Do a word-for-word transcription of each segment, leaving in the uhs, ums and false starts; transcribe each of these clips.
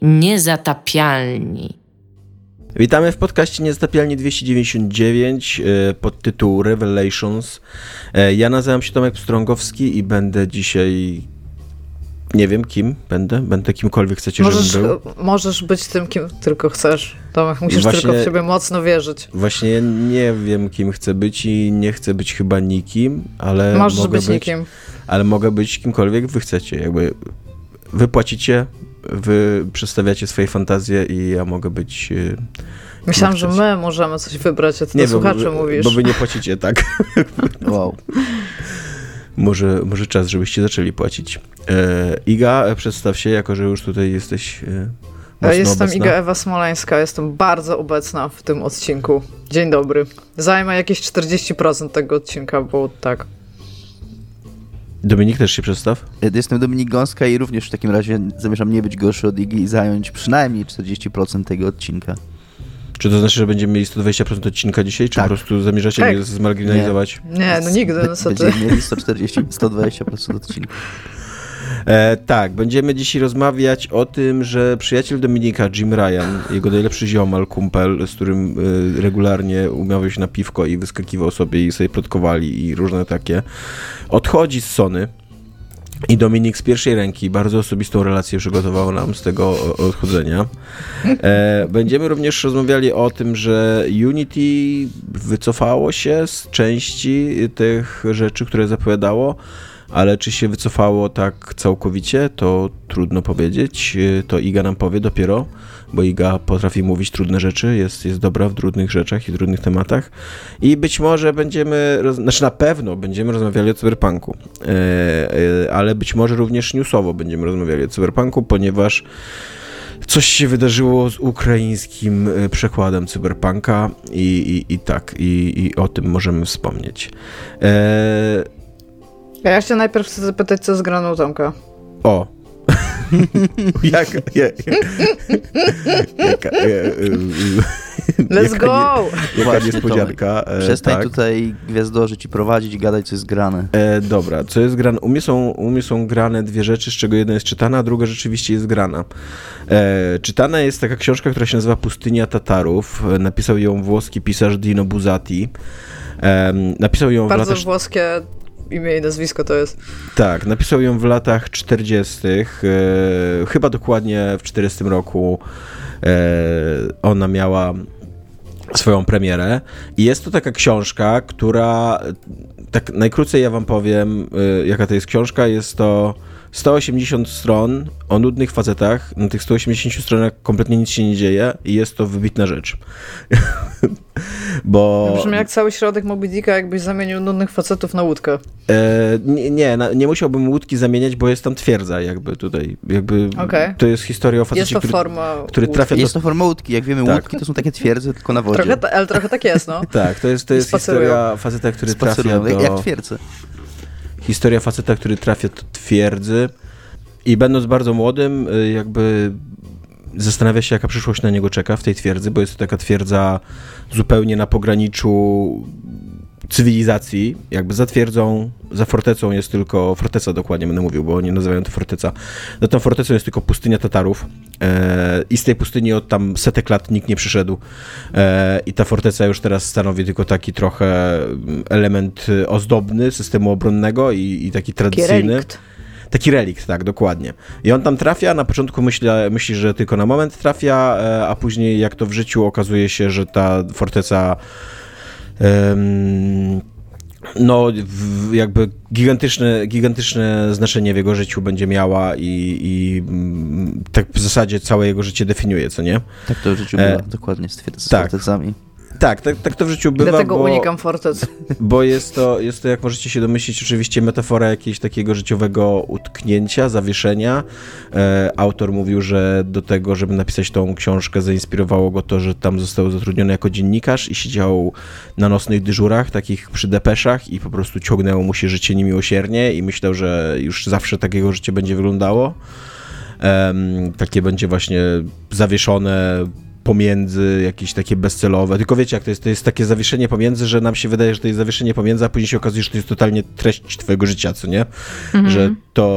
Niezatapialni. Witamy w podcaście Niezatapialni dwieście dziewięćdziesiąt dziewięć pod tytuł Revelations. Ja nazywam się Tomek Pstrągowski i będę dzisiaj... Nie wiem kim będę, będę kimkolwiek chcecie, możesz, żebym był. Możesz być tym, kim tylko chcesz. Tomek, musisz właśnie, tylko w siebie mocno wierzyć. Właśnie nie wiem, kim chcę być i nie chcę być chyba nikim, ale możesz mogę być, być nikim. Ale mogę być kimkolwiek wy chcecie. Jakby wy płacicie, wy przedstawiacie swoje fantazje i ja mogę być... Myślałam, że my możemy coś wybrać, a ty nie, do słuchaczy bo, mówisz. Bo wy nie płacicie, tak. Wow. Może, może czas, żebyście zaczęli płacić. E, Iga, przedstaw się, jako że już tutaj jesteś e, mocno Jestem obecna. Iga Ewa Smoleńska, jestem bardzo obecna w tym odcinku. Dzień dobry. Zajmę jakieś czterdzieści procent tego odcinka, bo tak. Dominik, też się przedstaw. Jestem Dominik Gąska i również w takim razie zamierzam nie być gorszy od Igi i zająć przynajmniej czterdzieści procent tego odcinka. Czy to znaczy, że będziemy mieli sto dwadzieścia procent odcinka dzisiaj, czy tak. po prostu zamierzacie tak. mnie zmarginalizować? Nie, nie no nigdy. Be- no będziemy mieli sto czterdzieści, sto dwadzieścia procent odcinka. E, tak, będziemy dzisiaj rozmawiać o tym, że przyjaciel Dominika, Jim Ryan, jego najlepszy ziomal, kumpel, z którym e, regularnie umawiał się na piwko i wyskakiwał sobie i sobie plotkowali i różne takie, odchodzi z Sony. I Dominik z pierwszej ręki bardzo osobistą relację przygotował nam z tego odchodzenia. E, będziemy również rozmawiali o tym, że Unity wycofało się z części tych rzeczy, które zapowiadało, ale czy się wycofało tak całkowicie, to trudno powiedzieć. To Iga nam powie dopiero, bo Iga potrafi mówić trudne rzeczy, jest, jest dobra w trudnych rzeczach i trudnych tematach. I być może będziemy, roz... znaczy na pewno będziemy rozmawiali o cyberpunku, e, e, ale być może również newsowo będziemy rozmawiali o cyberpunku, ponieważ coś się wydarzyło z ukraińskim przekładem cyberpunka i, i, i tak, i, i o tym możemy wspomnieć. E, Ja się najpierw chcę zapytać, co z graną Tomka. O! jak, jak, jaka, Let's jaka go! Nie, jaka Właśnie, niespodzianka. E, Przestań tak. tutaj gwiazdorzyć i prowadzić i gadać, co jest grane. E, dobra, co jest grane? U mnie, są, u mnie są grane dwie rzeczy, z czego jedna jest czytana, a druga rzeczywiście jest grana. E, czytana jest taka książka, która się nazywa Pustynia Tatarów. Napisał ją włoski pisarz Dino Buzzati. E, napisał ją Bardzo w latach... włoskie imię i nazwisko to jest. Tak, napisał ją w latach czterdziestych, e, chyba dokładnie w czterdziestym roku e, ona miała swoją premierę i jest to taka książka, która, tak najkrócej ja wam powiem, e, jaka to jest książka, jest to sto osiemdziesiąt stron o nudnych facetach. Na tych stu osiemdziesięciu stronach kompletnie nic się nie dzieje i jest to wybitna rzecz. Bo... Brzmi jak cały środek Moby Dicka, jakbyś zamienił nudnych facetów na łódkę. E, nie, nie, nie musiałbym łódki zamieniać, bo jest tam twierdza jakby tutaj. Jakby okay. To jest historia o facecie, jest to który, forma który trafia do... Jest to forma łódki. Jak wiemy, tak. Łódki to są takie twierdze, tylko na wodzie. Trochę ta, ale trochę tak jest, no. tak, to jest, to jest historia faceta, który Spacerują, trafia do... jak twierdze. Historia faceta, który trafia do twierdzy i będąc bardzo młodym, jakby zastanawia się, jaka przyszłość na niego czeka w tej twierdzy, bo jest to taka twierdza zupełnie na pograniczu cywilizacji. Jakby za twierdzą, za fortecą jest tylko, forteca dokładnie będę mówił, bo oni nazywają to forteca. Za tą fortecą jest tylko pustynia Tatarów e, i z tej pustyni od tam setek lat nikt nie przyszedł e, i ta forteca już teraz stanowi tylko taki trochę element ozdobny systemu obronnego i, i taki tradycyjny. Relikt. Taki relikt, tak, dokładnie. I on tam trafia, na początku myśli, myśli, że tylko na moment trafia, a później jak to w życiu okazuje się, że ta forteca um, no w, jakby gigantyczne, gigantyczne znaczenie w jego życiu będzie miała i, i tak w zasadzie całe jego życie definiuje, co nie? Tak to w życiu bywa, e, dokładnie, z, z tak. fortecami. Tak, tak, tak to w życiu bywa, Dlatego bo, unikam fortec. Bo jest to, jest to, jak możecie się domyślić, oczywiście metafora jakiegoś takiego życiowego utknięcia, zawieszenia. E, autor mówił, że do tego, żeby napisać tą książkę, zainspirowało go to, że tam został zatrudniony jako dziennikarz i siedział na nocnych dyżurach, takich przy depeszach i po prostu ciągnęło mu się życie niemiłosiernie i myślał, że już zawsze takiego życie będzie wyglądało. E, takie będzie właśnie zawieszone pomiędzy, jakieś takie bezcelowe. Tylko wiecie, jak to jest, to jest takie zawieszenie pomiędzy, że nam się wydaje, że to jest zawieszenie pomiędzy, a później się okazuje, że to jest totalnie treść twojego życia, co nie? Mhm. Że to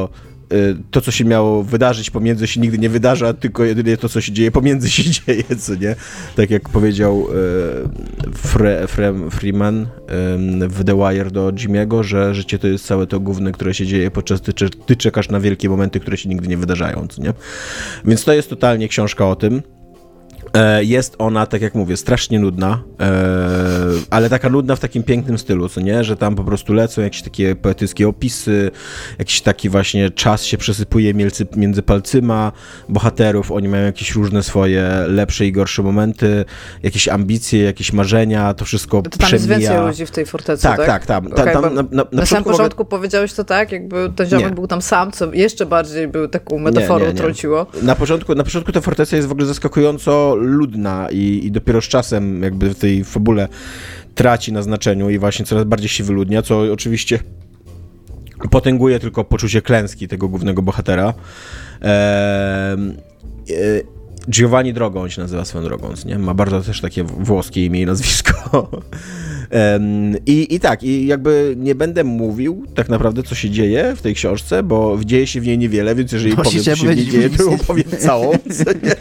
to, co się miało wydarzyć pomiędzy, się nigdy nie wydarza, tylko jedynie to, co się dzieje pomiędzy, się dzieje, co nie? Tak jak powiedział Fre, Fre, Freeman w The Wire do Jimmy'ego, że życie to jest całe to gówno, które się dzieje, podczas gdy ty, ty czekasz na wielkie momenty, które się nigdy nie wydarzają, co nie? Więc to jest totalnie książka o tym. Jest ona, tak jak mówię, strasznie nudna, ale taka nudna w takim pięknym stylu, co nie? Że tam po prostu lecą jakieś takie poetyckie opisy, jakiś taki właśnie czas się przesypuje między, między palcyma bohaterów, oni mają jakieś różne swoje lepsze i gorsze momenty, jakieś ambicje, jakieś marzenia, to wszystko to tam przemija. jest więcej ludzi w tej fortecy, tak? Tak, tak, tak. Okay, tam, na, na, na, na samym początku mogę... powiedziałeś to tak, jakby ten ziomek nie. był tam sam, co jeszcze bardziej był taką metaforą nie, nie, nie. trąciło. Na początku, na początku ta forteca jest w ogóle zaskakująco ludna i, i dopiero z czasem jakby w tej fabule traci na znaczeniu i właśnie coraz bardziej się wyludnia, co oczywiście potęguje tylko poczucie klęski tego głównego bohatera. Eee, Giovanni Drogo, on się nazywa swoją drogą, nie? Ma bardzo też takie włoskie imię i nazwisko. Um, i, I tak, i jakby nie będę mówił tak naprawdę, co się dzieje w tej książce, bo dzieje się w niej niewiele, więc jeżeli powiem, co się w niej dzieje, to ją powiem całą. Co nie?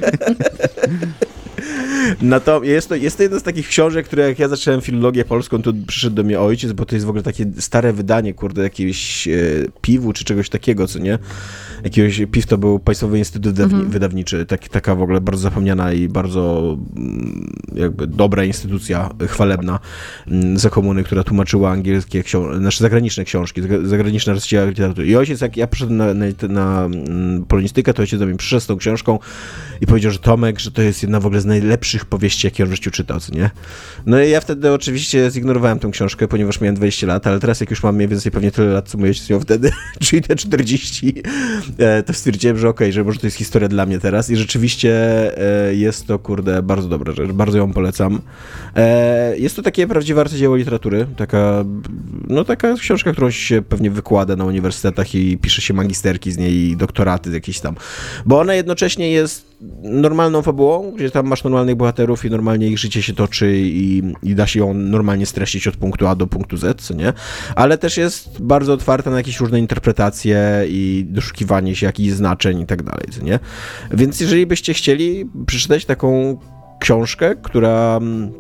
No to jest, to jest to jedna z takich książek, które jak ja zacząłem filologię polską, to przyszedł do mnie ojciec, bo to jest w ogóle takie stare wydanie, kurde, jakiegoś e, piwu czy czegoś takiego, co nie? Jakiegoś piw to był Państwowy Instytut Wydawni- mm-hmm. Wydawniczy, tak, taka w ogóle bardzo zapomniana i bardzo jakby dobra instytucja chwalebna za komuny, która tłumaczyła angielskie książki, znaczy zagraniczne książki, zagraniczne rozdziały literatury. I ojciec, jak ja przyszedłem na, na, na polonistykę, to ojciec do mnie przyszedł z tą książką i powiedział, że Tomek, że to jest jedna w ogóle z najlepszych powieści, jakie on w życiu czytał, co nie? No i ja wtedy oczywiście zignorowałem tę książkę, ponieważ miałem dwadzieścia lat, ale teraz jak już mam mniej więcej pewnie tyle lat, co mój ojciec miał wtedy, czyli te czterdzieści, to stwierdziłem, że okej, okay, że może to jest historia dla mnie teraz i rzeczywiście jest to, kurde, bardzo dobra rzecz, bardzo ją polecam. Jest to takie prawdziwe arcydzieło literatury, taka, no taka książka, którą się pewnie wykłada na uniwersytetach i pisze się magisterki z niej i doktoraty jakieś tam, bo ona jednocześnie jest normalną fabułą, gdzie tam masz normalnych bohaterów i normalnie ich życie się toczy i, i da się ją normalnie streścić od punktu A do punktu Z, co nie? Ale też jest bardzo otwarta na jakieś różne interpretacje i doszukiwanie się jakichś znaczeń i tak dalej, co nie? Więc jeżeli byście chcieli przeczytać taką książkę, która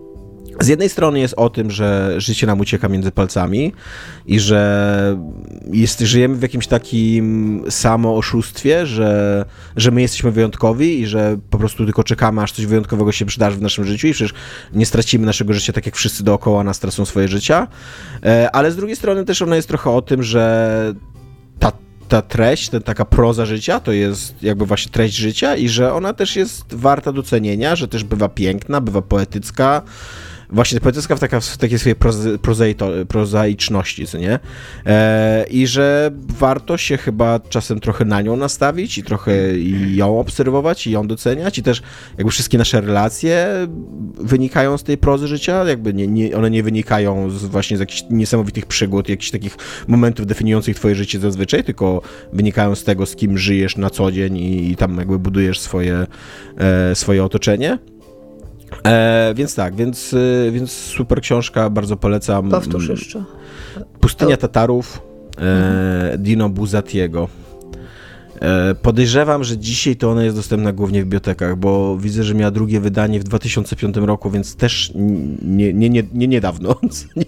z jednej strony jest o tym, że życie nam ucieka między palcami i że jest, żyjemy w jakimś takim samooszustwie, że, że my jesteśmy wyjątkowi i że po prostu tylko czekamy, aż coś wyjątkowego się przydarzy w naszym życiu i przecież nie stracimy naszego życia tak jak wszyscy dookoła nas tracą swoje życia. Ale z drugiej strony też ona jest trochę o tym, że ta ta treść, ta taka proza życia, to jest jakby właśnie treść życia i że ona też jest warta docenienia, że też bywa piękna, bywa poetycka, właśnie poetycka w, taka, w takiej swojej proze, prozaito, prozaiczności, co nie? E, I że warto się chyba czasem trochę na nią nastawić i trochę i ją obserwować i ją doceniać i też jakby wszystkie nasze relacje wynikają z tej prozy życia, jakby nie, nie, one nie wynikają z, właśnie z jakichś niesamowitych przygód, jakichś takich momentów definiujących twoje życie zazwyczaj, tylko wynikają z tego, z kim żyjesz na co dzień i, i tam jakby budujesz swoje, e, swoje otoczenie. E, więc tak, więc, więc super książka, bardzo polecam. Powtórz jeszcze. Pustynia Tatarów, e, Dino Buzzatiego. E, podejrzewam, że dzisiaj to ona jest dostępna głównie w bibliotekach, bo widzę, że miała drugie wydanie w dwa tysiące piątym roku, więc też nie, nie, nie, nie niedawno. Nie.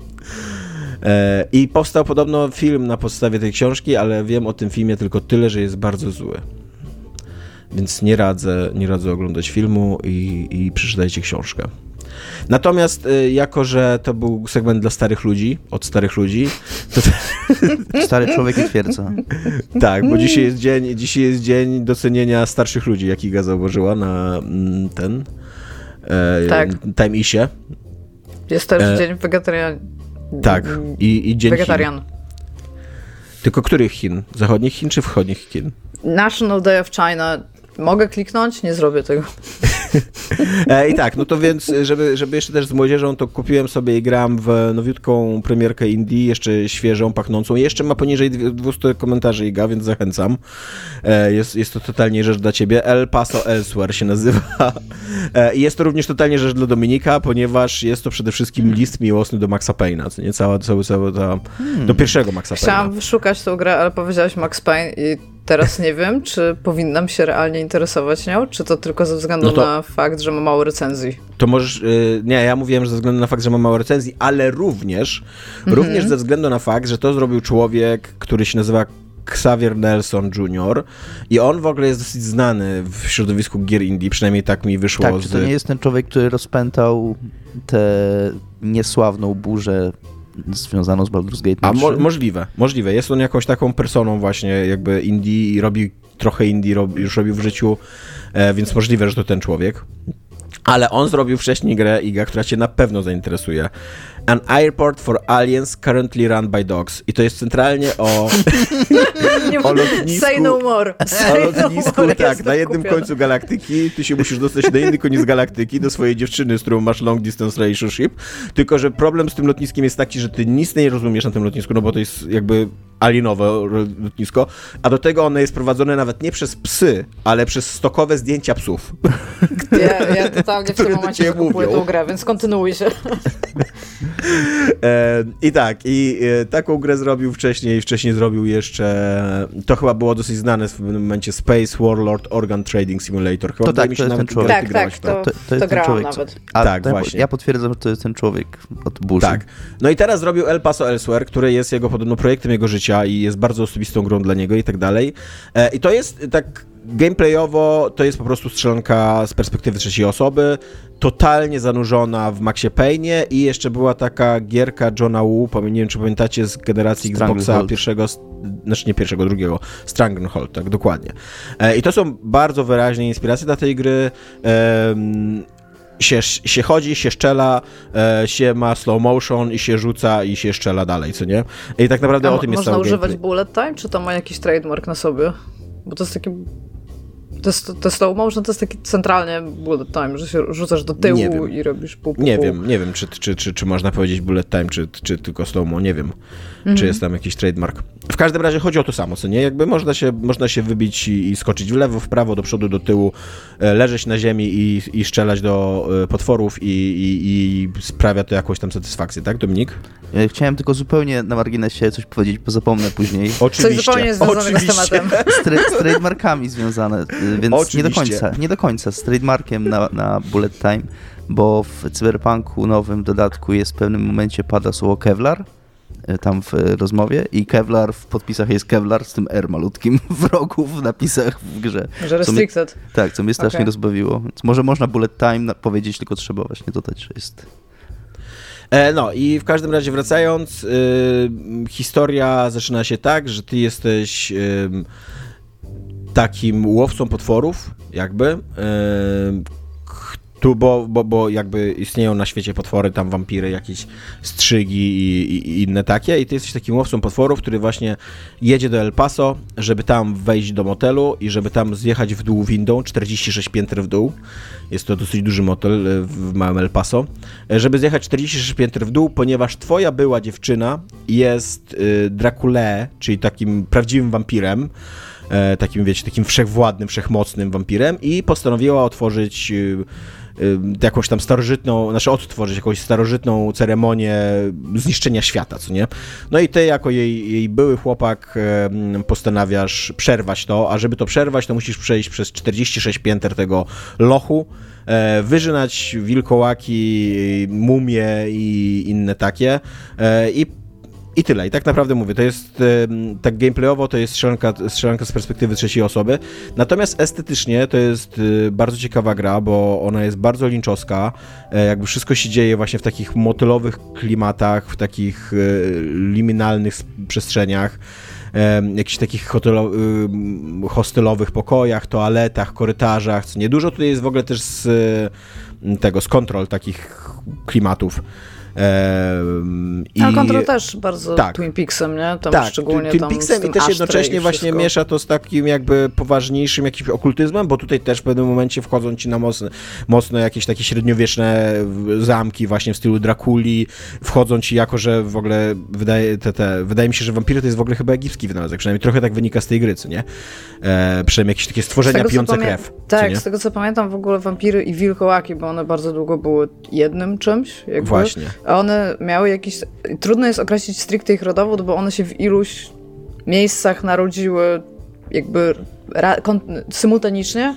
E, I powstał podobno film na podstawie tej książki, ale wiem o tym filmie tylko tyle, że jest bardzo zły. Więc nie radzę, nie radzę oglądać filmu i, i przeczytajcie książkę. Natomiast y, jako, że to był segment dla starych ludzi, od starych ludzi, to... Stary człowiek i twierdza. Tak, bo dzisiaj jest dzień, dzisiaj jest dzień docenienia starszych ludzi, jak Iga zauważyła na mm, ten e, tak. Time Isie. Jest też e, dzień wegetarian. Tak, i, i dzień Wegetarian. Chin. Tylko których Chin? Zachodnich Chin czy wschodnich Chin? National Day of China. Mogę kliknąć? Nie zrobię tego. E, I tak, no to więc, żeby, żeby jeszcze też z młodzieżą, to kupiłem sobie i gram w nowiutką premierkę indie, jeszcze świeżą, pachnącą. Jeszcze ma poniżej dwieście komentarzy Iga, więc zachęcam. E, jest, jest to totalnie rzecz dla ciebie. El Paso Elsewhere się nazywa. E, I jest to również totalnie rzecz dla Dominika, ponieważ jest to przede wszystkim hmm. list miłosny do Maxa Payne'a, co nie? Cała, cała, cała ta, hmm. do pierwszego Maxa Payne'a. Chciałam wyszukać tą grę, ale powiedziałeś Max Payne i teraz nie wiem, czy powinnam się realnie interesować nią, czy to tylko ze względu no to, na fakt, że ma mało recenzji. To możesz... Yy, nie, ja mówiłem, że ze względu na fakt, że ma mało recenzji, ale również, mm-hmm. również ze względu na fakt, że to zrobił człowiek, który się nazywa Xavier Nelson junior i on w ogóle jest dosyć znany w środowisku gier indie, przynajmniej tak mi wyszło. Tak, z... czy to nie jest ten człowiek, który rozpętał tę niesławną burzę związaną z Baldur's Gate? A mo- możliwe, możliwe. Jest on jakąś taką personą właśnie jakby indie i robi trochę indie, robi, już robił w życiu, e, więc możliwe, że to ten człowiek. Ale on zrobił wcześniej grę, Iga, która cię na pewno zainteresuje. An Airport for Aliens Currently Run by Dogs. I to jest centralnie o, o lotnisku. Say no more. Say o lotnisku, no more, tak, na jednym kupiona. końcu galaktyki. Ty się musisz dostać na inny koniec galaktyki, do swojej dziewczyny, z którą masz long distance relationship. Tylko że problem z tym lotniskiem jest taki, że ty nic nie rozumiesz na tym lotnisku, no bo to jest jakby alienowe lotnisko, a do tego ono jest prowadzone nawet nie przez psy, ale przez stokowe zdjęcia psów. Ja, ja totalnie w tym momencie kupuję tą grę, więc kontynuuj się. E, I tak, i e, taką grę zrobił wcześniej, wcześniej zrobił jeszcze, to chyba było dosyć znane w pewnym momencie, Space Warlord Organ Trading Simulator. Chyba to tak, to jest ten człowiek. Tak, tak, to, to, to, to jest to ten człowiek. Nawet. A, tak, ten, właśnie. Ja potwierdzam, że to jest ten człowiek od burzy. Tak. No i teraz zrobił El Paso Elsewhere, który jest jego podobno projektem jego życia i jest bardzo osobistą grą dla niego i tak dalej. E, I to jest tak gameplayowo, to jest po prostu strzelanka z perspektywy trzeciej osoby, totalnie zanurzona w Maxie Payne'ie i jeszcze była taka gierka Johna Woo, nie wiem czy pamiętacie, z generacji Xboxa pierwszego, znaczy nie pierwszego, drugiego, Stranglehold, tak, dokładnie. E, I to są bardzo wyraźne inspiracje dla tej gry. E, Się, się chodzi, się szczela, e, się ma slow motion i się rzuca i się szczela dalej, co nie? I tak naprawdę A o tym jest cały można używać gameplay. bullet time, czy to ma jakiś trademark na sobie? Bo to jest taki... To, jest, to slow motion to jest taki centralnie bullet time, że się rzucasz do tyłu i robisz pół, pół, Nie pół. wiem, nie wiem, czy, czy, czy, czy można powiedzieć bullet time, czy, czy tylko slow mo, nie wiem, mhm. czy jest tam jakiś trademark. W każdym razie chodzi o to samo, co nie? Jakby można się, można się wybić i, i skoczyć w lewo, w prawo, do przodu, do tyłu, e, leżeć na ziemi i, i strzelać do e, potworów i, i, i sprawia to jakąś tam satysfakcję, tak, Dominik? Ja chciałem tylko zupełnie na marginesie coś powiedzieć, bo zapomnę później. Oczywiście. Coś zupełnie związanego z tematem. Z, tra- z trademarkami związane, więc Oczywiście. nie do końca, nie do końca z trademarkiem na, na bullet time, bo w Cyberpunku nowym dodatku jest w pewnym momencie pada słowo Kevlar, tam w rozmowie i Kevlar w podpisach jest Kevlar z tym R malutkim w rogu w napisach w grze. Że restricted. Mnie, tak, co mnie strasznie okay. rozbawiło. Więc może można bullet time powiedzieć, tylko trzeba właśnie dodać, że jest... E, no i w każdym razie wracając, y, historia zaczyna się tak, że ty jesteś y, takim łowcą potworów, jakby, y, tu, bo, bo, bo jakby istnieją na świecie potwory, tam wampiry, jakieś strzygi i, i, i inne takie i ty jesteś takim łowcą potworów, który właśnie jedzie do El Paso, żeby tam wejść do motelu i żeby tam zjechać w dół windą, czterdzieści sześć pięter w dół, jest to dosyć duży motel w małym El Paso, żeby zjechać czterdzieści sześć pięter w dół, ponieważ twoja była dziewczyna jest y, Draculae, czyli takim prawdziwym wampirem, e, takim, wiecie, takim wszechwładnym, wszechmocnym wampirem i postanowiła otworzyć y, jakąś tam starożytną, znaczy odtworzyć jakąś starożytną ceremonię zniszczenia świata, co nie? No i ty jako jej, jej były chłopak postanawiasz przerwać to, a żeby to przerwać, to musisz przejść przez czterdzieści sześć pięter tego lochu, wyżynać wilkołaki, mumie i inne takie i I tyle. I tak naprawdę mówię, to jest tak gameplayowo, to jest strzelanka, strzelanka z perspektywy trzeciej osoby. Natomiast estetycznie to jest bardzo ciekawa gra, bo ona jest bardzo linczowska. Jakby wszystko się dzieje właśnie w takich motylowych klimatach, w takich liminalnych przestrzeniach, jakichś takich hotelo, hostelowych pokojach, toaletach, korytarzach. Co nie dużo tutaj jest w ogóle też z tego, z kontrol takich klimatów. Um, no, Control też bardzo tak, Twin Peaksem, nie? Tam tak, szczególnie Twin tam Peaksem i też jednocześnie właśnie miesza to z takim jakby poważniejszym jakimś okultyzmem, bo tutaj też w pewnym momencie wchodzą ci na mocno, mocno jakieś takie średniowieczne zamki właśnie w stylu Drakuli, wchodzą ci jako, że w ogóle wydaje, te, te, wydaje mi się, że wampiry to jest w ogóle chyba egipski wynalazek, przynajmniej trochę tak wynika z tej gry, co nie? E, przynajmniej jakieś takie stworzenia tego, pijące pamię- krew. Tak, z tego co pamiętam w ogóle wampiry i wilkołaki, bo one bardzo długo były jednym czymś. Jakby. Właśnie. A one miały jakiś... Trudno jest określić stricte ich rodowód, bo one się w iluś miejscach narodziły jakby ra- kon- symultanicznie,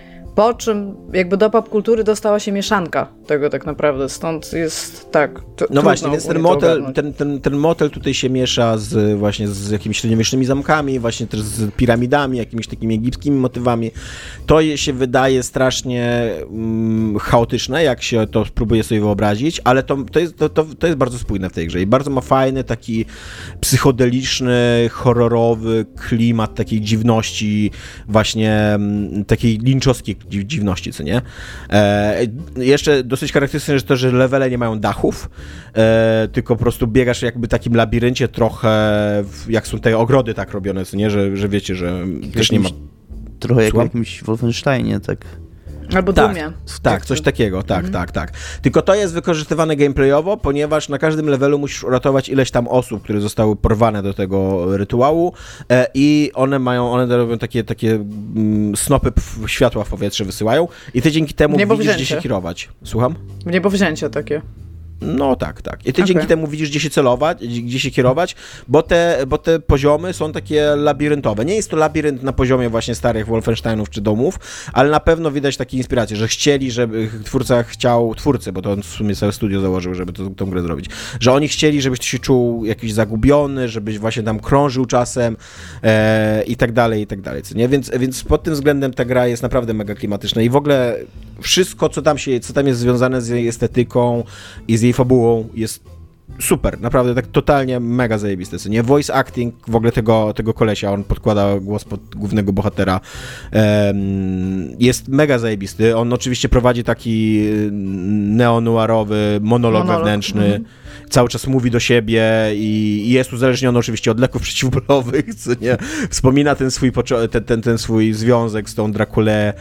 po czym jakby do popkultury dostała się mieszanka tego tak naprawdę, stąd jest tak. T- no właśnie, więc ten motel, ten, ten, ten motel tutaj się miesza z właśnie z jakimiś średniowiecznymi zamkami, właśnie też z piramidami, jakimiś takimi egipskimi motywami. To się wydaje strasznie mm, chaotyczne, jak się to próbuje sobie wyobrazić, ale to, to, jest, to, to, to jest bardzo spójne w tej grze i bardzo ma fajny, taki psychodeliczny, horrorowy klimat takiej dziwności, właśnie m, takiej linczowskiej dziwności, co nie? E, jeszcze dosyć charakterystyczne jest to, że levele nie mają dachów, e, tylko po prostu biegasz jakby w takim labiryncie trochę, w, jak są te ogrody tak robione, co nie? Że, że wiecie, że jak też nie ma... Trochę jak w jakimś Wolfensteinie, tak... Albo tak, Dumie. Tak, coś takiego, tak, mhm. tak, tak. Tylko to jest wykorzystywane gameplayowo, ponieważ na każdym levelu musisz uratować ileś tam osób, które zostały porwane do tego rytuału e, i one mają, one robią takie, takie mm, snopy p- światła w powietrze wysyłają i ty dzięki temu widzisz, gdzie się kierować. Słucham? W niebowzięcie takie. No tak, tak. I ty okay. dzięki temu widzisz, gdzie się celować, gdzie się kierować, bo te, bo te poziomy są takie labiryntowe. Nie jest to labirynt na poziomie właśnie starych Wolfensteinów czy domów, ale na pewno widać takie inspiracje, że chcieli, żeby twórca chciał, twórcy, bo to on w sumie całe studio założył, żeby to, tą grę zrobić, że oni chcieli, żebyś ty się czuł jakiś zagubiony, żebyś właśnie tam krążył czasem e, i tak dalej, i tak dalej, co nie? Więc, więc pod tym względem ta gra jest naprawdę mega klimatyczna i w ogóle wszystko, co tam się, co tam jest związane z jej estetyką i z jej fabułą jest super, naprawdę tak totalnie mega zajebiste, co nie? Voice acting w ogóle tego, tego kolesia, on podkłada głos pod głównego bohatera, um, jest mega zajebisty, on oczywiście prowadzi taki neonuarowy monolog, monolog wewnętrzny, mm. cały czas mówi do siebie i jest uzależniony oczywiście od leków przeciwbólowych, co nie? Wspomina ten swój, poczo- ten, ten, ten swój związek z tą Draculę,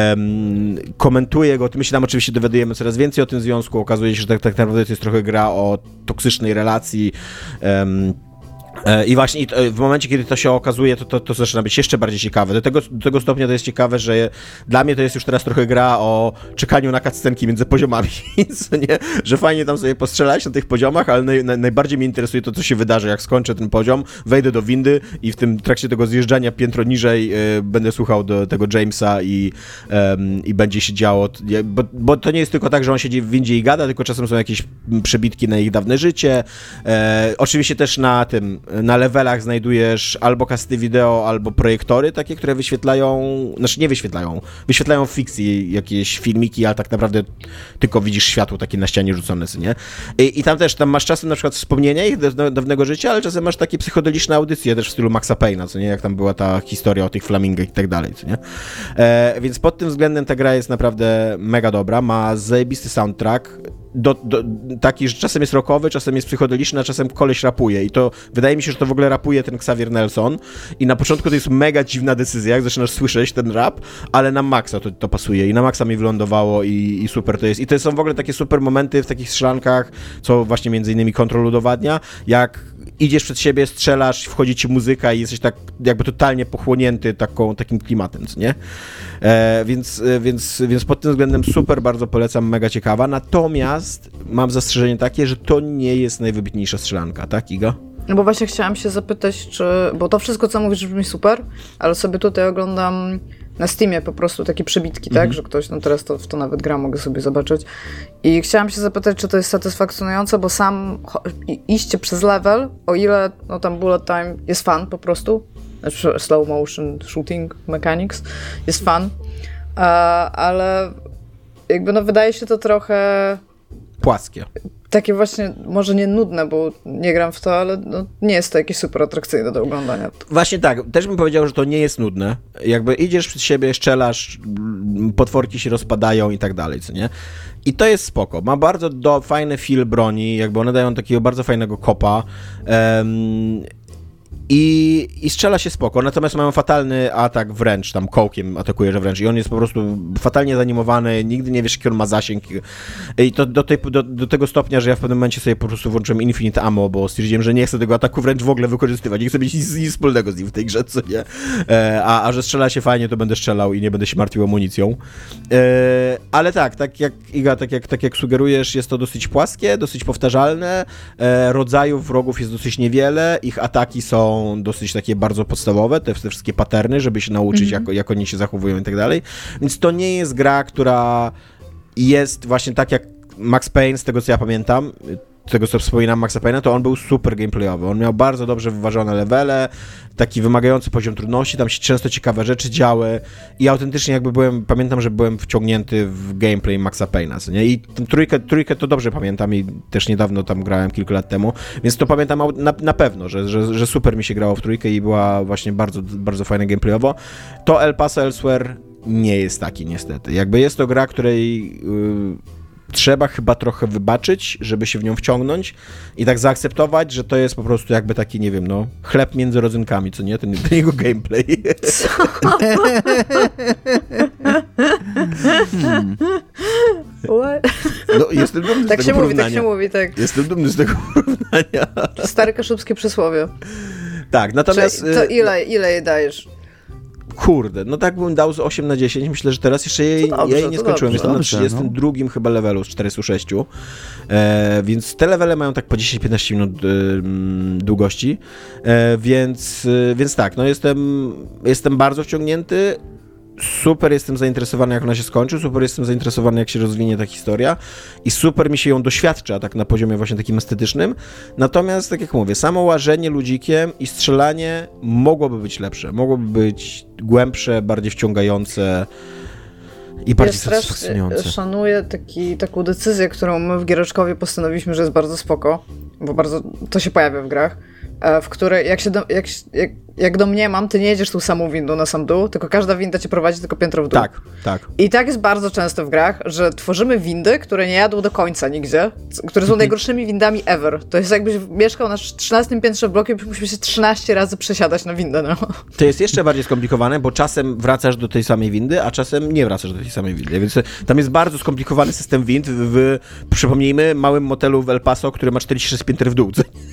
um, komentuje go, my się tam oczywiście dowiadujemy coraz więcej o tym związku, okazuje się, że tak, tak naprawdę to jest trochę gra o toksycznej relacji, um, i właśnie w momencie, kiedy to się okazuje, to, to, to zaczyna być jeszcze bardziej ciekawe. Do tego, do tego stopnia to jest ciekawe, że dla mnie to jest już teraz trochę gra o czekaniu na cutscenki między poziomami, co nie? Że fajnie tam sobie postrzelać na tych poziomach, ale naj, naj, najbardziej mnie interesuje to, co się wydarzy, jak skończę ten poziom, wejdę do windy i w tym trakcie tego zjeżdżania piętro niżej y, będę słuchał do tego Jamesa i, y, i będzie się działo, bo, bo to nie jest tylko tak, że on siedzi w windzie i gada, tylko czasem są jakieś przebitki na ich dawne życie. E, oczywiście też na tym na levelach znajdujesz albo kasety wideo, albo projektory takie, które wyświetlają, znaczy nie wyświetlają, wyświetlają w fikcji jakieś filmiki, ale tak naprawdę tylko widzisz światło takie na ścianie rzucone, nie? I, i tam też, tam masz czasem na przykład wspomnienia ich dawnego życia, ale czasem masz takie psychodeliczne audycje też w stylu Maxa Payne'a, co nie? Jak tam była ta historia o tych flamingach i tak dalej, co nie? E, więc pod tym względem ta gra jest naprawdę mega dobra, ma zajebisty soundtrack, Do, do, taki, że czasem jest rockowy, czasem jest psychodeliczny, a czasem koleś rapuje i to wydaje mi się, że to w ogóle rapuje ten Xavier Nelson i na początku to jest mega dziwna decyzja, jak zaczynasz słyszeć ten rap, ale na maksa to, to pasuje i na maksa mi wylądowało i, i super to jest. I to są w ogóle takie super momenty w takich strzelankach, co właśnie między innymi Control udowadnia, jak idziesz przed siebie, strzelasz, wchodzi ci muzyka i jesteś tak jakby totalnie pochłonięty taką, takim klimatem, co nie? E, więc, więc, więc pod tym względem super, bardzo polecam, mega ciekawa, natomiast mam zastrzeżenie takie, że to nie jest najwybitniejsza strzelanka, tak, Iga? No bo właśnie chciałam się zapytać, czy, bo to wszystko, co mówisz, brzmi super, ale sobie tutaj oglądam na Steamie po prostu takie przebitki, mhm. tak, że ktoś, no teraz to, w to nawet gra, mogę sobie zobaczyć. I chciałam się zapytać, czy to jest satysfakcjonujące, bo sam iście przez level, o ile, no tam bullet time jest fun po prostu, znaczy slow motion shooting mechanics jest fun, ale jakby no wydaje się to trochę płaskie. Takie właśnie, może nie nudne, bo nie gram w to, ale no, nie jest to jakieś super atrakcyjne do oglądania. Właśnie tak, też bym powiedział, że to nie jest nudne. Jakby idziesz przed siebie, strzelasz, potworki się rozpadają i tak dalej, co nie? I to jest spoko. Ma bardzo do, fajny feel broni, jakby one dają takiego bardzo fajnego kopa. Um, I, I strzela się spoko, natomiast mają fatalny atak wręcz, tam kołkiem atakujesz wręcz i on jest po prostu fatalnie zanimowany, nigdy nie wiesz, jaki on ma zasięg i to do, tej, do, do tego stopnia, że ja w pewnym momencie sobie po prostu włączyłem Infinite Ammo, bo stwierdziłem, że nie chcę tego ataku wręcz w ogóle wykorzystywać, nie chcę mieć nic, nic wspólnego z nim w tej grze, co nie? E, a, a że strzela się fajnie, to będę strzelał i nie będę się martwił amunicją. E, ale tak, tak jak Iga, tak jak, tak jak sugerujesz, jest to dosyć płaskie, dosyć powtarzalne, e, rodzajów wrogów jest dosyć niewiele, ich ataki są dosyć takie bardzo podstawowe, te, te wszystkie patterny, żeby się nauczyć, mm-hmm. jak, jak oni się zachowują i tak dalej. Więc to nie jest gra, która jest właśnie tak jak Max Payne, z tego co ja pamiętam, tego co wspominam Maxa Payne'a, to on był super gameplayowy. On miał bardzo dobrze wyważone levele, taki wymagający poziom trudności, tam się często ciekawe rzeczy działy i autentycznie jakby byłem, pamiętam, że byłem wciągnięty w gameplay Maxa Payne'a, nie? I trójkę, trójkę to dobrze pamiętam i też niedawno tam grałem, kilka lat temu, więc to pamiętam na, na pewno, że, że, że super mi się grało w trójkę i była właśnie bardzo, bardzo fajna gameplayowo. To El Paso Elsewhere nie jest taki niestety. Jakby jest to gra, której... Yy, trzeba chyba trochę wybaczyć, żeby się w nią wciągnąć i tak zaakceptować, że to jest po prostu jakby taki, nie wiem, no, chleb między rodzynkami, co nie? Ten, ten jego gameplay. Co? hmm. No, jestem dumny tak z tego się porównania. mówi, tak się mówi, tak. Jestem dumny z tego porównania. Stare kaszubskie przysłowie. Tak, natomiast... Czyli to ile, ile jej dajesz? Kurde, no tak bym dał z osiem na dziesięć. Myślę, że teraz jeszcze jej, dobrze, jej nie skończyłem. Jestem dobrze, na trzydziestym drugim no. chyba levelu z czterystu sześciu. E, więc te levele mają tak po dziesięć piętnaście minut e, długości. E, więc, e, więc tak, no jestem, jestem bardzo wciągnięty. Super jestem zainteresowany, jak ona się skończy, super jestem zainteresowany, jak się rozwinie ta historia i super mi się ją doświadcza, tak na poziomie właśnie takim estetycznym. Natomiast, tak jak mówię, samo łażenie ludzikiem i strzelanie mogłoby być lepsze, mogłoby być głębsze, bardziej wciągające i bardziej ja satysfakcjonujące. Szanuję taki, taką decyzję, którą my w Giereczkowie postanowiliśmy, że jest bardzo spoko, bo bardzo to się pojawia w grach, w której jak się do, jak, jak, jak domniemam, ty nie jedziesz tą samą windą na sam dół, tylko każda winda cię prowadzi tylko piętro w dół. Tak, tak. I tak jest bardzo często w grach, że tworzymy windy, które nie jadą do końca nigdzie, które są najgorszymi windami ever. To jest jakbyś mieszkał na trzynastym piętrze w bloku i musisz się trzynaście razy przesiadać na windę. No. To jest jeszcze bardziej skomplikowane, bo czasem wracasz do tej samej windy, a czasem nie wracasz do tej samej windy. Więc tam jest bardzo skomplikowany system wind w, w przypomnijmy, małym motelu w El Paso, który ma czterdzieści sześć pięter w dół.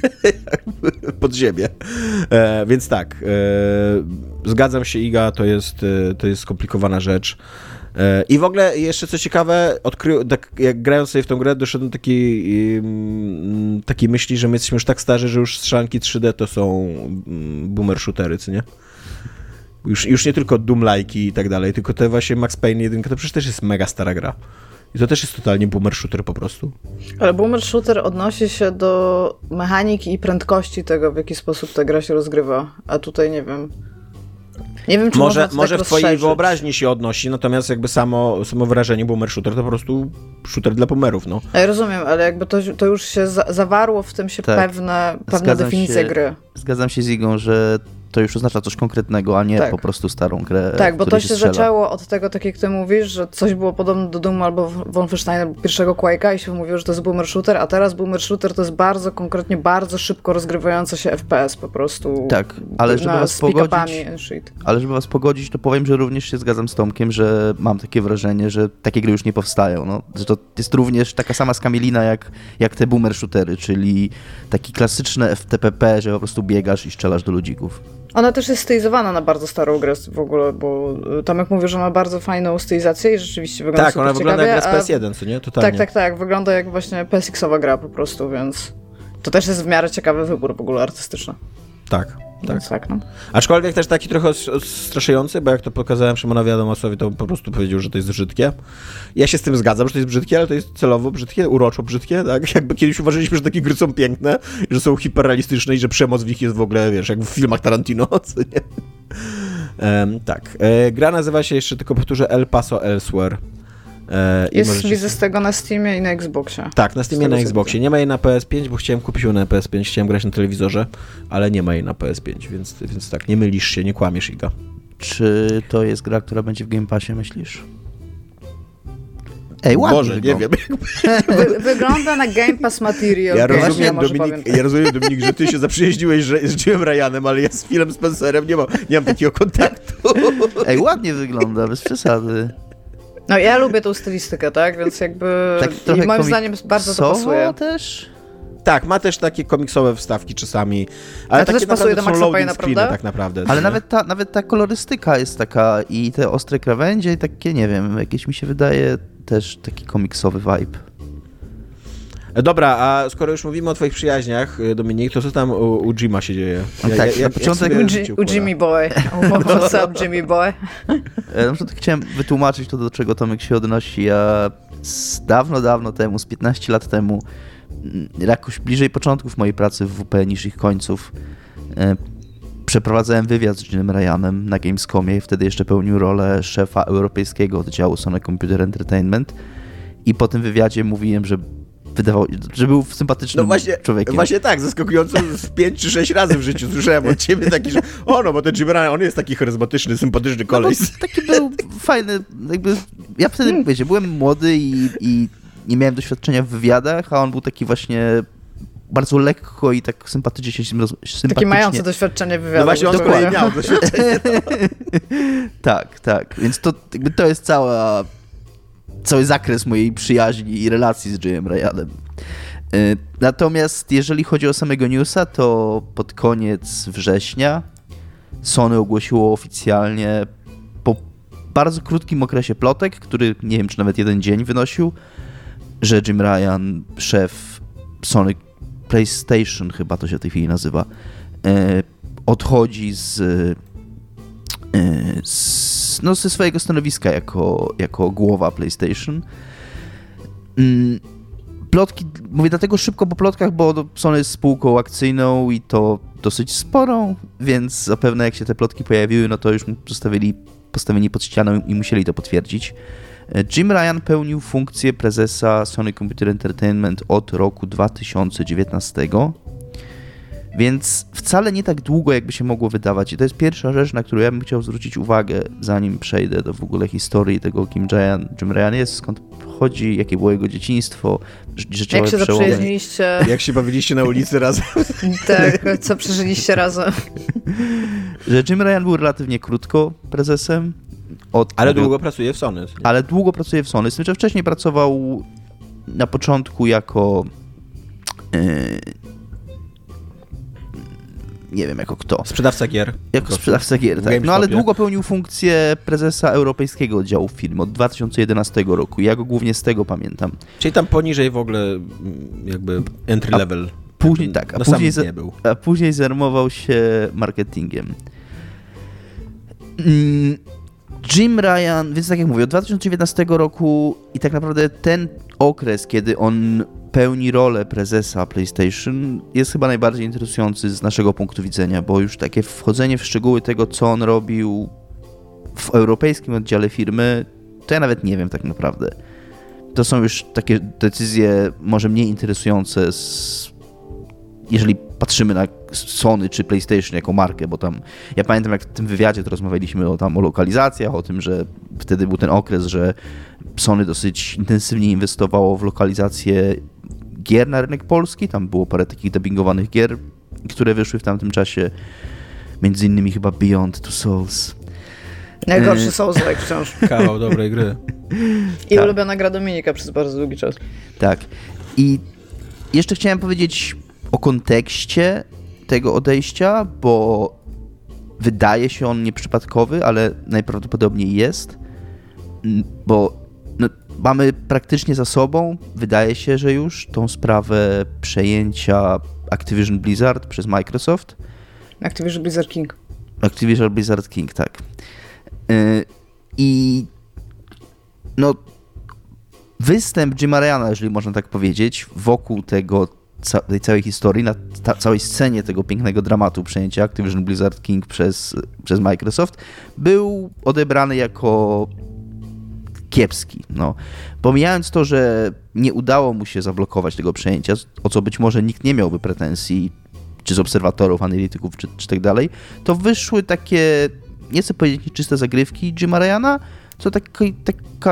Pod ziemię. E, więc tak, e, zgadzam się, Iga, to jest, e, to jest skomplikowana rzecz. E, I w ogóle jeszcze co ciekawe, odkry, tak, jak grając sobie w tę grę, doszedłem do takiej, um, takiej myśli, że my jesteśmy już tak starzy, że już strzelanki trzy D to są um, boomer shootery, co nie? Już, już nie tylko Doom-like'i i tak dalej, tylko te właśnie Max Payne jeden, to przecież też jest mega stara gra. I to też jest totalnie boomer shooter po prostu. Ale boomer shooter odnosi się do mechaniki i prędkości tego, w jaki sposób ta gra się rozgrywa. A tutaj nie wiem. Nie wiem, czy może, można to może tak w twojej rozszerzyć. wyobraźni się odnosi, natomiast jakby samo, samo wyrażenie boomer shooter to po prostu shooter dla boomerów, no. Ja rozumiem, ale jakby to, to już się za, zawarło w tym się tak. pewne, pewna definicja się, gry. Zgadzam się z Igą, że to już oznacza coś konkretnego, a nie tak. po prostu starą grę. Tak, bo to się, się zaczęło od tego, tak jak ty mówisz, że coś było podobne do Doomu albo Wolfensteina albo pierwszego Quake'a i się mówiło, że to jest boomer shooter, a teraz boomer shooter to jest bardzo konkretnie, bardzo szybko rozgrywająca się F P S po prostu. Tak, ale żeby na, was pogodzić, shit. ale żeby was pogodzić, to powiem, że również się zgadzam z Tomkiem, że mam takie wrażenie, że takie gry już nie powstają. No, że to jest również taka sama skamielina jak, jak te boomer shootery, czyli taki klasyczne F T P P, że po prostu biegasz i strzelasz do ludzików. Ona też jest stylizowana na bardzo starą grę w ogóle, bo Tomek mówi, że ma bardzo fajną stylizację i rzeczywiście wygląda tak, super ona ciekawie. wygląda jak gra z P S jeden, co nie? Totalnie. Tak, tak, tak. Wygląda jak właśnie P S X-owa gra po prostu, więc to też jest w miarę ciekawy wybór w ogóle artystyczny. Tak. Tak. tak no. Aczkolwiek też taki trochę straszający, bo jak to pokazałem Szymonowi Adamosowi, to po prostu powiedział, że to jest brzydkie. Ja się z tym zgadzam, że to jest brzydkie, ale to jest celowo brzydkie, uroczo brzydkie, tak? Jakby kiedyś uważaliśmy, że takie gry są piękne, że są hiperrealistyczne i że przemoc w nich jest w ogóle, wiesz, jak w filmach Tarantino, co nie? Um, tak. E, gra nazywa się, jeszcze tylko powtórzę, El Paso Elsewhere. E, Jest, możecie... widzę z tego na Steamie i na Xboxie. Tak, na Steamie, tego, na co Xboxie. widzę. Nie ma jej na P S pięć, bo chciałem kupić ją na P S pięć, chciałem grać na telewizorze, ale nie ma jej na P S pięć, więc, więc tak, nie mylisz się, nie kłamiesz, Iga. Czy to jest gra, która będzie w Game Passie, myślisz? Ej, ładnie Boże, nie wygląda. wiem. Wy, wygląda na Game Pass Material. Ja Właśnie, rozumiem, może Dominik, powiem tak. ja rozumiem, Dominik, że ty się zaprzyjaźniłeś że, z Jimem Ryanem, ale ja z Philem Spencerem nie mam, nie mam takiego kontaktu. Ej, ładnie wygląda, bez przesady. No ja lubię tą stylistykę, tak? Więc jakby Tak i trochę moim komik- zdaniem bardzo to Sowo pasuje. też? Tak, ma też takie komiksowe wstawki czasami, ale Ale to takie też pasuje naprawdę do są Maxa loading Payne'a, screeny prawda? tak naprawdę. Ale nie? nawet ta, nawet ta kolorystyka jest taka i te ostre krawędzie i takie, nie wiem, jakieś mi się wydaje też taki komiksowy vibe. Dobra, a skoro już mówimy o twoich przyjaźniach, Dominik, to co tam u, u Jima się dzieje? No tak, na początek- sobie U, życie G- u układa? Jimmy Boy. What's up, Jimmy Boy? E, Na przykład chciałem wytłumaczyć to, do czego Tomek się odnosi. Ja z dawno, dawno temu, z piętnaście lat temu, mm, jakoś bliżej początków mojej pracy w W P niż ich końców, e, przeprowadzałem wywiad z Jimem Ryanem na Gamescomie i wtedy jeszcze pełnił rolę szefa europejskiego oddziału Sony Computer Entertainment i po tym wywiadzie mówiłem, że wydawał, że był sympatycznym No właśnie, człowiekiem. właśnie tak, zaskakująco z pięć czy sześć razy w życiu słyszałem od ciebie taki, że o no, bo ten Jim Ryan, on jest taki charyzmatyczny, sympatyczny No bo koleś. taki był fajny, jakby, ja wtedy, wiecie, byłem młody i, i nie miałem doświadczenia w wywiadach, a on był taki właśnie bardzo lekko i tak sympatycznie się z nim roz- sympatycznie. Taki mający doświadczenie w wywiadach. No właśnie on z kolei miał doświadczenie. Tak, tak, więc to, jakby to jest cała, cały zakres mojej przyjaźni i relacji z Jimem Ryanem. Y, Natomiast jeżeli chodzi o samego newsa, to pod koniec września Sony ogłosiło oficjalnie po bardzo krótkim okresie plotek, który nie wiem, czy nawet jeden dzień wynosił, że Jim Ryan, szef Sony PlayStation, chyba to się w tej chwili nazywa, e, odchodzi z, e, z, no, ze swojego stanowiska jako, jako głowa PlayStation. Mm, Plotki, mówię dlatego szybko po plotkach, bo Sony jest spółką akcyjną i to dosyć sporą, więc zapewne jak się te plotki pojawiły, no to już zostawili postawieni pod ścianą i musieli to potwierdzić. Jim Ryan pełnił funkcję prezesa Sony Computer Entertainment od roku dwa tysiące dziewiętnastego, więc wcale nie tak długo, jakby się mogło wydawać. I to jest pierwsza rzecz, na którą ja bym chciał zwrócić uwagę, zanim przejdę do w ogóle historii tego, kim Ryan, Jim Ryan jest, skąd pochodzi, jakie było jego dzieciństwo, życiowe Jak się przełomy. zaprzyjaźniliście, Jak się bawiliście na ulicy razem. tak, co przeżyliście razem. Że Jim Ryan był relatywnie krótko prezesem. Od, Ale długo pracuje w Sony. ale długo pracuje w Sony. Z tym, że wcześniej pracował na początku jako yy, nie wiem jako kto. Sprzedawca gier. Jako sprzedawca gier, tak. No ale długo pełnił funkcję prezesa europejskiego oddziału firm od dwa tysiące jedenastego roku. Ja go głównie z tego pamiętam. Czyli tam poniżej w ogóle jakby entry A level. Później tak, a no później, sam za, nie był. a później zajmował się marketingiem. Mm, Jim Ryan, więc tak jak mówię, od dwa tysiące dziewiętnastego roku i tak naprawdę ten okres, kiedy on pełni rolę prezesa PlayStation, jest chyba najbardziej interesujący z naszego punktu widzenia, bo już takie wchodzenie w szczegóły tego, co on robił w europejskim oddziale firmy, to ja nawet nie wiem tak naprawdę. To są już takie decyzje może mniej interesujące, z, jeżeli patrzymy na Sony czy PlayStation jako markę, bo tam, ja pamiętam jak w tym wywiadzie to rozmawialiśmy o, tam, o lokalizacjach, o tym, że wtedy był ten okres, że Sony dosyć intensywnie inwestowało w lokalizację gier na rynek polski, tam było parę takich dubbingowanych gier, które wyszły w tamtym czasie, między innymi chyba Beyond Two Souls. Najgorszy Souls-like wciąż. Kawał dobrej gry. I Tak. ulubiona gra Dominika przez bardzo długi czas. Tak. I jeszcze chciałem powiedzieć o kontekście tego odejścia, bo wydaje się on nieprzypadkowy, ale najprawdopodobniej jest, bo no, mamy praktycznie za sobą, wydaje się, że już tą sprawę przejęcia Activision Blizzard przez Microsoft. Activision Blizzard King. Activision Blizzard King, tak. Yy, I no występ Jima Ryana, jeżeli można tak powiedzieć, wokół tego, ca- tej całej historii, na ta- całej scenie tego pięknego dramatu przejęcia Activision Blizzard King przez, przez Microsoft, był odebrany jako kiepski. No. Pomijając to, że nie udało mu się zablokować tego przejęcia, o co być może nikt nie miałby pretensji, czy z obserwatorów, analityków, czy, czy tak dalej, to wyszły takie, nie chcę powiedzieć nieczyste zagrywki Jima Ryana, co taka, taka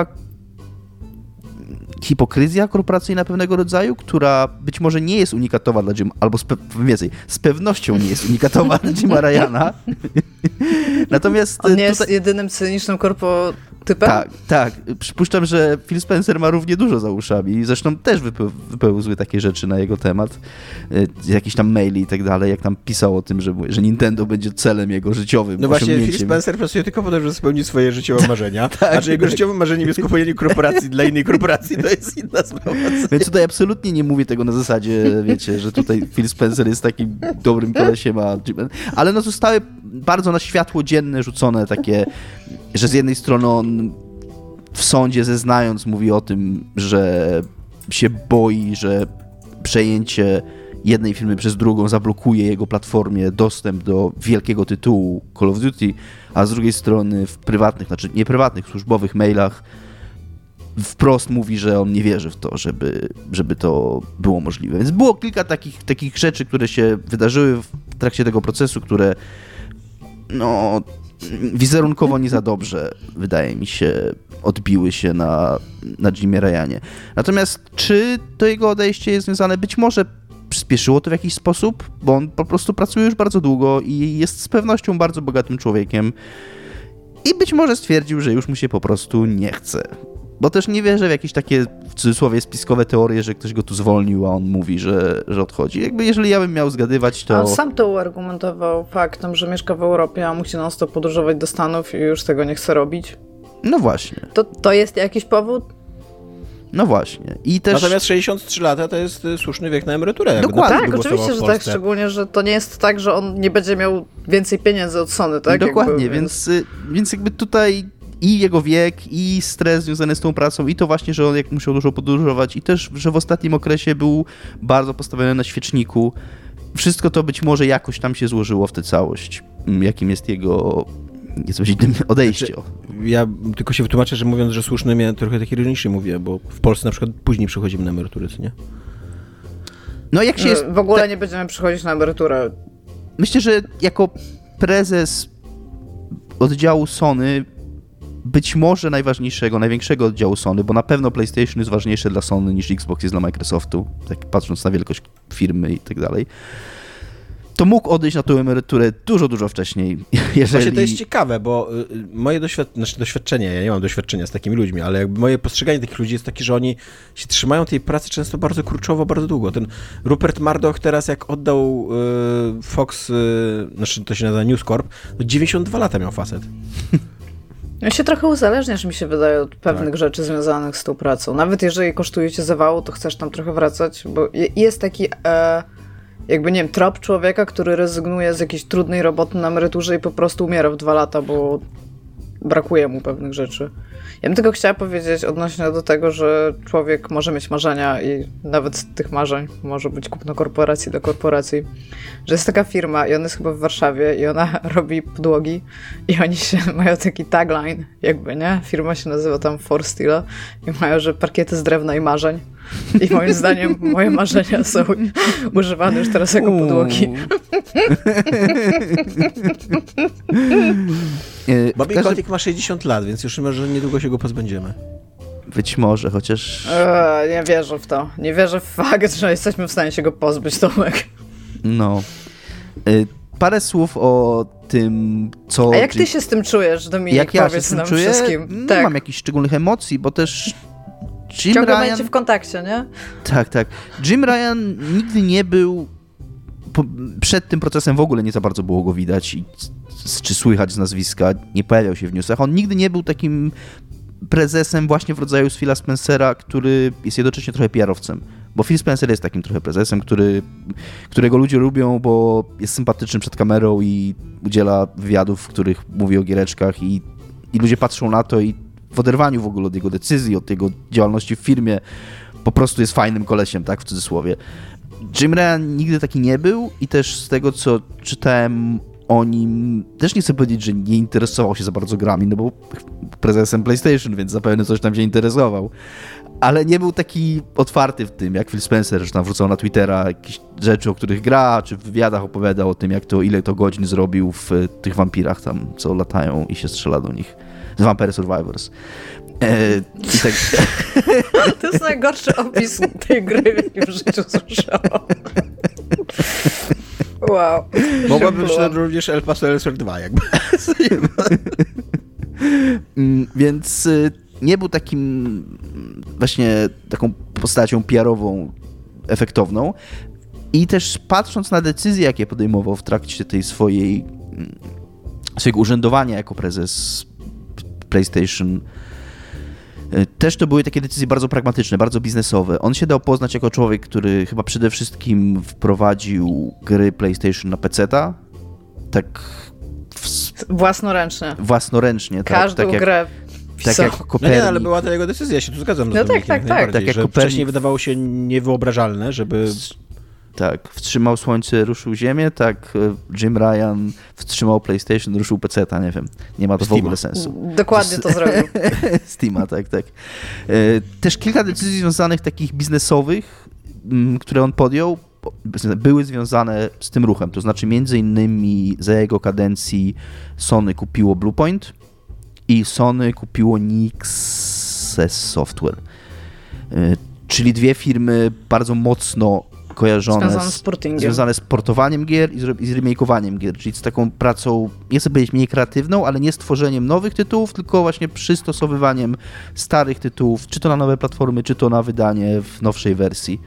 hipokryzja korporacyjna pewnego rodzaju, która być może nie jest unikatowa dla Jima, albo z, pe- więcej, z pewnością nie jest unikatowa dla Jima Ryana. Natomiast on nie tutaj... jest jedynym cynicznym korpo typem? Tak, tak. Przypuszczam, że Phil Spencer ma równie dużo za uszami. Zresztą też wype- wypełzły takie rzeczy na jego temat. Jakieś tam maili i tak dalej, jak tam pisał o tym, że, że Nintendo będzie celem jego życiowym. No właśnie, Phil Spencer pracuje tylko po to, żeby spełnić swoje życiowe marzenia. tak. A że jego życiowym marzeniem jest kupowanie korporacji dla innej korporacji, to jest inna sprawa. Więc tutaj absolutnie nie mówię tego na zasadzie, wiecie, że tutaj Phil Spencer jest takim dobrym kolesiem, a... ale no zostały bardzo na światło dzienne rzucone takie, że z jednej strony on w sądzie zeznając mówi o tym, że się boi, że przejęcie jednej firmy przez drugą zablokuje jego platformie dostęp do wielkiego tytułu Call of Duty, a z drugiej strony w prywatnych, znaczy nie prywatnych, służbowych mailach wprost mówi, że on nie wierzy w to, żeby, żeby to było możliwe. Więc było kilka takich, takich rzeczy, które się wydarzyły w trakcie tego procesu, które no wizerunkowo nie za dobrze, wydaje mi się, odbiły się na, na Jimie Ryanie. Natomiast czy to jego odejście jest związane? Być może przyspieszyło to w jakiś sposób, bo on po prostu pracuje już bardzo długo i jest z pewnością bardzo bogatym człowiekiem i być może stwierdził, że już mu się po prostu nie chce. Bo też nie wierzę w jakieś takie, w cudzysłowie, spiskowe teorie, że ktoś go tu zwolnił, a on mówi, że, że odchodzi. Jakby jeżeli ja bym miał zgadywać, to... On sam to uargumentował faktem, że mieszka w Europie, a musi non-stop podróżować do Stanów i już tego nie chce robić. No właśnie. To, to jest jakiś powód? No właśnie. I też... Natomiast sześćdziesiąt trzy lata to jest słuszny wiek na emeryturę. Dokładnie. Tak, oczywiście, że tak, szczególnie, że to nie jest tak, że on nie będzie miał więcej pieniędzy od Sony, tak? Dokładnie, jakby, więc, więc... więc jakby tutaj i jego wiek, i stres związany z tą pracą, i to właśnie, że on jak musiał dużo podróżować, i też, że w ostatnim okresie był bardzo postawiony na świeczniku. Wszystko to być może jakoś tam się złożyło w tę całość, jakim jest jego... nie chcę powiedzieć, odejście. Znaczy, ja tylko się wytłumaczę, że mówiąc, że słusznym, ja trochę tak ironicznie mówię, bo w Polsce na przykład później przechodzimy na emeryturę, co nie? No jak się jest... W ogóle ta... nie będziemy przechodzić na emeryturę. Myślę, że jako prezes oddziału Sony, być może najważniejszego, największego oddziału Sony, bo na pewno PlayStation jest ważniejsze dla Sony niż Xbox jest dla Microsoftu, tak patrząc na wielkość firmy i tak dalej, to mógł odejść na tą emeryturę dużo, dużo wcześniej. Jeżeli... Właśnie to jest ciekawe, bo moje doświad... znaczy doświadczenie, ja nie mam doświadczenia z takimi ludźmi, ale jakby moje postrzeganie takich ludzi jest takie, że oni się trzymają tej pracy często bardzo kurczowo, bardzo długo. Ten Rupert Murdoch teraz jak oddał y, Fox, y, znaczy to się nazywa News Corp, to dziewięćdziesiąt dwa lata miał facet. Ja się trochę uzależniasz, mi się wydaje, od pewnych tak. rzeczy związanych z tą pracą. Nawet jeżeli kosztuje cię zawału, to chcesz tam trochę wracać, bo jest taki... E... jakby, nie wiem, trop człowieka, który rezygnuje z jakiejś trudnej roboty na emeryturze i po prostu umiera w dwa lata, bo brakuje mu pewnych rzeczy. Ja bym tylko chciała powiedzieć odnośnie do tego, że człowiek może mieć marzenia i nawet z tych marzeń może być kupno korporacji do korporacji, że jest taka firma i ona jest chyba w Warszawie i ona robi podłogi i oni się mają taki tagline, jakby, nie? Firma się nazywa tam For Steel i mają, że parkiety z drewna i marzeń. I moim zdaniem moje marzenia są używane już teraz jako podłogi. Bobby każdy... Kotick ma sześćdziesiąt lat, więc już może niedługo się go pozbędziemy. Być może, chociaż... Eee, nie wierzę w to. Nie wierzę w fakt, że jesteśmy w stanie się go pozbyć, Tomek. No. Y, parę słów o tym, co... A jak ty się z tym czujesz, Dominik? Jak ja Powiedz się z tym nam czuję? wszystkim. Nie tak. mam jakichś szczególnych emocji, bo też... Jim Ciągle Ryan... będziecie w kontakcie, nie? Tak, tak. Jim Ryan nigdy nie był... Po, przed tym procesem w ogóle nie za bardzo było go widać i, czy słychać z nazwiska, nie pojawiał się w newsach. On nigdy nie był takim prezesem właśnie w rodzaju Phila Spencera, który jest jednocześnie trochę P R-owcem. Bo Phil Spencer jest takim trochę prezesem, który, którego ludzie lubią, bo jest sympatyczny przed kamerą i udziela wywiadów, w których mówi o giereczkach i, i ludzie patrzą na to i w oderwaniu w ogóle od jego decyzji, od jego działalności w firmie, po prostu jest fajnym kolesiem, tak, w cudzysłowie. Jim Ryan nigdy taki nie był i też z tego, co czytałem o nim, też nie chcę powiedzieć, że nie interesował się za bardzo grami, no bo prezesem PlayStation, więc zapewne coś tam się interesował. Ale nie był taki otwarty w tym, jak Phil Spencer, że tam wrzucał na Twittera jakieś rzeczy, o których gra, czy w wywiadach opowiadał o tym, jak to, ile to godzin zrobił w tych wampirach tam, co latają i się strzela do nich. Vampire Survivors. E, i tak... To jest najgorszy opis tej gry, jaki w życiu słyszałam. Wow. Mogłaby być również El Paso El Sur dwa, jakby. Więc nie był takim właśnie taką postacią P R-ową efektowną i też patrząc na decyzje, jakie podejmował w trakcie tej swojej swojego urzędowania jako prezes PlayStation, też to były takie decyzje bardzo pragmatyczne, bardzo biznesowe. On się dał poznać jako człowiek, który chyba przede wszystkim wprowadził gry PlayStation na peceta, tak w... własnoręcznie. Własnoręcznie, tak. Każdą tak jak... grę Tak jak Kopernik. No nie, ale była to jego decyzja, ja się tu zgadzam. No z tak, tak, tak. tak jak że Kopernik... wcześniej wydawało się niewyobrażalne, żeby... Tak, wstrzymał słońce, ruszył ziemię, tak Jim Ryan wstrzymał PlayStation, ruszył peceta, nie wiem. Nie ma to Steama. w ogóle sensu. Dokładnie to zrobił. Steama, tak, tak. Też kilka decyzji związanych takich biznesowych, które on podjął, były związane z tym ruchem. To znaczy między innymi za jego kadencji Sony kupiło Bluepoint i Sony kupiło Nixes Software. Czyli dwie firmy bardzo mocno kojarzone związane z, z, związane z portowaniem gier i z, i z remake'owaniem gier, czyli z taką pracą, nie chcę powiedzieć mniej kreatywną, ale nie stworzeniem nowych tytułów, tylko właśnie przystosowywaniem starych tytułów, czy to na nowe platformy, czy to na wydanie w nowszej wersji.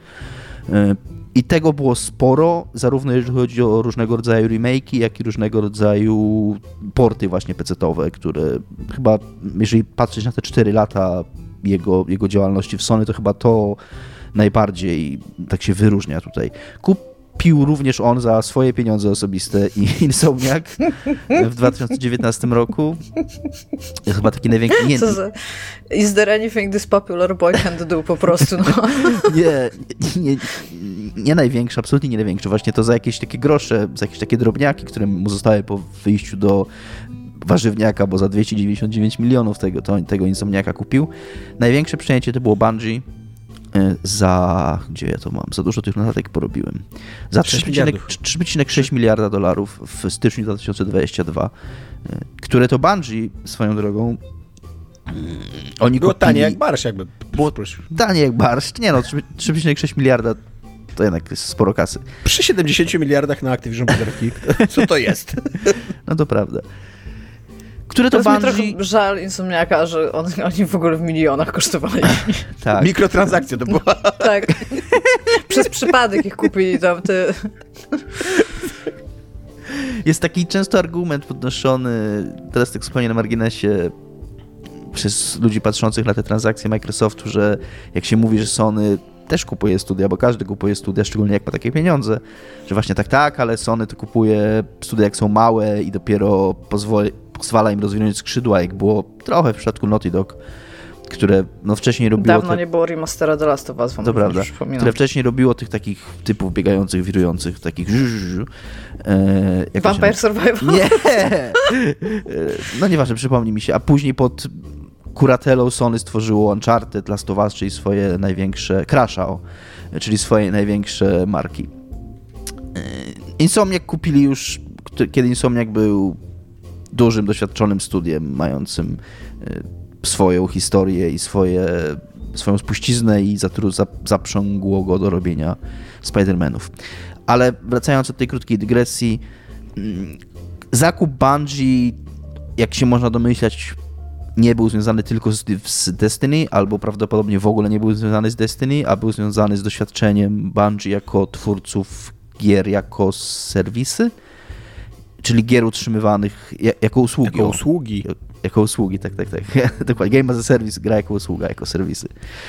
I tego było sporo, zarówno jeżeli chodzi o różnego rodzaju remake'i, jak i różnego rodzaju porty właśnie pecetowe, które chyba, jeżeli patrzeć na te cztery lata jego, jego działalności w Sony, to chyba to najbardziej tak się wyróżnia tutaj. Kupił również on za swoje pieniądze osobiste i Insomniac w dwa tysiące dziewiętnastym roku. Chyba taki największy... Nie, Co za... Is there anything this popular boy can do po prostu? No. nie, nie, nie największy, absolutnie nie największy. Właśnie to za jakieś takie grosze, za jakieś takie drobniaki, które mu zostały po wyjściu do warzywniaka, bo za dwieście dziewięćdziesiąt dziewięć milionów tego, to, tego Insomniaka kupił. Największe przejęcie to było Bungie. Za... Gdzie ja to mam? Za dużo tych notatek porobiłem. Za trzy przecinek sześć miliarda dolarów w styczniu dwa tysiące dwudziestym drugim, które to Bungie, swoją drogą, oni było kupili... tanie jak barsz, jakby. Było tanie jak barsz. Nie no, trzy przecinek sześć miliarda to jednak jest sporo kasy. Przy siedemdziesięciu miliardach na Activision Blizzard, co to jest? No to prawda. Które to, to jest Bungie... mi trochę żal Insomniaka, że on, oni w ogóle w milionach kosztowali. Tak. Mikrotransakcje to była. Tak. Przez przypadek ich kupili tam ty. Jest taki często argument podnoszony, teraz tak zupełnie na marginesie, przez ludzi patrzących na te transakcje Microsoftu, że jak się mówi, że Sony też kupuje studia, bo każdy kupuje studia, szczególnie jak ma takie pieniądze, że właśnie tak, tak, ale Sony to kupuje studia jak są małe i dopiero pozwoli, pozwala im rozwinąć skrzydła, jak było trochę w przypadku Naughty Dog, które no wcześniej robiło... Dawno te... nie było remastera The Last of Us, wam to prawda, przypominam. które wcześniej robiło tych takich typów biegających, wirujących, takich żu, e, Vampire Survivor? Nie! No nieważne, przypomnij mi się. A później pod kuratelą Sony stworzyło Uncharted, Last of Us, czyli swoje największe... Crasha, o, czyli swoje największe marki. Insomniac kupili już, kiedy Insomniac był dużym, doświadczonym studiem, mającym swoją historię i swoje, swoją spuściznę i zaprzęgło go do robienia Spider-Manów. Ale wracając do tej krótkiej dygresji, zakup Bungie, jak się można domyślać, nie był związany tylko z, z Destiny, albo prawdopodobnie w ogóle nie był związany z Destiny, a był związany z doświadczeniem Bungie jako twórców gier, jako serwisy, czyli gier utrzymywanych jako usługi. Jako usługi. Jako usługi, tak, tak, tak. Dokładnie. Game as a Service gra jako usługa, jako serwisy.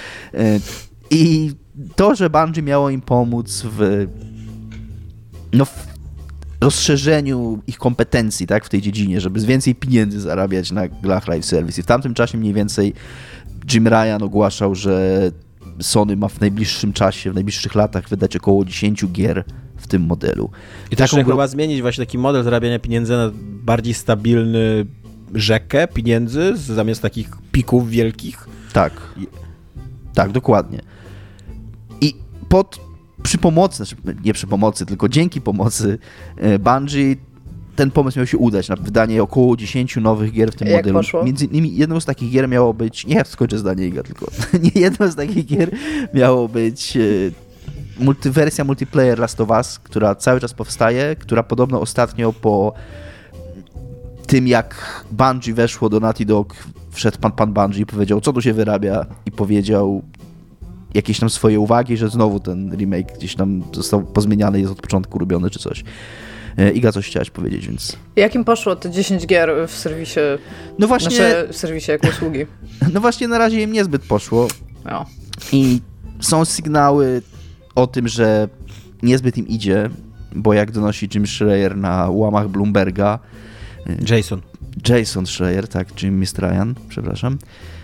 I to, że Bungie miało im pomóc w, no, w rozszerzeniu ich kompetencji, tak, w tej dziedzinie, żeby z więcej pieniędzy zarabiać na grach live service. I w tamtym czasie mniej więcej Jim Ryan ogłaszał, że Sony ma w najbliższym czasie, w najbliższych latach wydać około dziesięć gier w tym modelu. I też Taką chyba zmienić właśnie taki model zarabiania pieniędzy na bardziej stabilny rzekę pieniędzy zamiast takich pików wielkich. Tak. Tak, dokładnie. I pod, przy pomocy, znaczy nie przy pomocy, tylko dzięki pomocy Bungie ten pomysł miał się udać na wydanie około dziesięciu nowych gier w tym Jak modelu. poszło? Między innymi jedną z takich gier miało być, nie ja skończę zdanie Iga, tylko nie jedną z takich gier miało być multi, wersja multiplayer Last of Us, która cały czas powstaje, która podobno ostatnio po tym jak Bungie weszło do Naughty Dog, wszedł pan, pan Bungie i powiedział, co tu się wyrabia, i powiedział jakieś tam swoje uwagi, że znowu ten remake gdzieś tam został pozmieniany, jest od początku robiony czy coś. Iga, coś chciałaś powiedzieć, więc... Jakim poszło te dziesięć gier w serwisie, no właśnie, nasze w serwisie jako usługi? No właśnie na razie im niezbyt poszło. No. I są sygnały o tym, że niezbyt im idzie, bo jak donosi Jim Schreier na łamach Bloomberga... Jason. Jason Schreier, tak, Jim Ryan, przepraszam.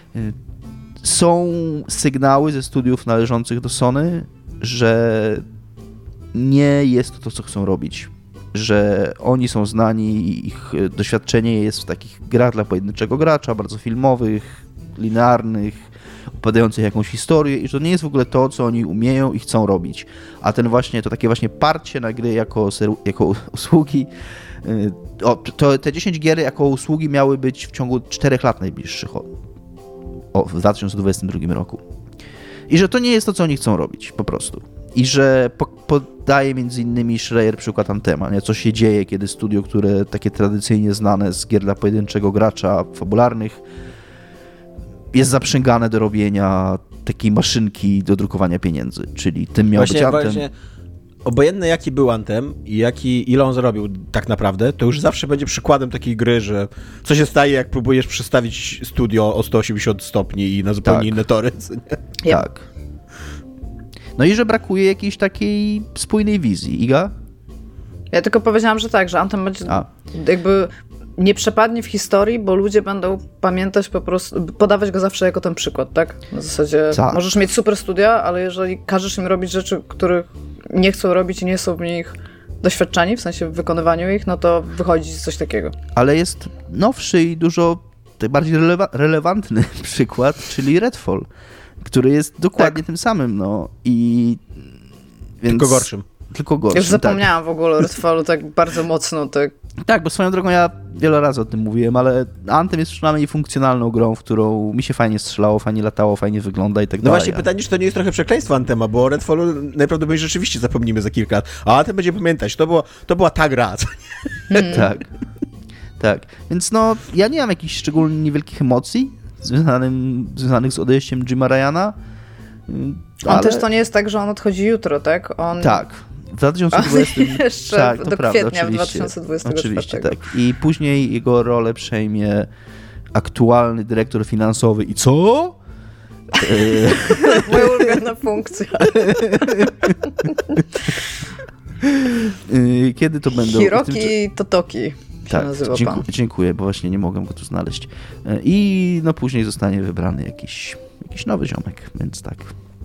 Są sygnały ze studiów należących do Sony, że nie jest to to, co chcą robić. Że oni są znani, ich doświadczenie jest w takich grach dla pojedynczego gracza, bardzo filmowych, linearnych, opowiadających jakąś historię, i że to nie jest w ogóle to, co oni umieją i chcą robić. A ten właśnie, to takie właśnie parcie na gry jako, jako usługi, o, to te dziesięć gier jako usługi miały być w ciągu czterech lat najbliższych, o, o, w dwa tysiące dwudziestym drugim roku. I że to nie jest to, co oni chcą robić, po prostu. I że po, podaje między innymi Schreier przykład Anthema, nie? Co się dzieje, kiedy studio, które takie tradycyjnie znane z gier dla pojedynczego gracza fabularnych, jest zaprzęgane do robienia takiej maszynki do drukowania pieniędzy, czyli tym miał właśnie, być Anthem. Właśnie, obojętne jaki był Anthem i jaki, ile on zarobił tak naprawdę, to już zawsze będzie przykładem takiej gry, że co się staje, jak próbujesz przestawić studio o sto osiemdziesiąt stopni i na zupełnie tak. inne tory. Yep. Tak. No i że brakuje jakiejś takiej spójnej wizji. Iga? Ja tylko powiedziałam, że tak, że Anthem będzie A. jakby nie przepadnie w historii, bo ludzie będą pamiętać po prostu, podawać go zawsze jako ten przykład, tak? Na zasadzie tak. Możesz mieć super studia, ale jeżeli każesz im robić rzeczy, których nie chcą robić i nie są w nich doświadczeni, w sensie w wykonywaniu ich, no to wychodzi coś takiego. Ale jest nowszy i dużo bardziej relewa- relevantny przykład, czyli Redfall, który jest dokładnie tak. tym samym, no i... Więc... Tylko gorszym. Tylko gorszym, Już zapomniałam tak. w ogóle o Redfallu tak bardzo mocno, tak. Tak, bo swoją drogą ja wiele razy o tym mówiłem, ale Anthem jest przynajmniej funkcjonalną grą, w którą mi się fajnie strzelało, fajnie latało, fajnie wygląda i tak no dalej. No właśnie pytanie, czy to nie jest trochę przekleństwo Anthema, bo o Redfallu najprawdopodobniej rzeczywiście zapomnimy za kilka lat, a Anthem będzie pamiętać, to, było, to była ta gra. Hmm. Tak, tak. Więc no, ja nie mam jakichś szczególnie niewielkich emocji związanym, związanych z odejściem Jima Ryana. On ale... też to nie jest tak, że on odchodzi jutro, tak? On... Tak. W dwa tysiące dwudziestym jeszcze tak, do to prawda, kwietnia oczywiście, dwa tysiące dwudziestego oczywiście czwartego. tak. I później jego rolę przejmie aktualny dyrektor finansowy i co? Moja ulubiona funkcja. Kiedy to będą? Hiroki tym... Totoki się tak, nazywa dziękuję, pan. dziękuję, bo właśnie nie mogłem go tu znaleźć. I no później zostanie wybrany jakiś, jakiś nowy ziomek, więc tak.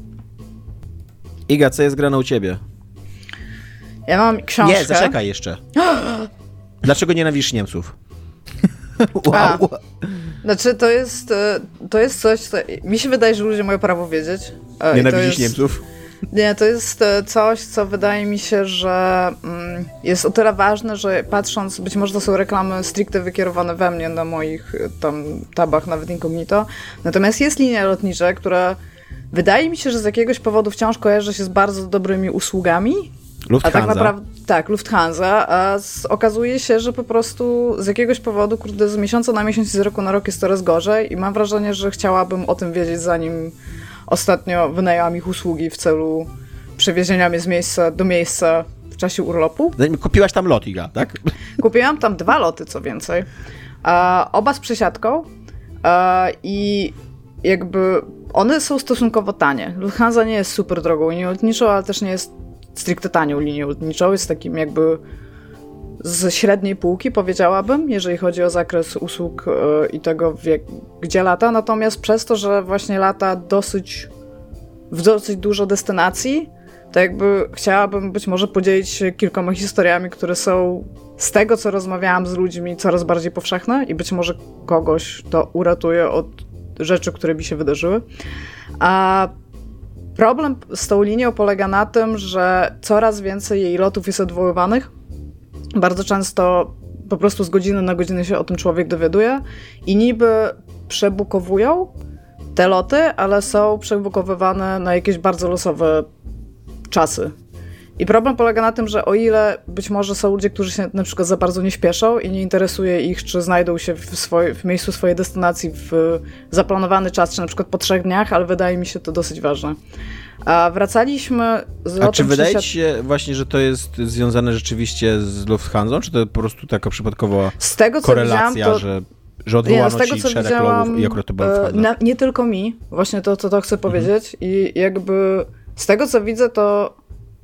Iga, co jest grane u ciebie? Ja mam książkę. Nie, zaczekaj jeszcze. Dlaczego nienawidzisz Niemców? Wow. A, znaczy to jest, to jest coś, co mi się wydaje, że ludzie mają prawo wiedzieć. Nienawidzisz jest, Niemców? Nie, to jest coś, co wydaje mi się, że mm, jest o tyle ważne, że patrząc, być może to są reklamy stricte wykierowane we mnie na moich tam tabach, nawet incognito, natomiast jest linia lotnicza, która wydaje mi się, że z jakiegoś powodu wciąż kojarzy się z bardzo dobrymi usługami. Lufthansa. A tak naprawdę, tak, Lufthansa, a z, okazuje się, że po prostu z jakiegoś powodu, kurde, z miesiąca na miesiąc i z roku na rok jest coraz gorzej i mam wrażenie, że chciałabym o tym wiedzieć, zanim ostatnio wynajęłam ich usługi w celu przewiezienia mnie z miejsca do miejsca w czasie urlopu. Kupiłaś tam lot, Iga, tak? Kupiłam tam dwa loty, co więcej. A, oba z przesiadką a, i jakby one są stosunkowo tanie. Lufthansa nie jest super drogą linią lotniczą, ale też nie jest stricte tanią linią lotniczą. Jest takim jakby z średniej półki, powiedziałabym, jeżeli chodzi o zakres usług yy, i tego, jak, gdzie lata. Natomiast przez to, że właśnie lata dosyć w dosyć dużo destynacji, to jakby chciałabym być może podzielić się kilkoma historiami, które są z tego, co rozmawiałam z ludźmi, coraz bardziej powszechne i być może kogoś to uratuje od rzeczy, które mi się wydarzyły. A problem z tą linią polega na tym, że coraz więcej jej lotów jest odwoływanych. Bardzo często po prostu z godziny na godzinę się o tym człowiek dowiaduje i niby przebukowują te loty, ale są przebukowywane na jakieś bardzo losowe czasy. I problem polega na tym, że o ile być może są ludzie, którzy się na przykład za bardzo nie śpieszą i nie interesuje ich, czy znajdą się w, swoje, w miejscu swojej destynacji w zaplanowany czas, czy na przykład po trzech dniach, ale wydaje mi się to dosyć ważne. A wracaliśmy z lotem... A czy wydaje ci się właśnie, że to jest związane rzeczywiście z Lufthansą, czy to po prostu taka przypadkowa z tego, co korelacja, to... że, że odwołano nie, z tego, ci co szereg widziałam, lotów i akurat to była Lufthansa? Na, nie tylko mi, właśnie to, to, to chcę powiedzieć. Mhm. I jakby z tego, co widzę, to,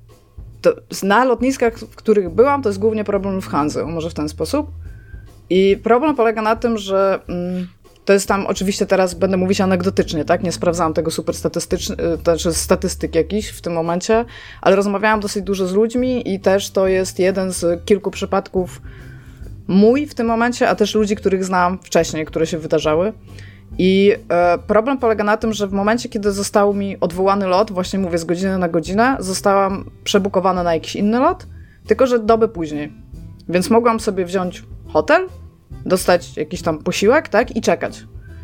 to na lotniskach, w których byłam, to jest głównie problem Lufthansa, może w ten sposób. I problem polega na tym, że... Mm, to jest tam, oczywiście teraz będę mówić anegdotycznie, tak? Nie sprawdzałam tego super statystycznie, to znaczy statystyk jakiś w tym momencie, ale rozmawiałam dosyć dużo z ludźmi i też to jest jeden z kilku przypadków mój w tym momencie, a też ludzi, których znam wcześniej, które się wydarzały. I e, problem polega na tym, że w momencie, kiedy został mi odwołany lot, właśnie mówię z godziny na godzinę, zostałam przebukowana na jakiś inny lot, tylko że doby później. Więc mogłam sobie wziąć hotel, dostać jakiś tam posiłek, tak, i czekać.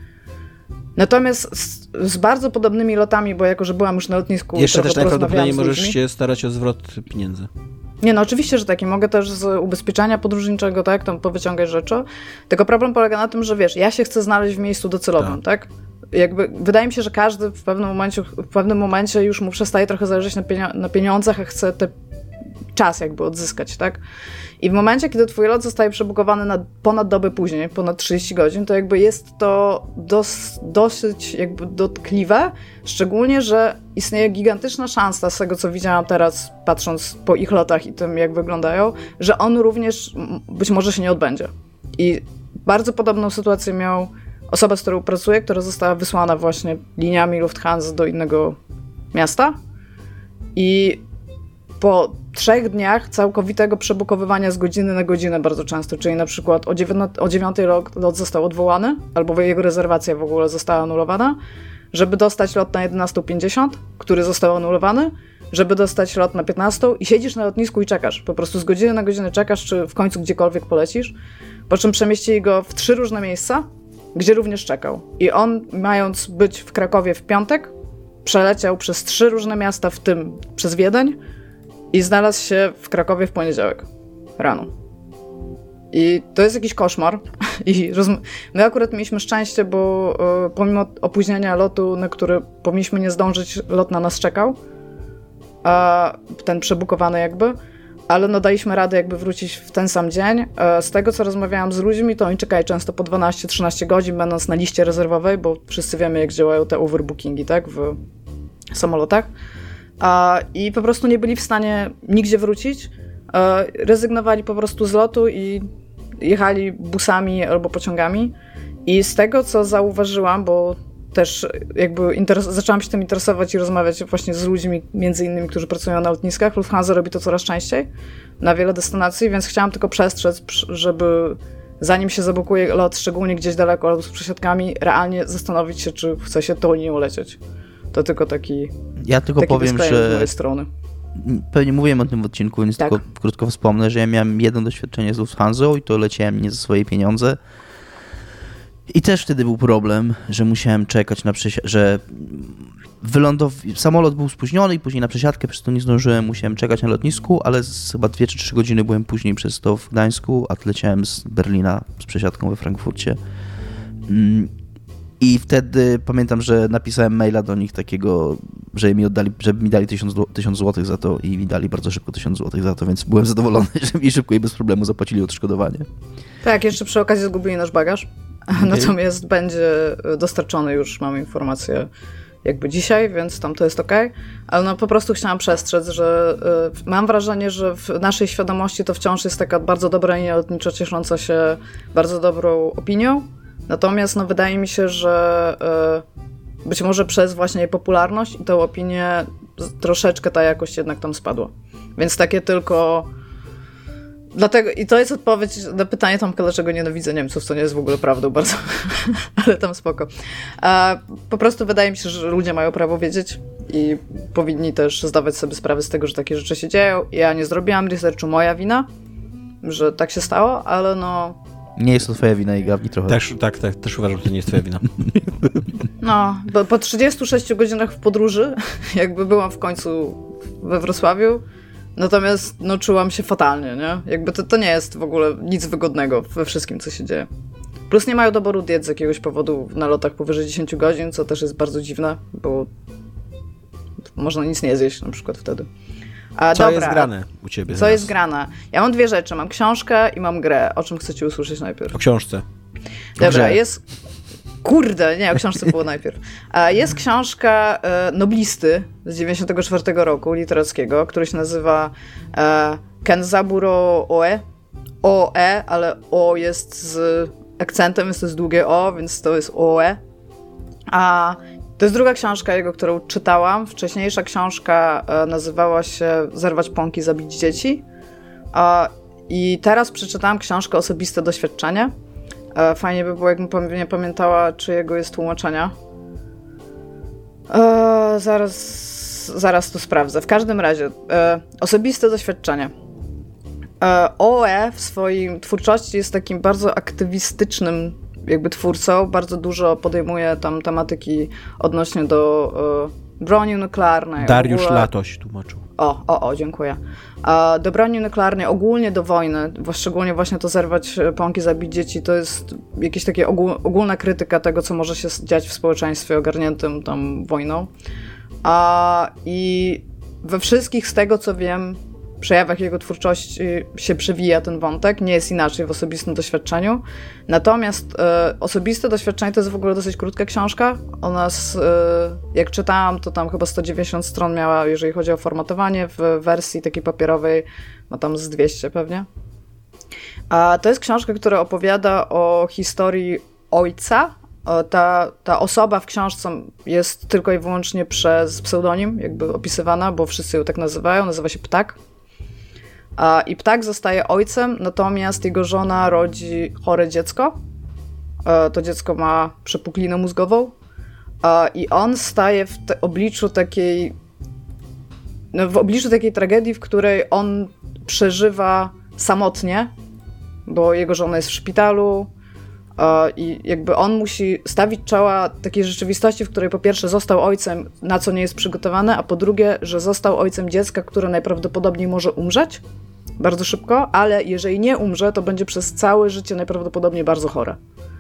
Natomiast z, z bardzo podobnymi lotami, bo jako, że byłam już na lotnisku... Jeszcze też najprawdopodobniej możesz ludźmi. się starać o zwrot pieniędzy. Nie, no oczywiście, że tak. I mogę też z ubezpieczenia podróżniczego, tak, tam powyciągać rzeczy. Tylko problem polega na tym, że wiesz, ja się chcę znaleźć w miejscu docelowym, tak? tak? Jakby, wydaje mi się, że każdy w pewnym momencie, w pewnym momencie już mu przestaje trochę zależeć na, pienio- na pieniądzach, a chce te czas jakby odzyskać, tak? I w momencie, kiedy twój lot zostaje przebukowany na ponad dobę później, ponad trzydzieści godzin, to jakby jest to dos, dosyć jakby dotkliwe, szczególnie, że istnieje gigantyczna szansa z tego, co widziałam teraz, patrząc po ich lotach i tym, jak wyglądają, że on również być może się nie odbędzie. I bardzo podobną sytuację miał osoba, z którą pracuję, która została wysłana właśnie liniami Lufthansa do innego miasta i po trzech dniach całkowitego przebukowywania z godziny na godzinę bardzo często, czyli na przykład o dziewiątej lot został odwołany, albo jego rezerwacja w ogóle została anulowana, żeby dostać lot na jedenastą pięćdziesiąt, który został anulowany, żeby dostać lot na piętnastą i siedzisz na lotnisku i czekasz. Po prostu z godziny na godzinę czekasz, czy w końcu gdziekolwiek polecisz, po czym przemieścili go w trzy różne miejsca, gdzie również czekał. I on, mając być w Krakowie w piątek, przeleciał przez trzy różne miasta, w tym przez Wiedeń, i znalazł się w Krakowie w poniedziałek rano. I to jest jakiś koszmar. I rozm- My akurat mieliśmy szczęście, bo y, pomimo opóźnienia lotu, na który powinniśmy nie zdążyć, lot na nas czekał. A ten przebukowany jakby. Ale no daliśmy radę jakby wrócić w ten sam dzień. A z tego, co rozmawiałam z ludźmi, to oni czekają często po dwanaście trzynaście godzin, będąc na liście rezerwowej, bo wszyscy wiemy, jak działają te overbookingi, tak, w samolotach. A, I po prostu nie byli w stanie nigdzie wrócić. A, rezygnowali po prostu z lotu i jechali busami albo pociągami. I z tego, co zauważyłam, bo też jakby interes- zaczęłam się tym interesować i rozmawiać właśnie z ludźmi, między innymi, którzy pracują na lotniskach. Lufthansa robi to coraz częściej na wiele destynacji, więc chciałam tylko przestrzec, żeby zanim się zabukuje lot, szczególnie gdzieś daleko albo z przesiadkami, realnie zastanowić się, czy chce się tą linią lecieć. To tylko taki Ja tylko taki powiem, że z mojej strony. Pewnie mówiłem o tym w odcinku, więc tak. tylko krótko wspomnę, że ja miałem jedno doświadczenie z Lufthansą i to leciałem nie za swoje pieniądze. I też wtedy był problem, że musiałem czekać na przesiadkę, że wylądow- samolot był spóźniony i później na przesiadkę, przez to nie zdążyłem, musiałem czekać na lotnisku, ale z chyba dwie czy trzy godziny byłem później przez to w Gdańsku, a leciałem z Berlina z przesiadką we Frankfurcie. I wtedy pamiętam, że napisałem maila do nich takiego, że mi oddali, żeby mi dali tysiąc złotych za to i mi dali bardzo szybko tysiąc złotych za to, więc byłem zadowolony, że mi szybko i bez problemu zapłacili odszkodowanie. Tak, jeszcze przy okazji zgubili nasz bagaż, okay. Natomiast będzie dostarczony już, mam informację, jakby dzisiaj, więc tam to jest okej. Okay. Ale no po prostu chciałam przestrzec, że y, mam wrażenie, że w naszej świadomości to wciąż jest taka bardzo dobra linia lotnicza, ciesząca się bardzo dobrą opinią. Natomiast no, wydaje mi się, że y, być może przez właśnie jej popularność i tę opinię troszeczkę ta jakość jednak tam spadła. Więc takie tylko... Dlatego, i to jest odpowiedź na pytanie Tomka, dlaczego nienawidzę Niemców, co nie jest w ogóle prawdą bardzo, ale tam spoko. A po prostu wydaje mi się, że ludzie mają prawo wiedzieć i powinni też zdawać sobie sprawę z tego, że takie rzeczy się dzieją. Ja nie zrobiłam researchu, moja wina, że tak się stało, ale no... Nie jest to twoja wina, Iga, i trochę. Też, tak, tak, też uważam, że to nie jest twoja wina. No, bo po trzydziestu sześciu godzinach w podróży, jakby byłam w końcu we Wrocławiu, natomiast no, czułam się fatalnie, nie? Jakby to, to nie jest w ogóle nic wygodnego we wszystkim, co się dzieje. Plus nie mają doboru diet z jakiegoś powodu na lotach powyżej dziesięć godzin, co też jest bardzo dziwne, bo można nic nie zjeść na przykład wtedy. A, co dobra, jest grane u ciebie Co zaraz? jest grane? Ja mam dwie rzeczy. Mam książkę i mam grę. O czym chcecie usłyszeć najpierw? O książce. Dobra, grze. jest... Kurde, nie, o książce było najpierw. Jest książka Noblisty z dziewięćdziesiątego czwartego roku, literackiego, który się nazywa Kenzaburo Oe. O-E, ale O jest z akcentem, więc to jest długie O, więc to jest Oe. A to jest druga książka jego, którą czytałam. Wcześniejsza książka nazywała się Zerwać pąki, zabić dzieci. I teraz przeczytałam książkę Osobiste doświadczenie. Fajnie by było, jakbym nie pamiętała, czyjego jest tłumaczenia. E, zaraz, zaraz tu sprawdzę. W każdym razie, e, osobiste doświadczenie. E, O E w swojej twórczości jest takim bardzo aktywistycznym jakby twórcą. Bardzo dużo podejmuje tam tematyki odnośnie do e, broni nuklearnej. Dariusz ogóle... Latoś tłumaczył. O, o, o, dziękuję. A do broni nuklearnej, ogólnie do wojny, szczególnie właśnie to zerwać pąki, zabić dzieci, to jest jakaś taka ogól, ogólna krytyka tego, co może się dziać w społeczeństwie ogarniętym tą wojną. A, I we wszystkich, z tego co wiem, przejawach jego twórczości się przewija ten wątek, nie jest inaczej w osobistym doświadczeniu. Natomiast e, osobiste doświadczenie to jest w ogóle dosyć krótka książka. Ona, z, e, jak czytałam, to tam chyba sto dziewięćdziesiąt stron miała, jeżeli chodzi o formatowanie, w wersji takiej papierowej ma tam z dwieście pewnie. A to jest książka, która opowiada o historii ojca. Ta, ta osoba w książce jest tylko i wyłącznie przez pseudonim jakby opisywana, bo wszyscy ją tak nazywają, nazywa się Ptak. I Ptak zostaje ojcem, natomiast jego żona rodzi chore dziecko. To dziecko ma przepuklinę mózgową i on staje w te, obliczu takiej no w obliczu takiej tragedii, w której on przeżywa samotnie, bo jego żona jest w szpitalu i jakby on musi stawić czoła takiej rzeczywistości, w której po pierwsze został ojcem, na co nie jest przygotowany, a po drugie, że został ojcem dziecka, które najprawdopodobniej może umrzeć bardzo szybko, ale jeżeli nie umrze, to będzie przez całe życie najprawdopodobniej bardzo chore.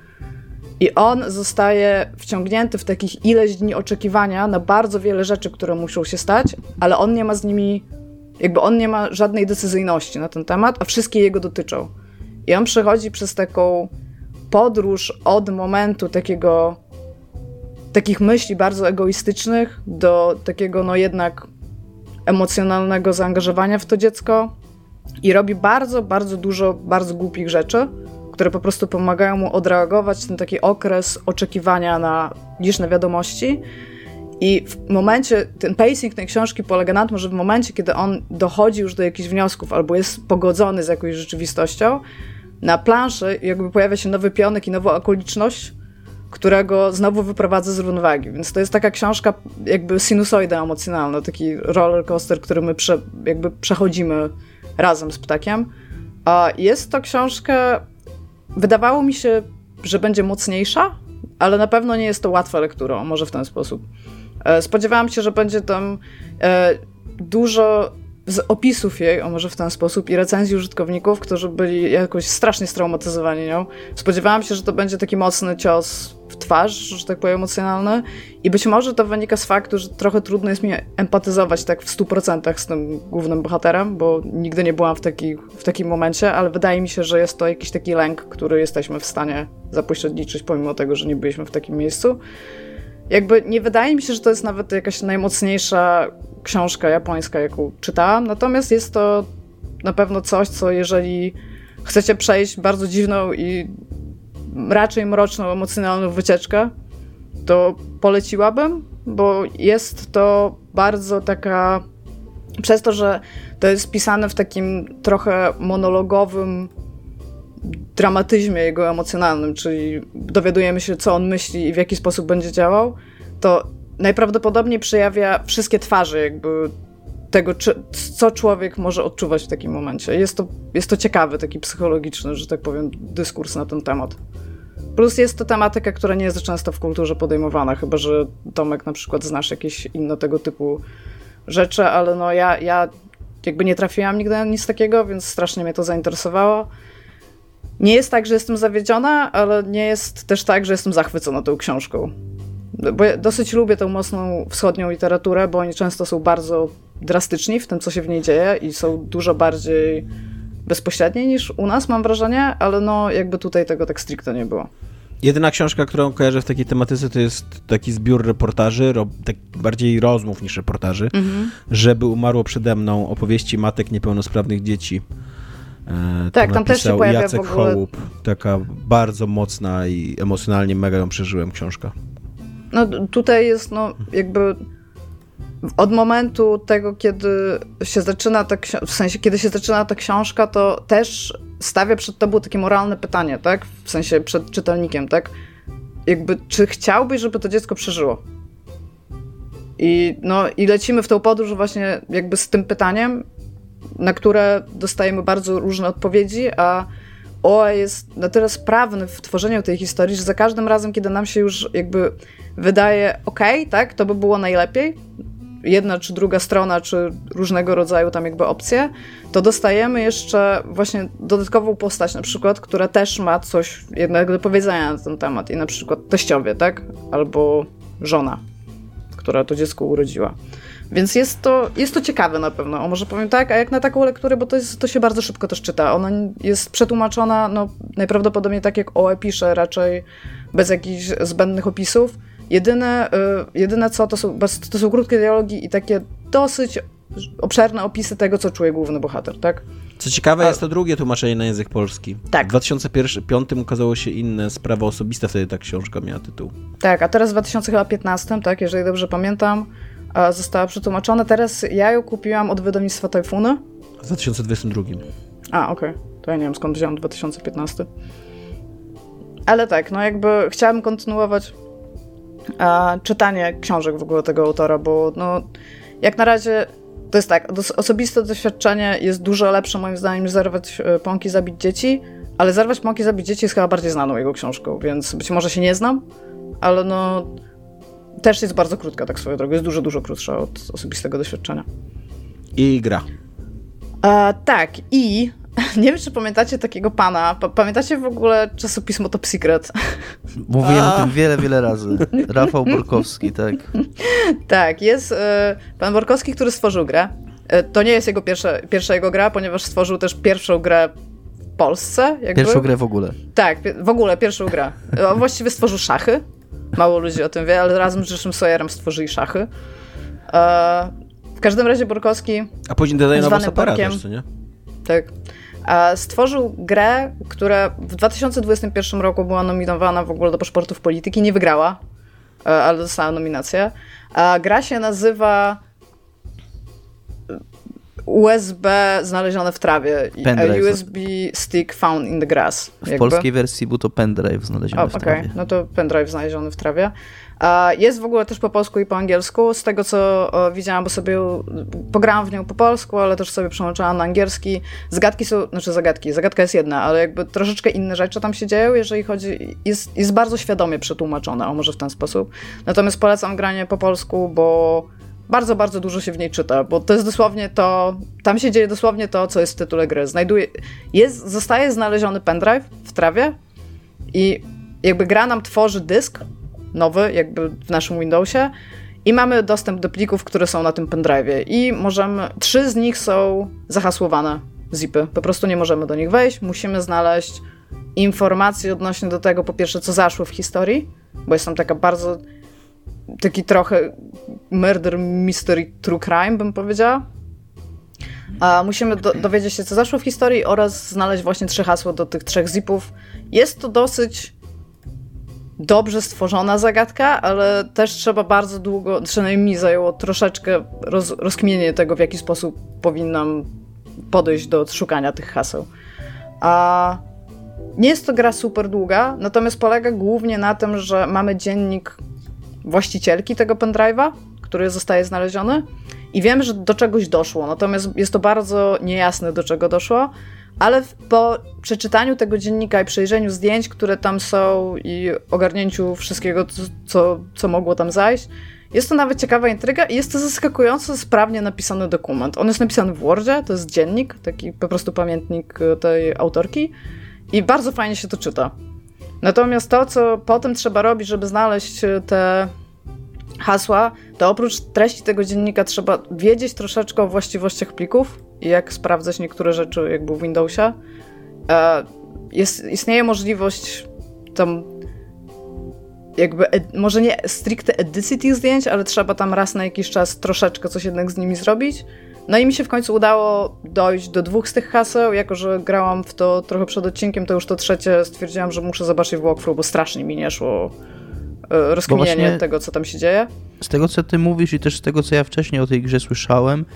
I on zostaje wciągnięty w takich ileś dni oczekiwania na bardzo wiele rzeczy, które muszą się stać, ale on nie ma z nimi, jakby on nie ma żadnej decyzyjności na ten temat, a wszystkie jego dotyczą. I on przechodzi przez taką podróż od momentu takiego, takich myśli bardzo egoistycznych do takiego no jednak emocjonalnego zaangażowania w to dziecko i robi bardzo, bardzo dużo bardzo głupich rzeczy, które po prostu pomagają mu odreagować ten taki okres oczekiwania na liczne wiadomości. I w momencie, ten pacing tej książki polega na tym, że w momencie, kiedy on dochodzi już do jakichś wniosków albo jest pogodzony z jakąś rzeczywistością, na planszy jakby pojawia się nowy pionek i nowa okoliczność, którego znowu wyprowadza z równowagi. Więc to jest taka książka jakby sinusoida emocjonalna, taki roller coaster, który my prze, jakby przechodzimy razem z Ptakiem. A jest to książka, wydawało mi się, że będzie mocniejsza, ale na pewno nie jest to łatwa lektura, może w ten sposób. Spodziewałam się, że będzie tam dużo z opisów jej, o może w ten sposób, i recenzji użytkowników, którzy byli jakoś strasznie straumatyzowani nią. Spodziewałam się, że to będzie taki mocny cios w twarz, że tak powiem, emocjonalny, i być może to wynika z faktu, że trochę trudno jest mi empatyzować tak w stu procentach z tym głównym bohaterem, bo nigdy nie byłam w, taki, w takim momencie, ale wydaje mi się, że jest to jakiś taki lęk, który jesteśmy w stanie zapośredniczyć, pomimo tego, że nie byliśmy w takim miejscu. Jakby nie wydaje mi się, że to jest nawet jakaś najmocniejsza książka japońska, jaką czytałam, natomiast jest to na pewno coś, co jeżeli chcecie przejść bardzo dziwną i raczej mroczną, emocjonalną wycieczkę, to poleciłabym. bo jest to bardzo taka... Przez to, że to jest pisane w takim trochę monologowym dramatyzmie jego emocjonalnym, czyli dowiadujemy się, co on myśli i w jaki sposób będzie działał, to najprawdopodobniej przejawia wszystkie twarze jakby tego, czy, co człowiek może odczuwać w takim momencie. Jest to, jest to ciekawy, taki psychologiczny, że tak powiem, dyskurs na ten temat. Plus jest to tematyka, która nie jest często w kulturze podejmowana, chyba że Tomek na przykład znasz jakieś inne tego typu rzeczy, ale no ja, ja jakby nie trafiłam nigdy na nic takiego, więc strasznie mnie to zainteresowało. Nie jest tak, że jestem zawiedziona, ale nie jest też tak, że jestem zachwycona tą książką. Bo ja dosyć lubię tą mocną wschodnią literaturę, bo oni często są bardzo drastyczni w tym, co się w niej dzieje i są dużo bardziej bezpośredni niż u nas, mam wrażenie, ale no jakby tutaj tego tak stricte nie było. Jedyna książka, którą kojarzę w takiej tematyce, to jest taki zbiór reportaży, ro, tak bardziej rozmów niż reportaży, mhm. Żeby umarło przede mną opowieści matek niepełnosprawnych dzieci. E, tak, tam też się pojawia Jacek w ogóle... Hołup, taka bardzo mocna i emocjonalnie mega ją przeżyłem książka. No tutaj jest no jakby od momentu tego, kiedy się zaczyna ta ksi- w sensie, kiedy się zaczyna ta książka, to też stawia przed tobą takie moralne pytanie, tak? W sensie przed czytelnikiem, tak? Jakby, czy chciałbyś, żeby to dziecko przeżyło? I no, i lecimy w tą podróż właśnie jakby z tym pytaniem, na które dostajemy bardzo różne odpowiedzi, a O A jest na tyle sprawny w tworzeniu tej historii, że za każdym razem, kiedy nam się już jakby wydaje okej, okay, tak, to by było najlepiej, jedna czy druga strona, czy różnego rodzaju tam jakby opcje, to dostajemy jeszcze właśnie dodatkową postać na przykład, która też ma coś jednak do powiedzenia na ten temat i na przykład teściowie, tak, albo żona, która to dziecko urodziła. Więc jest to, jest to ciekawe na pewno. O, może powiem tak, a jak na taką lekturę, bo to, jest, to się bardzo szybko też czyta. Ona jest przetłumaczona, no najprawdopodobniej tak jak O E pisze, raczej bez jakichś zbędnych opisów. Jedyne, y, jedyne co, to są, to są krótkie dialogi i takie dosyć obszerne opisy tego, co czuje główny bohater, tak? Co ciekawe, A... jest to drugie tłumaczenie na język polski. Tak. W dwa tysiące piątym ukazało się inne Sprawa osobista, wtedy ta książka miała tytuł. Tak, a teraz w dwa tysiące piętnastym, tak, jeżeli dobrze pamiętam, została przetłumaczona. Teraz ja ją kupiłam od wydawnictwa Tajfuny. W dwa tysiące dwudziestym drugim. A, okej. Okay. To ja nie wiem, skąd wziąłem dwa tysiące piętnasty. Ale tak, no jakby chciałabym kontynuować a, czytanie książek w ogóle tego autora, bo no jak na razie to jest tak, osobiste doświadczenie jest dużo lepsze moim zdaniem niż Zerwać pąki, zabić dzieci, ale Zerwać pąki, zabić dzieci jest chyba bardziej znaną jego książką, więc być może się nie znam, ale no też jest bardzo krótka, tak swoją drogą. Jest dużo, dużo krótsza od osobistego doświadczenia. I gra. A, tak, i nie wiem, czy pamiętacie takiego pana. Pa- pamiętacie w ogóle czasopismo Top Secret? Mówiłem A. o tym wiele, wiele razy. Rafał Borkowski, tak. Tak, jest y, pan Borkowski, który stworzył grę. Y, to nie jest jego pierwsza, pierwsza jego gra, ponieważ stworzył też pierwszą grę w Polsce. Jakby. Pierwszą grę w ogóle. Tak, w ogóle pierwszą grę. On właściwie stworzył szachy. Mało ludzi o tym wie, ale razem z Rzeszym Sawyerem stworzyli szachy. E, w każdym razie Borkowski... A później dodaje nową Sapera też, co nie? Tak. E, stworzył grę, która w dwa tysiące dwudziestym pierwszym roku była nominowana w ogóle do Paszportów Polityki. Nie wygrała, e, ale dostała nominację. E, gra się nazywa U S B znalezione w trawie. Pendrive. U S B stick found in the grass. W jakby. polskiej wersji był to pendrive znaleziony o, w trawie. Okej, no to pendrive znaleziony w trawie. Jest w ogóle też po polsku i po angielsku. Z tego, co widziałam, bo sobie pograłam w nią po polsku, ale też sobie przełączałam na angielski. Zagadki są, znaczy zagadki, zagadka jest jedna, ale jakby troszeczkę inne rzeczy tam się dzieją, jeżeli chodzi, jest, jest bardzo świadomie przetłumaczona, o może w ten sposób. Natomiast polecam granie po polsku, bo bardzo, bardzo dużo się w niej czyta, bo to jest dosłownie to, tam się dzieje dosłownie to, co jest w tytule gry. Znajduje, jest, zostaje znaleziony pendrive w trawie i jakby gra nam tworzy dysk nowy, jakby w naszym Windowsie i mamy dostęp do plików, które są na tym pendrive'ie i możemy, trzy z nich są zahasłowane zipy, po prostu nie możemy do nich wejść, musimy znaleźć informacje odnośnie do tego, po pierwsze, co zaszło w historii, bo jest tam taka bardzo taki trochę murder mystery true crime, bym powiedziała. A musimy do, dowiedzieć się, co zaszło w historii oraz znaleźć właśnie trzy hasła do tych trzech zipów. Jest to dosyć dobrze stworzona zagadka, ale też trzeba bardzo długo, przynajmniej mi zajęło troszeczkę roz, rozkminienie tego, w jaki sposób powinnam podejść do szukania tych haseł. A nie jest to gra super długa, natomiast polega głównie na tym, że mamy dziennik właścicielki tego pendrive'a, który zostaje znaleziony i wiem, że do czegoś doszło, natomiast jest to bardzo niejasne, do czego doszło, ale po przeczytaniu tego dziennika i przejrzeniu zdjęć, które tam są i ogarnięciu wszystkiego, co, co mogło tam zajść, jest to nawet ciekawa intryga i jest to zaskakująco sprawnie napisany dokument. On jest napisany w Wordzie, to jest dziennik, taki po prostu pamiętnik tej autorki i bardzo fajnie się to czyta. Natomiast to, co potem trzeba robić, żeby znaleźć te hasła, to oprócz treści tego dziennika trzeba wiedzieć troszeczkę o właściwościach plików i jak sprawdzać niektóre rzeczy jakby w Windowsie. Jest, istnieje możliwość tam jakby, ed- może nie stricte edycji tych zdjęć, ale trzeba tam raz na jakiś czas troszeczkę coś jednak z nimi zrobić. No i mi się w końcu udało dojść do dwóch z tych haseł, jako że grałam w to trochę przed odcinkiem, to już to trzecie stwierdziłam, że muszę zobaczyć w walkthrough, bo strasznie mi nie szło e, rozkminienie właśnie tego, co tam się dzieje. Z tego, co ty mówisz i też z tego, co ja wcześniej o tej grze słyszałem,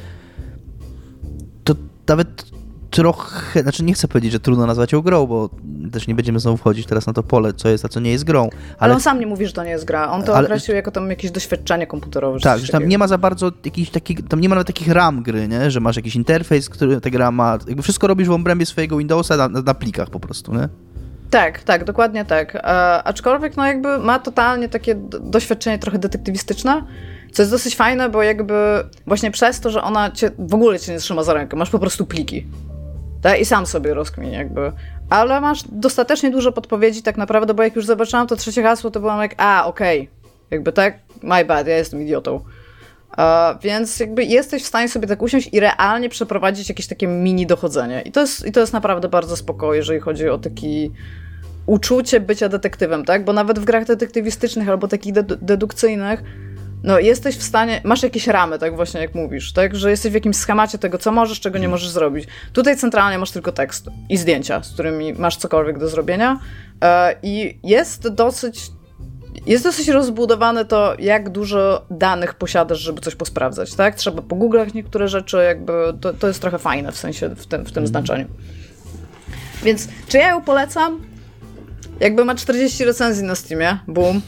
to nawet trochę, znaczy nie chcę powiedzieć, że trudno nazwać ją grą, bo też nie będziemy znowu wchodzić teraz na to pole, co jest, a co nie jest grą. Ale, ale on sam nie mówi, że to nie jest gra. On to ale... określił jako tam jakieś doświadczenie komputerowe. Tak, że tam nie ma za bardzo jakichś takich, tam nie ma nawet takich ram gry, nie? Że masz jakiś interfejs, który ta gra ma, jakby wszystko robisz w obrębie swojego Windowsa na, na plikach po prostu, nie? Tak, tak, dokładnie tak. E, aczkolwiek no jakby ma totalnie takie d- doświadczenie trochę detektywistyczne, co jest dosyć fajne, bo jakby właśnie przez to, że ona cię, w ogóle cię nie trzyma za rękę, masz po prostu pliki. Tak? I sam sobie rozkmin jakby. Ale masz dostatecznie dużo podpowiedzi tak naprawdę, bo jak już zobaczyłam to trzecie hasło, to byłam jak, a, okej. Okay. Jakby tak, my bad, ja jestem idiotą. Uh, więc jakby jesteś w stanie sobie tak usiąść i realnie przeprowadzić jakieś takie mini dochodzenie. I to jest, i to jest naprawdę bardzo spoko, jeżeli chodzi o taki uczucie bycia detektywem, tak? Bo nawet w grach detektywistycznych albo takich ded- dedukcyjnych no jesteś w stanie, masz jakieś ramy, tak właśnie jak mówisz, tak, że jesteś w jakimś schemacie tego, co możesz, czego nie możesz zrobić. Tutaj centralnie masz tylko tekst i zdjęcia, z którymi masz cokolwiek do zrobienia e, i jest dosyć, jest dosyć rozbudowane to, jak dużo danych posiadasz, żeby coś posprawdzać, tak, trzeba pogooglać niektóre rzeczy, jakby to, to jest trochę fajne w sensie, w tym, w tym znaczeniu. Więc, czy ja ją polecam? Jakby ma czterdzieści recenzji na Steamie, boom,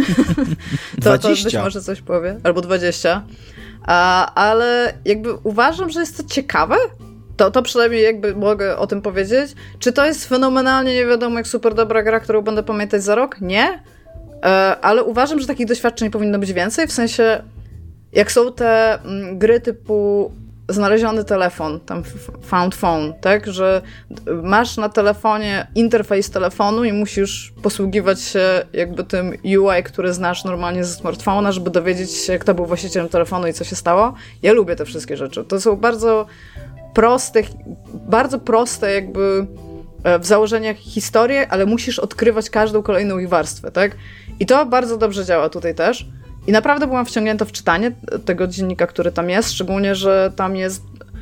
to, to być może coś powie, albo dwadzieścia, A, ale jakby uważam, że jest to ciekawe, to, to przynajmniej jakby mogę o tym powiedzieć. Czy to jest fenomenalnie nie wiadomo jak super dobra gra, którą będę pamiętać za rok? Nie, e, ale uważam, że takich doświadczeń powinno być więcej, w sensie jak są te m, gry typu znaleziony telefon, tam found phone, tak, że masz na telefonie interfejs telefonu i musisz posługiwać się jakby tym U I, który znasz normalnie ze smartfona, żeby dowiedzieć się, kto był właścicielem telefonu i co się stało. Ja lubię te wszystkie rzeczy. To są bardzo proste, bardzo proste jakby w założeniach historie, ale musisz odkrywać każdą kolejną ich warstwę, tak? I to bardzo dobrze działa tutaj też. I naprawdę byłam wciągnięta w czytanie tego dziennika, który tam jest, szczególnie, że tam jest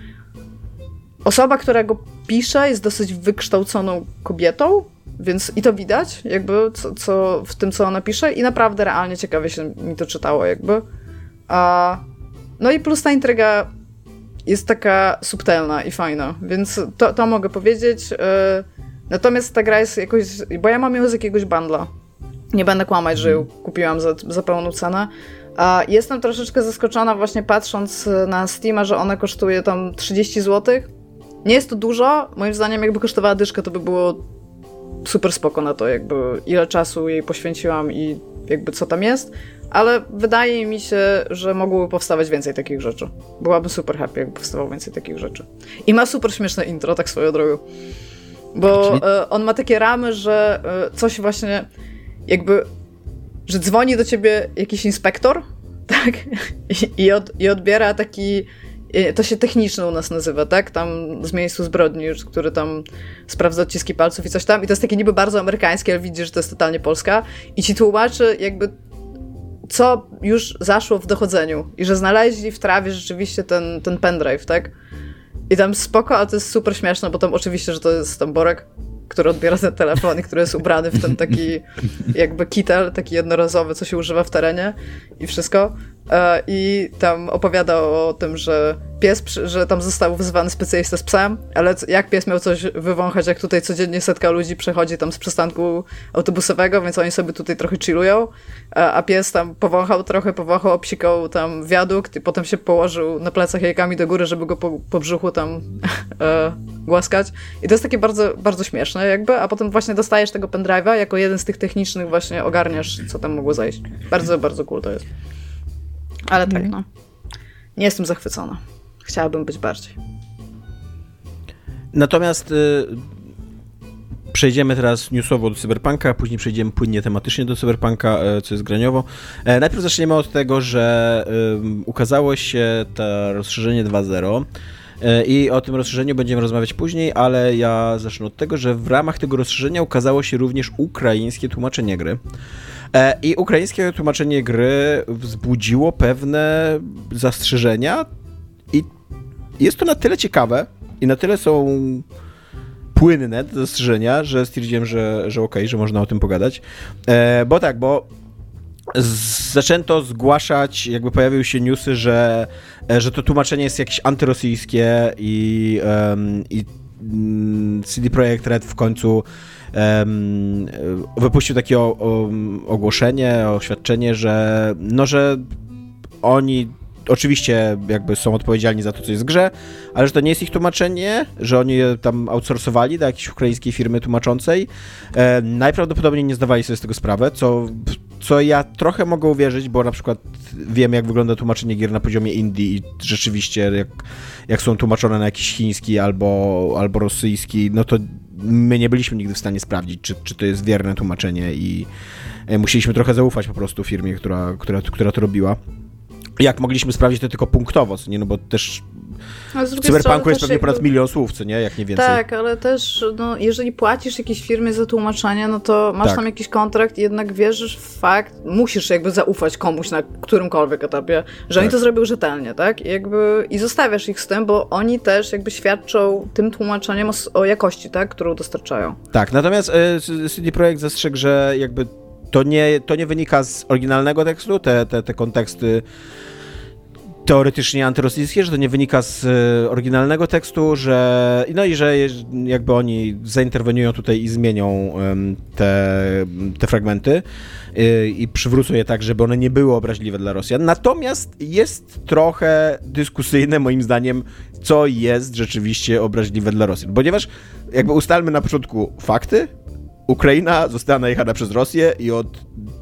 osoba, która go pisze, jest dosyć wykształconą kobietą, więc i to widać jakby co, co w tym, co ona pisze i naprawdę realnie ciekawie się mi to czytało jakby. A, no i plus ta intryga jest taka subtelna i fajna, więc to, to mogę powiedzieć. Yy, natomiast ta gra jest jakoś, bo ja mam ją z jakiegoś bundla. Nie będę kłamać, że ją kupiłam za, za pełną cenę. A jestem troszeczkę zaskoczona właśnie patrząc na Steama, że ona kosztuje tam trzydzieści złotych. Nie jest to dużo. Moim zdaniem jakby kosztowała dyszkę, to by było super spoko na to, jakby ile czasu jej poświęciłam i jakby co tam jest. Ale wydaje mi się, że mogłoby powstawać więcej takich rzeczy. Byłabym super happy, jakby powstawało więcej takich rzeczy. I ma super śmieszne intro, tak swoją drogą. Bo Czyli... on ma takie ramy, że coś właśnie jakby, że dzwoni do ciebie jakiś inspektor, tak? I, i, od, i odbiera taki, to się techniczne u nas nazywa, tak? Tam z miejscu zbrodni, który tam sprawdza odciski palców i coś tam. I to jest takie niby bardzo amerykańskie, ale widzisz, że to jest totalnie polska. I ci tłumaczy jakby, co już zaszło w dochodzeniu. I że znaleźli w trawie rzeczywiście ten, ten pendrive, tak? I tam spoko, ale to jest super śmieszne, bo tam oczywiście, że to jest tam Borek. który odbiera ten telefon i który jest ubrany w ten taki jakby kitel, taki jednorazowy, co się używa w terenie i wszystko. I tam opowiada o tym, że pies, że tam został wzywany specjalista z psem, ale jak pies miał coś wywąchać, jak tutaj codziennie setka ludzi przechodzi tam z przystanku autobusowego, więc oni sobie tutaj trochę chillują, a pies tam powąchał trochę, powąchał, obsikał tam wiadukt i potem się położył na plecach jajkami do góry, żeby go po, po brzuchu tam e, głaskać. I to jest takie bardzo, bardzo śmieszne jakby, a potem właśnie dostajesz tego pendrive'a, jako jeden z tych technicznych właśnie ogarniasz, co tam mogło zajść. Bardzo, bardzo cool to jest. Ale tak, no. Nie jestem zachwycona. Chciałabym być bardziej. Natomiast y, przejdziemy teraz newsowo do Cyberpunka, później przejdziemy płynnie tematycznie do Cyberpunka, y, co jest graniowo. E, najpierw zaczniemy od tego, że y, ukazało się to rozszerzenie dwa zero y, i o tym rozszerzeniu będziemy rozmawiać później, ale ja zacznę od tego, że w ramach tego rozszerzenia ukazało się również ukraińskie tłumaczenie gry. I ukraińskie tłumaczenie gry wzbudziło pewne zastrzeżenia i jest to na tyle ciekawe i na tyle są płynne te zastrzeżenia, że stwierdziłem, że, że okej, okay, że można o tym pogadać. Bo tak, bo z, zaczęto zgłaszać, jakby pojawiły się newsy, że, że to tłumaczenie jest jakieś antyrosyjskie i, um, i C D Projekt Red w końcu Um, wypuścił takie o, o, ogłoszenie, oświadczenie, że no, że oni oczywiście jakby są odpowiedzialni za to, co jest w grze, ale że to nie jest ich tłumaczenie, że oni je tam outsourcowali do jakiejś ukraińskiej firmy tłumaczącej. E, najprawdopodobniej nie zdawali sobie z tego sprawę, co, co ja trochę mogę uwierzyć, bo na przykład wiem, jak wygląda tłumaczenie gier na poziomie indie i rzeczywiście jak, jak są tłumaczone na jakiś chiński albo, albo rosyjski, no to my nie byliśmy nigdy w stanie sprawdzić, czy, czy to jest wierne tłumaczenie i musieliśmy trochę zaufać po prostu firmie, która, która, która to robiła. Jak mogliśmy sprawdzić to tylko punktowo, co nie? No bo też w Cyberpunku jest pewnie jakby ponad milion słów, co nie? Jak nie więcej. Tak, ale też, no, jeżeli płacisz jakiejś firmie za tłumaczenie, no to masz tak. tam jakiś kontrakt i jednak wierzysz w fakt, musisz jakby zaufać komuś na którymkolwiek etapie, że tak. oni to zrobił rzetelnie, tak? I jakby i zostawiasz ich z tym, bo oni też jakby świadczą tym tłumaczeniem o, o jakości, tak? Którą dostarczają. Tak, natomiast y, C D Projekt zastrzegł, że jakby to nie, to nie wynika z oryginalnego tekstu, te, te, te konteksty teoretycznie antyrosyjskie, że to nie wynika z y, oryginalnego tekstu, że no i że jakby oni zainterweniują tutaj i zmienią y, te, te fragmenty y, i przywrócą je tak, żeby one nie były obraźliwe dla Rosjan. Natomiast jest trochę dyskusyjne moim zdaniem, co jest rzeczywiście obraźliwe dla Rosjan, ponieważ jakby ustalmy na początku fakty. Ukraina została najechana przez Rosję i od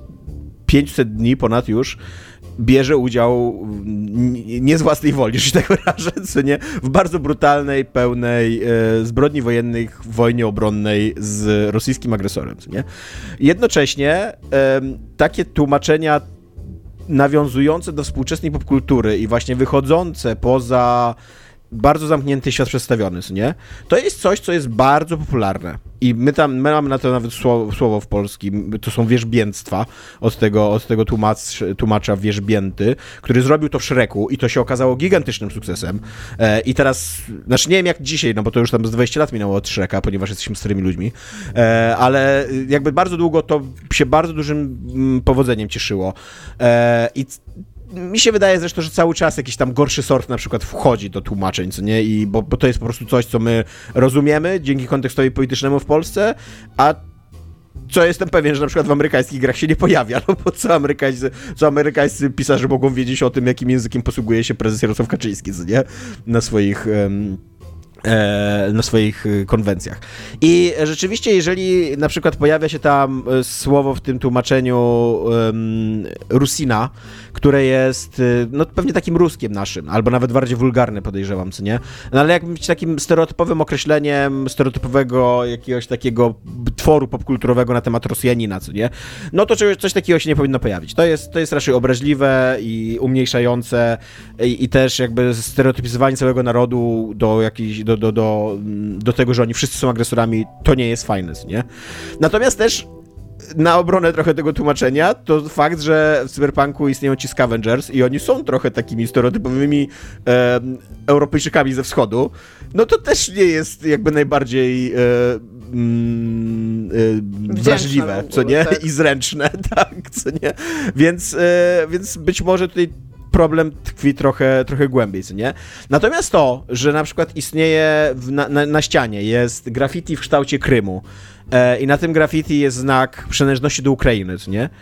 pięćset dni ponad już bierze udział nie z własnej woli, że się tak wyrażę, co nie, w bardzo brutalnej, pełnej e, zbrodni wojennych, wojnie obronnej z rosyjskim agresorem, co nie. Jednocześnie e, takie tłumaczenia nawiązujące do współczesnej popkultury i właśnie wychodzące poza bardzo zamknięty świat przedstawiony, nie? To jest coś, co jest bardzo popularne. I my tam, my mamy na to nawet słowo, słowo w polskim, to są wierzbięctwa od tego, od tego tłumacz, tłumacza wierzbięty, który zrobił to w Shreku i to się okazało gigantycznym sukcesem. E, I teraz, znaczy nie wiem jak dzisiaj, no bo to już tam z dwadzieścia lat minęło od Shreka, ponieważ jesteśmy starymi ludźmi, e, ale jakby bardzo długo to się bardzo dużym mm, powodzeniem cieszyło. E, I mi się wydaje zresztą, że cały czas jakiś tam gorszy sort na przykład wchodzi do tłumaczeń, co nie? I bo, bo to jest po prostu coś, co my rozumiemy dzięki kontekstowi politycznemu w Polsce, a co jestem pewien, że na przykład w amerykańskich grach się nie pojawia, no bo co amerykańscy, co amerykańscy pisarze mogą wiedzieć o tym, jakim językiem posługuje się prezes Jarosław Kaczyński, co nie? Na swoich... Um... na swoich konwencjach. I rzeczywiście, jeżeli na przykład pojawia się tam słowo w tym tłumaczeniu um, Rusina, które jest no pewnie takim ruskiem naszym, albo nawet bardziej wulgarne, podejrzewam, co nie? No ale jakimś takim stereotypowym określeniem stereotypowego jakiegoś takiego tworu popkulturowego na temat Rosjanina, co nie? No to coś, coś takiego się nie powinno pojawić. To jest, to jest raczej obraźliwe i umniejszające i, i też jakby stereotypizowanie całego narodu do jakiejś do Do, do, do tego, że oni wszyscy są agresorami, to nie jest fajne, nie? Natomiast też na obronę trochę tego tłumaczenia, to fakt, że w Cyberpunku istnieją ci Scavengers i oni są trochę takimi stereotypowymi e, Europejczykami ze wschodu, no to też nie jest jakby najbardziej e, mm, e, wrażliwe, ogóle, co nie? Tak. I zręczne, tak, co nie? Więc, e, więc być może tutaj problem tkwi trochę, trochę głębiej, co nie? Natomiast to, że na przykład istnieje w, na, na, na ścianie jest graffiti w kształcie Krymu e, i na tym graffiti jest znak przynależności do Ukrainy, co nie?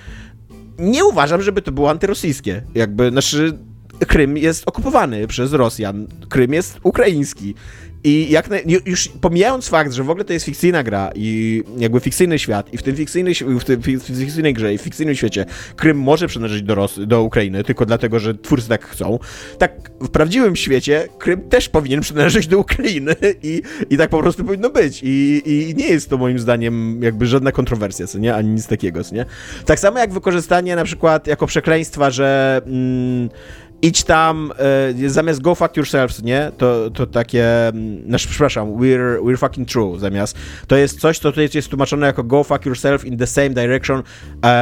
Nie uważam, żeby to było antyrosyjskie. Jakby, znaczy, Krym jest okupowany przez Rosjan. Krym jest ukraiński. I jak na, już pomijając fakt, że w ogóle to jest fikcyjna gra i jakby fikcyjny świat i w tym fikcyjnej, w tym fikcyjnej grze i w fikcyjnym świecie Krym może przynależeć do, Ros- do Ukrainy tylko dlatego, że twórcy tak chcą, tak w prawdziwym świecie Krym też powinien przynależeć do Ukrainy i, i tak po prostu powinno być. I, I nie jest to moim zdaniem jakby żadna kontrowersja, co nie? Ani nic takiego, co nie? Tak samo jak wykorzystanie na przykład jako przekleństwa, że mm, idź tam, e, zamiast go fuck yourself, nie? To, to takie, znaczy, przepraszam, we're, we're fucking true zamiast. To jest coś, co tutaj jest tłumaczone jako go fuck yourself in the same direction uh,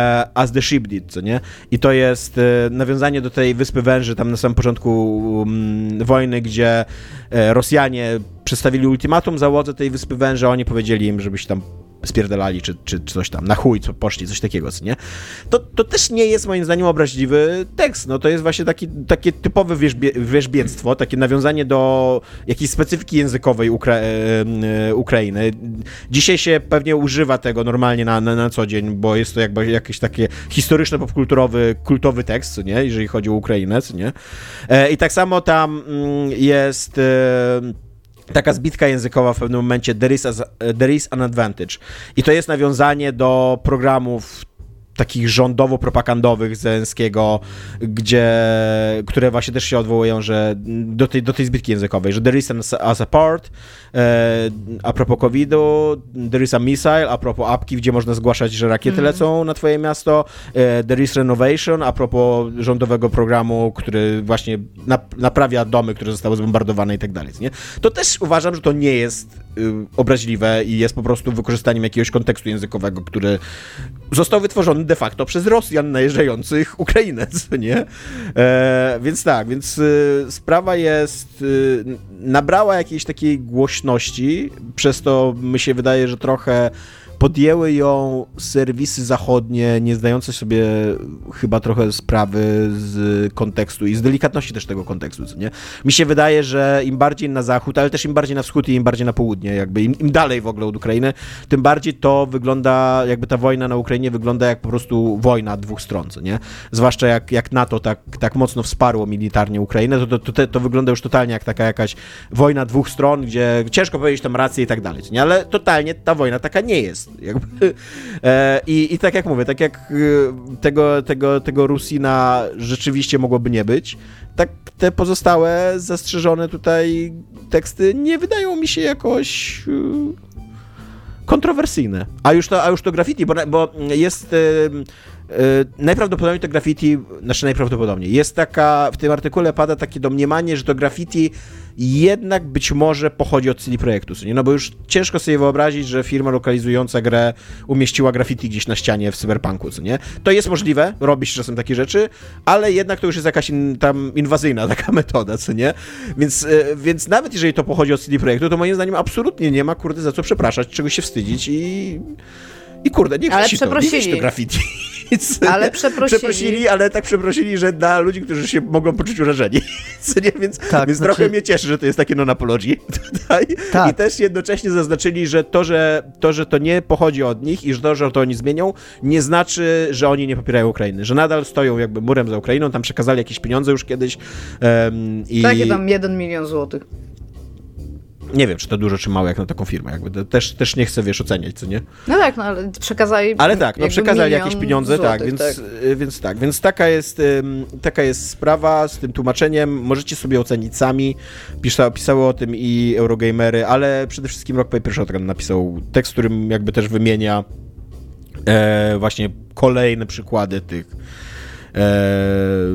as the ship did, co nie? I to jest e, nawiązanie do tej Wyspy Węży tam na samym początku um, wojny, gdzie e, Rosjanie przedstawili ultimatum załodze tej Wyspy Węży, a oni powiedzieli im, żebyś tam spierdalali, czy, czy coś tam, na chuj, co poszli, coś takiego, co nie? To, to też nie jest moim zdaniem obraźliwy tekst, no to jest właśnie taki, takie typowe wierzbie, wierzbiectwo, takie nawiązanie do jakiejś specyfiki językowej Ukra- e, Ukrainy. Dzisiaj się pewnie używa tego normalnie na, na, na co dzień, bo jest to jakby jakiś taki historyczny, popkulturowy, kultowy tekst, co nie? Jeżeli chodzi o Ukrainę, co nie? E, I tak samo tam mm, jest... E, taka zbitka językowa w pewnym momencie there is, a, there is an advantage. I to jest nawiązanie do programów takich rządowo-propagandowych Zełenskiego, gdzie, które właśnie też się odwołują, że do tej, do tej zbitki językowej, że there is an, as a part, e, a propos kowida, there is a missile, a propos apki, gdzie można zgłaszać, że rakiety mm. lecą na twoje miasto, e, there is renovation, a propos rządowego programu, który właśnie nap- naprawia domy, które zostały zbombardowane i tak dalej, nie? To też uważam, że to nie jest y, obraźliwe i jest po prostu wykorzystaniem jakiegoś kontekstu językowego, który został wytworzony de facto przez Rosjan najeżdżających Ukrainę, co nie? E, więc tak, więc y, sprawa jest, y, nabrała jakiejś takiej głośności, przez to mi się wydaje, że trochę podjęły ją serwisy zachodnie, nie zdające sobie chyba trochę sprawy z kontekstu i z delikatności też tego kontekstu, co nie? Mi się wydaje, że im bardziej na zachód, ale też im bardziej na wschód i im bardziej na południe, jakby im, im dalej w ogóle od Ukrainy, tym bardziej to wygląda, jakby ta wojna na Ukrainie wygląda jak po prostu wojna dwóch stron, co nie? Zwłaszcza jak, jak NATO tak, tak mocno wsparło militarnie Ukrainę, to, to, to, to wygląda już totalnie jak taka jakaś wojna dwóch stron, gdzie ciężko powiedzieć tam rację i tak dalej, co nie? Ale totalnie ta wojna taka nie jest. Jakby, e, i, I tak jak mówię, tak jak e, tego, tego, tego Rusina rzeczywiście mogłoby nie być, tak te pozostałe zastrzeżone tutaj teksty nie wydają mi się jakoś e, kontrowersyjne. A już to, a już to graffiti, bo, bo jest... E, najprawdopodobniej to graffiti, znaczy najprawdopodobniej, jest taka, w tym artykule pada takie domniemanie, że to graffiti jednak być może pochodzi od C D Projektu, nie? No bo już ciężko sobie wyobrazić, że firma lokalizująca grę umieściła graffiti gdzieś na ścianie w Cyberpunku, co nie? To jest możliwe, robi się czasem takie rzeczy, ale jednak to już jest jakaś in, tam inwazyjna taka metoda, co nie? Więc, więc nawet jeżeli to pochodzi od C D Projektu, to moim zdaniem absolutnie nie ma, kurde, za co przepraszać, czegoś się wstydzić i... I kurde, nie ale chcę to, nie to graffiti. Ale przeprosili. Przeprosili, ale tak przeprosili, że dla ludzi, którzy się mogą poczuć urażeni. Nie? Więc, tak, więc znaczy... trochę mnie cieszy, że to jest takie non-apology tutaj. Tak. I też jednocześnie zaznaczyli, że to, że to, że to nie pochodzi od nich i że to, że to oni zmienią, nie znaczy, że oni nie popierają Ukrainy. Że nadal stoją jakby murem za Ukrainą, tam przekazali jakieś pieniądze już kiedyś. Um, i... Takie tam jeden milion złotych. Nie wiem, czy to dużo, czy mało jak na taką firmę. Jakby też, też nie chcę, wiesz, oceniać, co nie? No tak, no ale przekazali. Ale tak, no przekazali jakieś pieniądze, złotych, tak, więc tak. więc tak, więc taka jest, taka jest sprawa z tym tłumaczeniem. Możecie sobie ocenić sami. Pisa, pisały o tym i Eurogamery, ale przede wszystkim Rock Paper Shotgun napisał tekst, w którym jakby też wymienia e, właśnie kolejne przykłady tych e,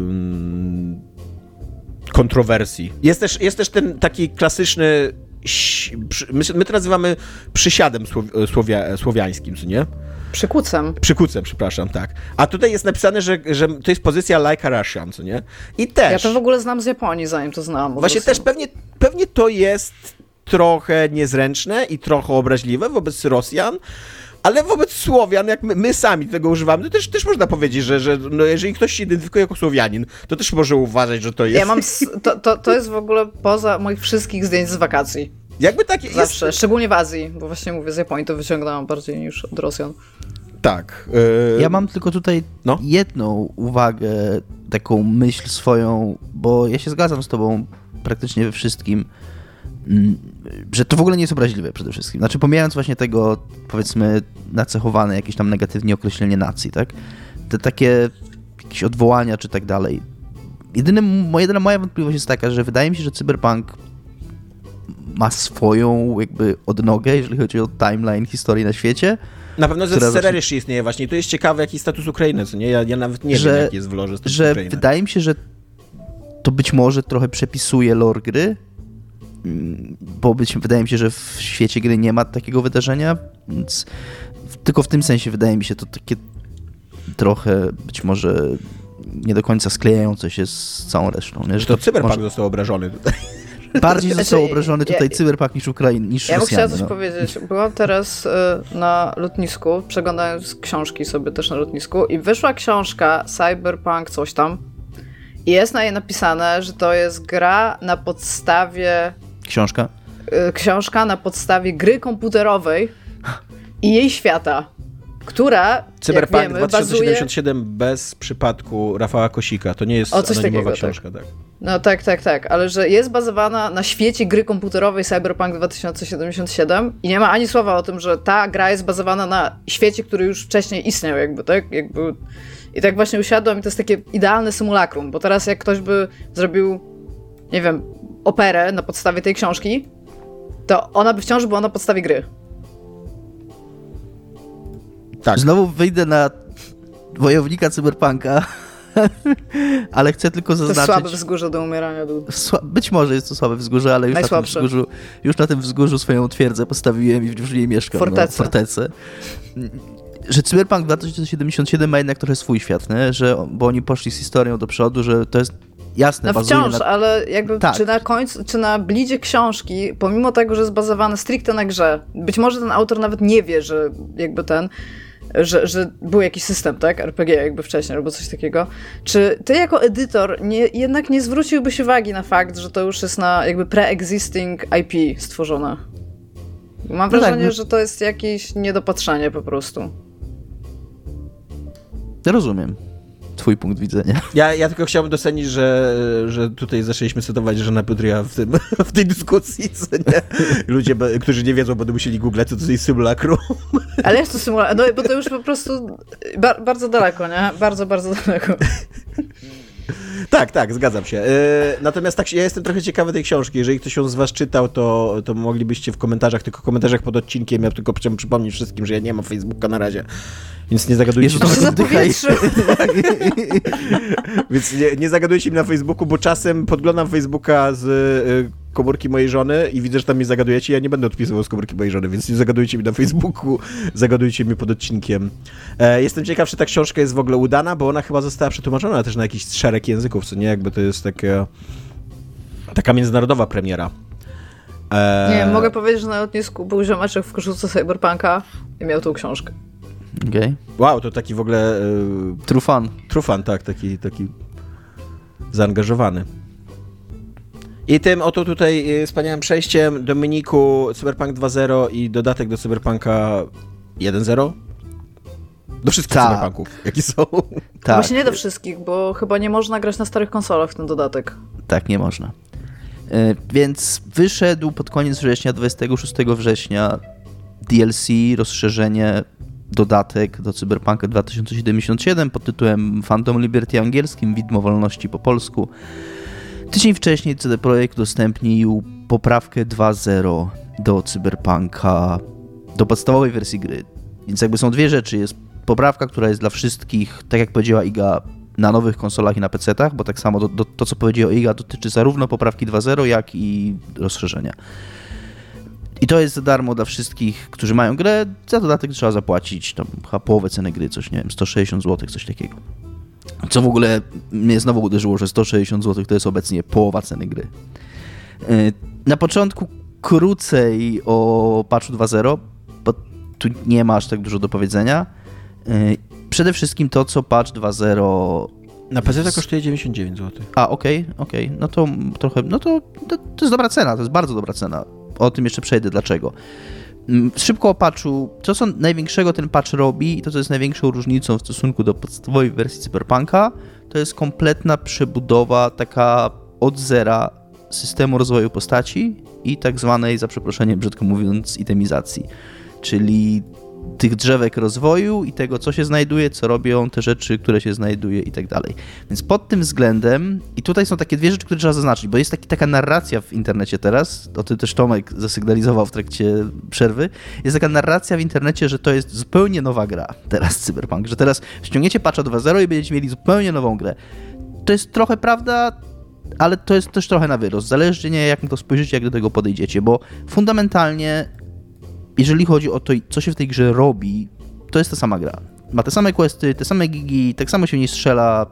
kontrowersji. Jest też, jest też ten taki klasyczny, my, my to nazywamy przysiadem słowia, słowiańskim, co nie? Przykucem. Przykucem, przepraszam, tak. A tutaj jest napisane, że, że to jest pozycja like a Russian, co nie? I też... Ja to w ogóle znam z Japonii, zanim to znałam. Właśnie też pewnie, pewnie to jest trochę niezręczne i trochę obraźliwe wobec Rosjan, ale wobec Słowian, jak my, my sami tego używamy, to też, też można powiedzieć, że, że no jeżeli ktoś się identyfikuje jako Słowianin, to też może uważać, że to jest... Ja mam... To, to, to jest w ogóle poza moich wszystkich zdjęć z wakacji. Jakby tak jest... Zawsze, szczególnie w Azji, bo właśnie mówię, z Japonii to wyciągnęłam bardziej niż od Rosjan. Tak. Yy... Ja mam tylko tutaj no? jedną uwagę, taką myśl swoją, bo ja się zgadzam z tobą praktycznie we wszystkim, że to w ogóle nie jest obraźliwe przede wszystkim. Znaczy pomijając właśnie tego, powiedzmy, nacechowane jakieś tam negatywnie określenie nacji, tak? Te takie jakieś odwołania czy tak dalej. Jedynym, jedyna moja wątpliwość jest taka, że wydaje mi się, że Cyberpunk ma swoją jakby odnogę, jeżeli chodzi o timeline historii na świecie. Na pewno ze Scerer jeszcze istnieje właśnie. To jest ciekawe, jaki status Ukrainy, co nie? Ja, ja nawet nie że, wiem, jaki jest w lorze status że Ukrainy. Wydaje mi się, że to być może trochę przepisuje lore gry, bo być, wydaje mi się, że w świecie gry nie ma takiego wydarzenia, więc tylko w tym sensie wydaje mi się to takie trochę być może nie do końca sklejające się z całą resztą. Nie? Że to, to Cyberpunk może... został obrażony tutaj. Bardziej został znaczy, obrażony tutaj ja, Cyberpunk niż Ukraina, niż ja Rosjanie. Ja bym chciała coś no. powiedzieć. Byłam teraz y, na lotnisku, przeglądając książki sobie też na lotnisku i wyszła książka Cyberpunk coś tam i jest na niej napisane, że to jest gra na podstawie... Książka? Y, książka na podstawie gry komputerowej i jej świata, która, Cyberpunk jak wiemy, dwa tysiące siedemdziesiąt siedem bazuje... bez przypadku Rafała Kosika. To nie jest o, coś anonimowa takiego, książka, tak. tak. No tak, tak, tak, ale że jest bazowana na świecie gry komputerowej Cyberpunk dwa tysiące siedemdziesiąt siedem i nie ma ani słowa o tym, że ta gra jest bazowana na świecie, który już wcześniej istniał, jakby, tak? Jakby... I tak właśnie usiadłam i to jest takie idealne symulakrum, bo teraz jak ktoś by zrobił, nie wiem, operę na podstawie tej książki, to ona by wciąż była na podstawie gry. Tak. Znowu wyjdę na wojownika Cyberpunka, ale chcę tylko zaznaczyć... To jest słabe wzgórze do umierania. Był. Być może jest to słabe wzgórze, ale już na, tym wzgórzu, już na tym wzgórzu swoją twierdzę postawiłem i już w niej mieszkam. Fortecę. No, fortecę. Że Cyberpunk dwa tysiące siedemdziesiąt siedem ma jednak trochę swój świat, nie? Że, bo oni poszli z historią do przodu, że to jest jasne, no bazuje wciąż, na... ale jakby tak. czy na końcu, czy na blidzie książki, pomimo tego, że jest bazowane stricte na grze, być może ten autor nawet nie wie, że jakby ten, że, że był jakiś system, tak, R P G jakby wcześniej, albo coś takiego. Czy ty jako edytor nie, jednak nie zwróciłbyś uwagi na fakt, że to już jest na jakby pre-existing I P stworzone? Mam no wrażenie, tak, że to jest jakieś niedopatrzenie po prostu. Rozumiem twój punkt widzenia. Ja, ja tylko chciałbym docenić, że, że tutaj zaczęliśmy cytować Jeana Pudria w, tym, w tej dyskusji, co nie? Ludzie, którzy nie wiedzą, będą musieli googlać, co to jest symulakrum. Ale jest to symulakrum, no bo to już po prostu ba- bardzo daleko, nie? Bardzo, bardzo daleko. Tak, tak, zgadzam się. Yy, natomiast tak, ja jestem trochę ciekawy tej książki. Jeżeli ktoś ją z was czytał, to, to moglibyście w komentarzach, tylko w komentarzach pod odcinkiem, ja tylko chciałbym przypomnieć wszystkim, że ja nie mam Facebooka na razie, więc nie zagadujcie Jezu, mi. oddychaj. Więc nie, nie zagadujcie mi na Facebooku, bo czasem podglądam Facebooka z y, komórki mojej żony i widzę, że tam mnie zagadujecie, ja nie będę odpisywał z komórki mojej żony, więc nie zagadujcie mi na Facebooku, zagadujcie mi pod odcinkiem. E, jestem ciekaw, czy ta książka jest w ogóle udana, bo ona chyba została przetłumaczona też na jakiś szereg języków, co nie? Jakby to jest takie, taka międzynarodowa premiera. E... Nie, mogę powiedzieć, że na lotnisku był ziomeczek w koszulce Cyberpunka i miał tą książkę. Okej. Okay. Wow, to taki w ogóle... Y... True fan. True fan, tak, taki, taki zaangażowany. I tym oto tutaj wspaniałym przejściem Dominiku Cyberpunk dwa zero i dodatek do Cyberpunka jeden zero? Do wszystkich tak. Cyberpunków, jakie są. Tak. Właśnie nie do wszystkich, bo chyba nie można grać na starych konsolach w ten dodatek. Tak, nie można. Yy, więc wyszedł pod koniec września, dwudziestego szóstego września D L C, rozszerzenie, dodatek do Cyberpunka dwa tysiące siedemdziesiąt siedem pod tytułem Phantom Liberty angielskim, Widmo Wolności po polsku. Tydzień wcześniej C D Projekt udostępnił poprawkę dwa zero do Cyberpunka, do podstawowej wersji gry. Więc jakby są dwie rzeczy. Jest poprawka, która jest dla wszystkich, tak jak powiedziała Iga, na nowych konsolach i na pecetach, bo tak samo do, do, to, co powiedziała Iga, dotyczy zarówno poprawki dwa zero, jak i rozszerzenia. I to jest za darmo dla wszystkich, którzy mają grę. Za dodatek trzeba zapłacić tam chyba połowę ceny gry, coś, nie wiem, sto sześćdziesiąt złotych, coś takiego. Co w ogóle mnie znowu uderzyło, że sto sześćdziesiąt złotych to jest obecnie połowa ceny gry. Na początku krócej o patchu dwa zero, bo tu nie ma aż tak dużo do powiedzenia. Przede wszystkim to, co patch dwa zero... Na P C to kosztuje dziewięćdziesiąt dziewięć złotych. A, okej, okay, okej. Okay. No to trochę... No to, to, to jest dobra cena, to jest bardzo dobra cena. O tym jeszcze przejdę, dlaczego. Szybko o patchu. To, co największego ten patch robi i to, co jest największą różnicą w stosunku do podstawowej wersji Cyberpunka, to jest kompletna przebudowa taka od zera systemu rozwoju postaci i tak zwanej, za przeproszeniem brzydko mówiąc, itemizacji. Czyli tych drzewek rozwoju i tego, co się znajduje, co robią te rzeczy, które się znajduje i tak dalej. Więc pod tym względem, i tutaj są takie dwie rzeczy, które trzeba zaznaczyć, bo jest taki, taka narracja w internecie teraz, o tym też Tomek zasygnalizował w trakcie przerwy, jest taka narracja w internecie, że to jest zupełnie nowa gra teraz Cyberpunk, że teraz ściągniecie patcha dwa zero i będziecie mieli zupełnie nową grę. To jest trochę prawda, ale to jest też trochę na wyrost. Zależnie jak na to spojrzycie, jak do tego podejdziecie, bo fundamentalnie jeżeli chodzi o to, co się w tej grze robi, to jest ta sama gra. Ma te same questy, te same gigi, tak samo się w niej strzela.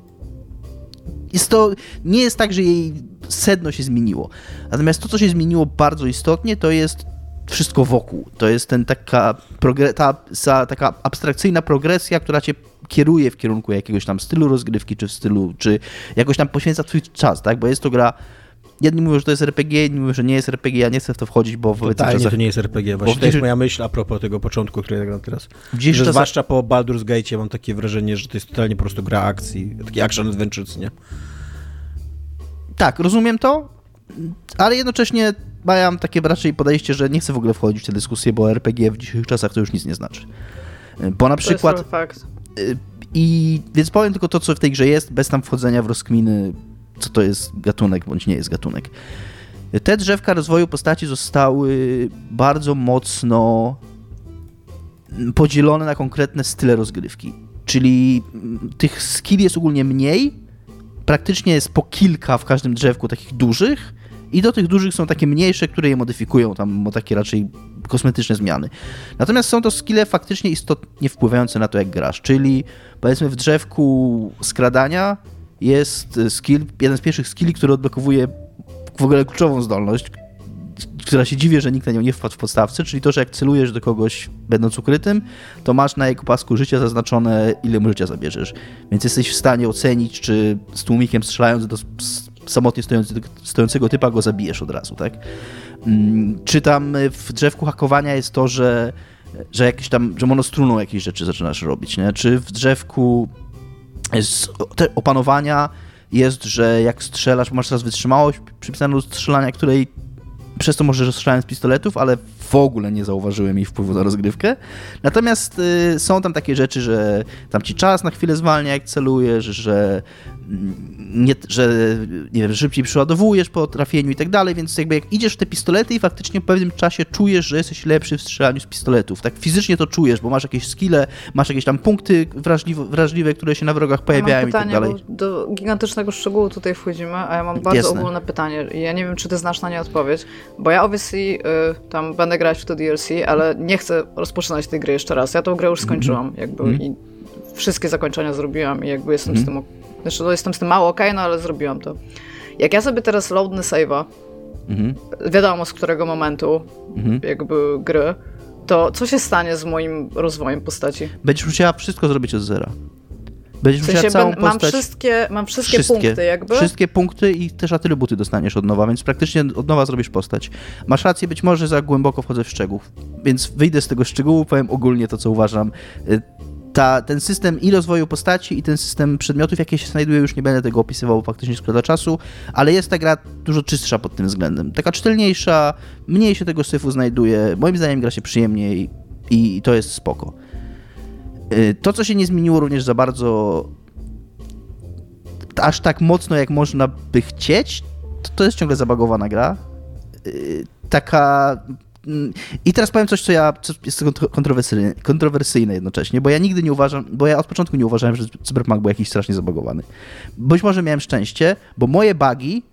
Jest to, nie jest tak, że jej sedno się zmieniło. Natomiast to, co się zmieniło bardzo istotnie, to jest wszystko wokół. To jest ten taka, progre- ta, ta taka abstrakcyjna progresja, która cię kieruje w kierunku jakiegoś tam stylu rozgrywki, czy w stylu, czy jakoś tam poświęca twój czas, tak? Bo jest to gra. Jedni mówią, że to jest R P G, inni mówią, że nie jest R P G, ja nie chcę w to wchodzić, bo w obecnych czasach... czasach... to nie jest R P G, właśnie to jest moja myśl a propos tego początku, który ja gram teraz. Że czasach... zwłaszcza po Baldur's Gate mam takie wrażenie, że to jest totalnie po prostu gra akcji, taki action adventures, nie? Tak, rozumiem to, ale jednocześnie mam takie raczej podejście, że nie chcę w ogóle wchodzić w tę dyskusję, bo R P G w dzisiejszych czasach to już nic nie znaczy. Bo na to przykład... jest fakt. I więc powiem tylko to, co w tej grze jest, bez tam wchodzenia w rozkminy, co to jest gatunek, bądź nie jest gatunek. Te drzewka rozwoju postaci zostały bardzo mocno podzielone na konkretne style rozgrywki. Czyli tych skilli jest ogólnie mniej, praktycznie jest po kilka w każdym drzewku takich dużych i do tych dużych są takie mniejsze, które je modyfikują, tam o takie raczej kosmetyczne zmiany. Natomiast są to skille faktycznie istotnie wpływające na to, jak grasz. Czyli powiedzmy w drzewku skradania jest skill, jeden z pierwszych skilli, który odblokowuje w ogóle kluczową zdolność, która się dziwię, że nikt na nią nie wpadł w podstawce, czyli to, że jak celujesz do kogoś będąc ukrytym, to masz na jego pasku życia zaznaczone, ile mu życia zabierzesz. Więc jesteś w stanie ocenić, czy z tłumikiem strzelając do samotnie stojący, stojącego typa go zabijesz od razu, tak? Czy tam w drzewku hakowania jest to, że, że jakieś tam, że monostruną jakieś rzeczy zaczynasz robić, nie? Czy w drzewku z opanowania jest, że jak strzelasz, masz teraz wytrzymałość przypisaną do strzelania, której przez to możesz strzelać z pistoletów, ale w ogóle nie zauważyłem jej wpływu na rozgrywkę. Natomiast y, są tam takie rzeczy, że tam ci czas na chwilę zwalnia, jak celujesz, że, nie, że nie wiem, szybciej przeładowujesz po trafieniu i tak dalej, więc jakby jak idziesz w te pistolety i faktycznie w pewnym czasie czujesz, że jesteś lepszy w strzelaniu z pistoletów. Tak fizycznie to czujesz, bo masz jakieś skille, masz jakieś tam punkty wrażliwe, wrażliwe które się na wrogach pojawiają ja i tak dalej. Bo do gigantycznego szczegółu tutaj wchodzimy, a ja mam bardzo Jasne. ogólne pytanie. Ja nie wiem, czy ty znasz na nie odpowiedź, bo ja obviously y, tam będę grać w to D L C, ale nie chcę rozpoczynać tej gry jeszcze raz. Ja tą grę już skończyłam, mm-hmm. jakby mm-hmm. i wszystkie zakończenia zrobiłam i jakby jestem mm-hmm. z tym, znaczy no jestem z tym mało okej, okay, no ale zrobiłam to. Jak ja sobie teraz loadnę save'a, mm-hmm. wiadomo z którego momentu mm-hmm. jakby gry, to co się stanie z moim rozwojem postaci? Będziesz musiała wszystko zrobić od zera. Będziesz w sensie musiała całą ben, postać... Mam wszystkie, mam wszystkie, wszystkie punkty jakby. Wszystkie punkty i też atrybuty dostaniesz od nowa, więc praktycznie od nowa zrobisz postać. Masz rację, być może za głęboko wchodzę w szczegół, więc wyjdę z tego szczegółu, powiem ogólnie to, co uważam. Ta, ten system i rozwoju postaci, i ten system przedmiotów, jakie się znajduje, już nie będę tego opisywał, bo faktycznie szkoda czasu, ale jest ta gra dużo czystsza pod tym względem. Taka czytelniejsza, mniej się tego syfu znajduje, moim zdaniem gra się przyjemniej i, i to jest spoko. To, co się nie zmieniło również za bardzo, aż tak mocno, jak można by chcieć, to, to jest ciągle zabagowana gra. Taka... I teraz powiem coś, co ja co jest kontrowersyjne, kontrowersyjne jednocześnie, bo ja nigdy nie uważam, bo ja od początku nie uważałem, że Cyberpunk był jakiś strasznie zabagowany. Być może miałem szczęście, bo moje bugi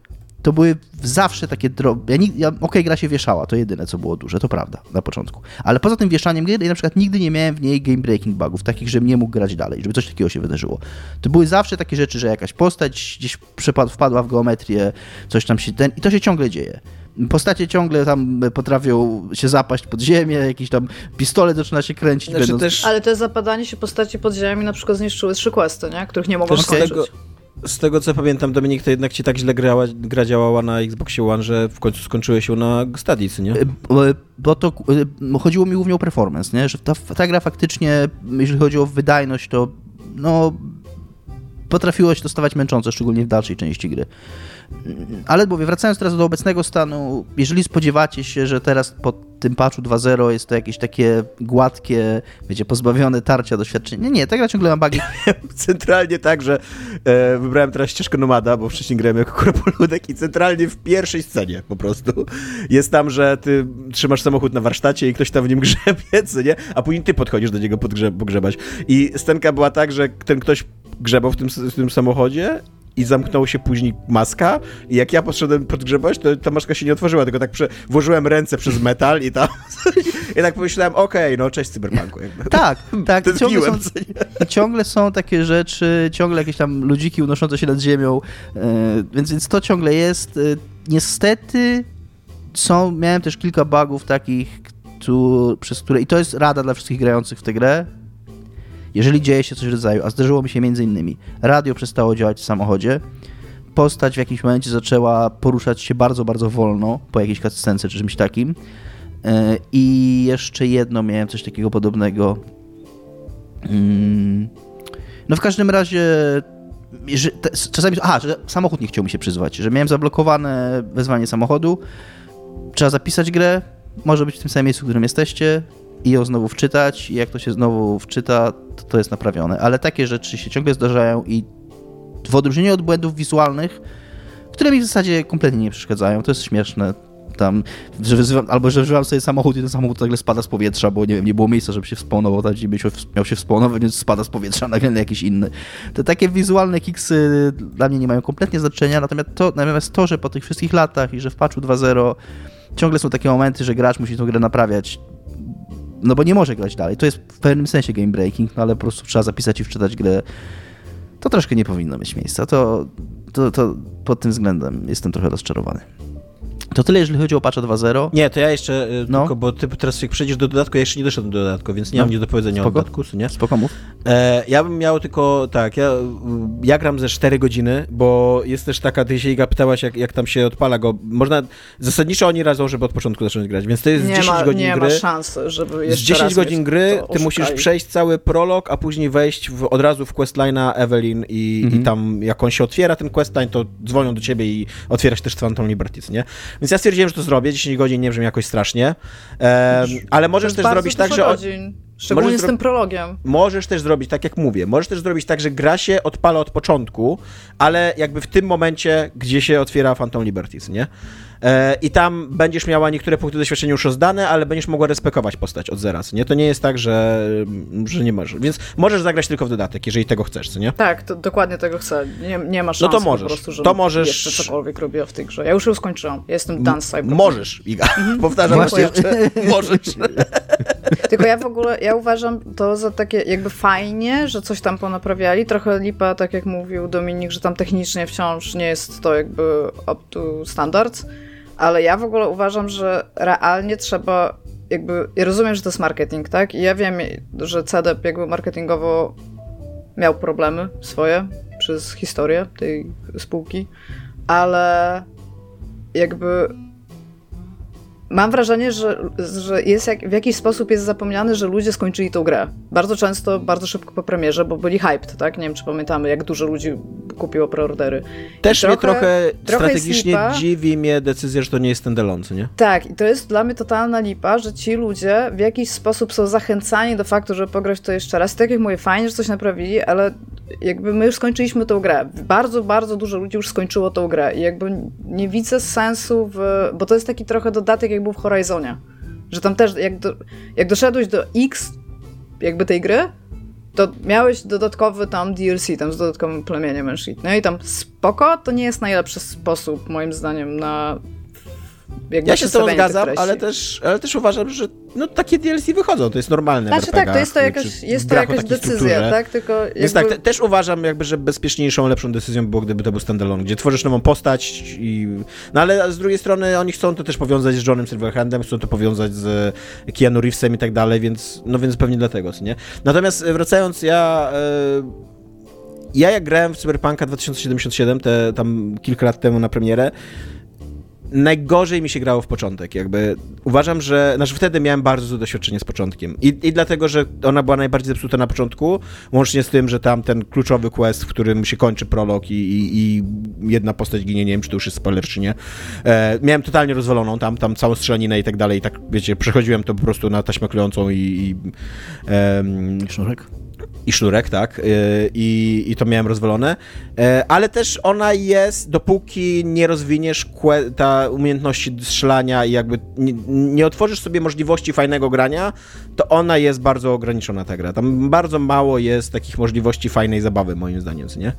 to były zawsze takie drobne... Ja, ja, Okej, okay, gra się wieszała, to jedyne, co było duże, to prawda, na początku. Ale poza tym wieszaniem gry, ja na przykład nigdy nie miałem w niej game-breaking bugów, takich, żebym nie mógł grać dalej, żeby coś takiego się wydarzyło. To były zawsze takie rzeczy, że jakaś postać gdzieś przypad, wpadła w geometrię, coś tam się... ten i to się ciągle dzieje. Postacie ciągle tam potrafią się zapaść pod ziemię, jakiś tam pistolet zaczyna się kręcić. Znaczy będąc... też... Ale to zapadanie się postaci pod ziemią na przykład zniszczyły trzy questy, nie? Których nie mogą Też skończyć. z tego, z tego co pamiętam, Dominik, to jednak ci tak źle grała, gra działała na Xboxie One, że w końcu skończyły się na Stadicy, nie? Bo to chodziło mi głównie o performance, nie? Że ta, ta gra faktycznie, jeżeli chodzi o wydajność, to no potrafiło się to stawać męczące, szczególnie w dalszej części gry. Ale mówię, wracając teraz do obecnego stanu, jeżeli spodziewacie się, że teraz po tym patchu dwa zero jest to jakieś takie gładkie, wiecie, pozbawione tarcia doświadczenia. Nie, nie, ta gra ciągle ma bugi. Centralnie tak, że e, wybrałem teraz ścieżkę nomada, bo wcześniej grałem jako korpoludek i centralnie w pierwszej scenie po prostu jest tam, że ty trzymasz samochód na warsztacie i ktoś tam w nim grzebie, co nie? A później ty podchodzisz do niego podgrze- pogrzebać. I scenka była tak, że ten ktoś grzebał w tym, w tym samochodzie i zamknął się później maska i jak ja podszedłem podgrzebać, to ta maska się nie otworzyła, tylko tak prze, włożyłem ręce przez metal i tam i tak pomyślałem, okej, okay, no cześć Cyberpunku. Jakby. Tak, tak. I ciągle, są, i ciągle są takie rzeczy, ciągle jakieś tam ludziki unoszące się nad ziemią, yy, więc, więc to ciągle jest. Yy, niestety są, miałem też kilka bugów takich, tu, przez które, i to jest rada dla wszystkich grających w tę grę, jeżeli dzieje się coś w rodzaju, a zdarzyło mi się między innymi, radio przestało działać w samochodzie, postać w jakimś momencie zaczęła poruszać się bardzo, bardzo wolno po jakiejś cutscence czy czymś takim i jeszcze jedno miałem coś takiego podobnego. No w każdym razie że czasami, aha, że samochód nie chciał mi się przyzwać, że miałem zablokowane wezwanie samochodu, trzeba zapisać grę, może być w tym samym miejscu, w którym jesteście, i ją znowu wczytać i jak to się znowu wczyta, to, to jest naprawione. Ale takie rzeczy się ciągle zdarzają i w odróżnieniu od błędów wizualnych, które mi w zasadzie kompletnie nie przeszkadzają, to jest śmieszne. Tam, że wyzywam, albo że wziąłem sobie samochód i ten samochód nagle spada z powietrza, bo nie wiem, nie było miejsca, żeby się wspawnował, tam gdzie miał się wspawnować, więc spada z powietrza nagle na jakiś inny. Te takie wizualne kiksy dla mnie nie mają kompletnie znaczenia, natomiast to, natomiast to, że po tych wszystkich latach i że w patchu dwa zero ciągle są takie momenty, że gracz musi tą grę naprawiać, no bo nie może grać dalej. To jest w pewnym sensie game breaking, no ale po prostu trzeba zapisać i wczytać grę. To troszkę nie powinno mieć miejsca. To, to, to pod tym względem jestem trochę rozczarowany. To tyle, jeżeli chodzi o patcha dwa zero. Nie, to ja jeszcze, no. tylko, bo ty teraz jak przejdziesz do dodatku, ja jeszcze nie doszedłem do dodatku, więc nie no. mam nic do powiedzenia Spoko. o dodatku, nie? Spoko, mów. E, ja bym miał tylko, tak, ja, ja gram ze cztery godziny, bo jest też taka, ty się Iga pytałaś, jak, jak tam się odpala go, można, zasadniczo oni radzą, żeby od początku zacząć grać, więc to jest nie z dziesięć ma, godzin nie gry. Nie ma szans, żeby jeszcze Z dziesięć godzin gry ty musisz oszukali. przejść cały prolog, a później wejść w, od razu w questline'a Evelyn i, mhm. i tam jak on się otwiera, ten questline, to dzwonią do ciebie i otwierasz też Phantom Liberties, nie? Więc ja stwierdziłem, że to zrobię. dziesięć godzin nie brzmi jakoś strasznie, e, ale możesz też zrobić tak, że... Godzin. Szczególnie z tym prologiem. Możesz też zrobić, tak jak mówię, możesz też zrobić tak, że gra się odpala od początku, ale jakby w tym momencie, gdzie się otwiera Phantom Liberties, nie? E, I tam będziesz miała niektóre punkty doświadczenia już rozdane, ale będziesz mogła respekować postać od zera, nie? To nie jest tak, że, że nie możesz. Więc możesz zagrać tylko w dodatek, jeżeli tego chcesz, co nie? Tak, to dokładnie tego chcę. Nie, nie ma szans no to możesz. po prostu, że to możesz... jeszcze cokolwiek robiła w tej grze. Ja już ją skończyłam. Ja jestem done z Cyberpunk. Możesz, Iga. Powtarzam Właśnie. jeszcze. Możesz. Tylko ja w ogóle, ja uważam to za takie jakby fajnie, że coś tam ponaprawiali. Trochę lipa, tak jak mówił Dominik, że tam technicznie wciąż nie jest to jakby up to standards, ale ja w ogóle uważam, że realnie trzeba jakby, ja rozumiem, że to jest marketing, tak? I ja wiem, że C D P jakby marketingowo miał problemy swoje przez historię tej spółki, ale jakby mam wrażenie, że, że jest jak, w jakiś sposób jest zapomniane, że ludzie skończyli tą grę. Bardzo często, bardzo szybko po premierze, bo byli hyped, tak? Nie wiem, czy pamiętamy, jak dużo ludzi kupiło preordery. Też I mnie trochę, trochę, trochę strategicznie lipa. dziwi mnie decyzja, że to nie jest standalone, nie? Tak, i to jest dla mnie totalna lipa, że ci ludzie w jakiś sposób są zachęcani do faktu, żeby pograć to jeszcze raz. Tak jak mówię, fajnie, że coś naprawili, ale jakby my już skończyliśmy tą grę. Bardzo, bardzo dużo ludzi już skończyło tą grę i jakby nie widzę sensu w... Bo to jest taki trochę dodatek, jak był w Horizonie. Że tam też, jak, do, jak doszedłeś do X jakby tej gry, to miałeś dodatkowy tam D L C, tam z dodatkowym plemieniem Enshit, no i tam spoko, to nie jest najlepszy sposób, moim zdaniem, na jakby ja się z tobą zgadzam, treści. ale też, ale też uważam, że no, takie D L C wychodzą, to jest normalne. Znaczy w R P G-ach, tak, to jest to jakaś, jest to jakaś decyzja, tak? Tylko jakby... Więc tak, te, też uważam, jakby, że bezpieczniejszą, lepszą decyzją było, gdyby to był standalone, gdzie tworzysz nową postać i... No ale z drugiej strony oni chcą to też powiązać z Johnem Silverhandem, chcą to powiązać z Keanu Reevesem i tak dalej, więc no więc pewnie dlatego, co nie? Natomiast wracając, ja... Yy... Ja jak grałem w Cyberpunka dwa tysiące siedemdziesiąt siedem, te, tam kilka lat temu na premierę, najgorzej mi się grało w początek, jakby uważam, że, znaczy wtedy miałem bardzo złe doświadczenie z początkiem i, i dlatego, że ona była najbardziej zepsuta na początku, łącznie z tym, że tam ten kluczowy quest, w którym się kończy prolog i, i, i jedna postać ginie, nie wiem, czy to już jest spoiler, czy nie, e, miałem totalnie rozwaloną tam, tam całą strzelaninę i tak dalej i tak, wiecie, przechodziłem to po prostu na taśmę klejącą i... i e, Sznurek? I sznurek, tak, i, i to miałem rozwalone, ale też ona jest, dopóki nie rozwiniesz que- ta umiejętności strzelania i jakby nie, nie otworzysz sobie możliwości fajnego grania, to ona jest bardzo ograniczona, ta gra. Tam bardzo mało jest takich możliwości fajnej zabawy, moim zdaniem, nie?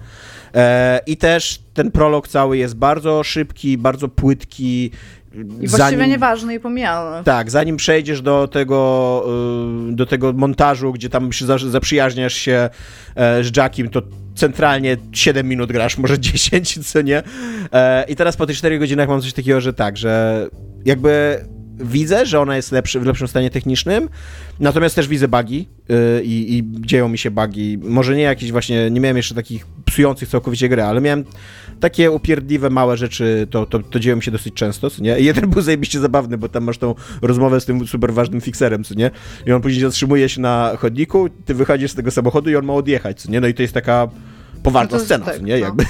I też ten prolog cały jest bardzo szybki, bardzo płytki. I właściwie zanim, nieważne i pomijane. Tak, zanim przejdziesz do tego, do tego montażu, gdzie tam się zaprzyjaźniasz się z Jackiem, to centralnie siedem minut grasz, może dziesięć, co nie? I teraz po tych czterech godzinach mam coś takiego, że tak, że jakby widzę, że ona jest lepszy, w lepszym stanie technicznym, natomiast też widzę bugi yy, i, i dzieją mi się bugi. Może nie jakieś właśnie, nie miałem jeszcze takich psujących całkowicie grę, ale miałem takie upierdliwe, małe rzeczy, to, to, to dzieją mi się dosyć często, co nie? I jeden był zajebiście zabawny, bo tam masz tą rozmowę z tym super ważnym fikserem, co nie? I on później zatrzymuje się na chodniku, ty wychodzisz z tego samochodu i on ma odjechać, co nie? No i to jest taka poważna no scena, tak, nie? No. Jakby.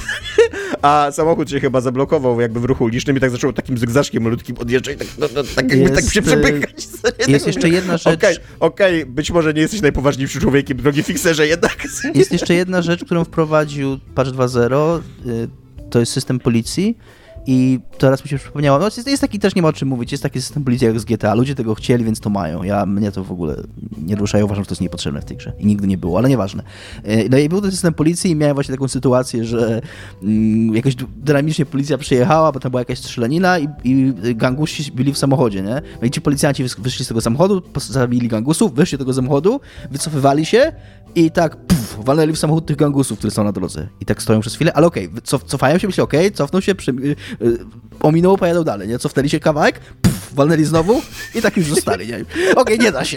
A samochód się chyba zablokował jakby w ruchu ulicznym i tak zaczął takim zygzaszkiem malutkim odjeżdżać, tak, no, no, tak jakby jest, tak się przepychać. Jest jeszcze jedna rzecz. Okej, okay, okej, okay, być może nie jesteś najpoważniejszym człowiekiem, drogi fikserze, jednak. Jest jeszcze jedna rzecz, którą wprowadził patch dwa zero, to jest system policji. I teraz mi się przypomniało, no jest, jest taki, też nie ma o czym mówić, jest taki system policji jak z G T A, ludzie tego chcieli, więc to mają. Ja, mnie to w ogóle nie rusza, ja uważam, że to jest niepotrzebne w tej grze i nigdy nie było, ale nieważne. No i był ten system policji i miałem właśnie taką sytuację, że mm, jakoś dynamicznie policja przyjechała, bo tam była jakaś strzelanina i, i gangusi byli w samochodzie, nie? No i ci policjanci wyszli z tego samochodu, zabili gangusów, wyszli z tego samochodu, wycofywali się i tak puf, walnęli w samochód tych gangusów, które są na drodze. I tak stoją przez chwilę, ale okej, okay, cof, cofają się, myślę, okej, okay, cofną się, przy, yy, ominęło, pojadą dalej, nie? Cofnęli się kawałek, puf, walnęli znowu i tak już zostali, nie? Okej, okay, nie da się.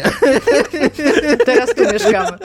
Teraz tu mieszkamy.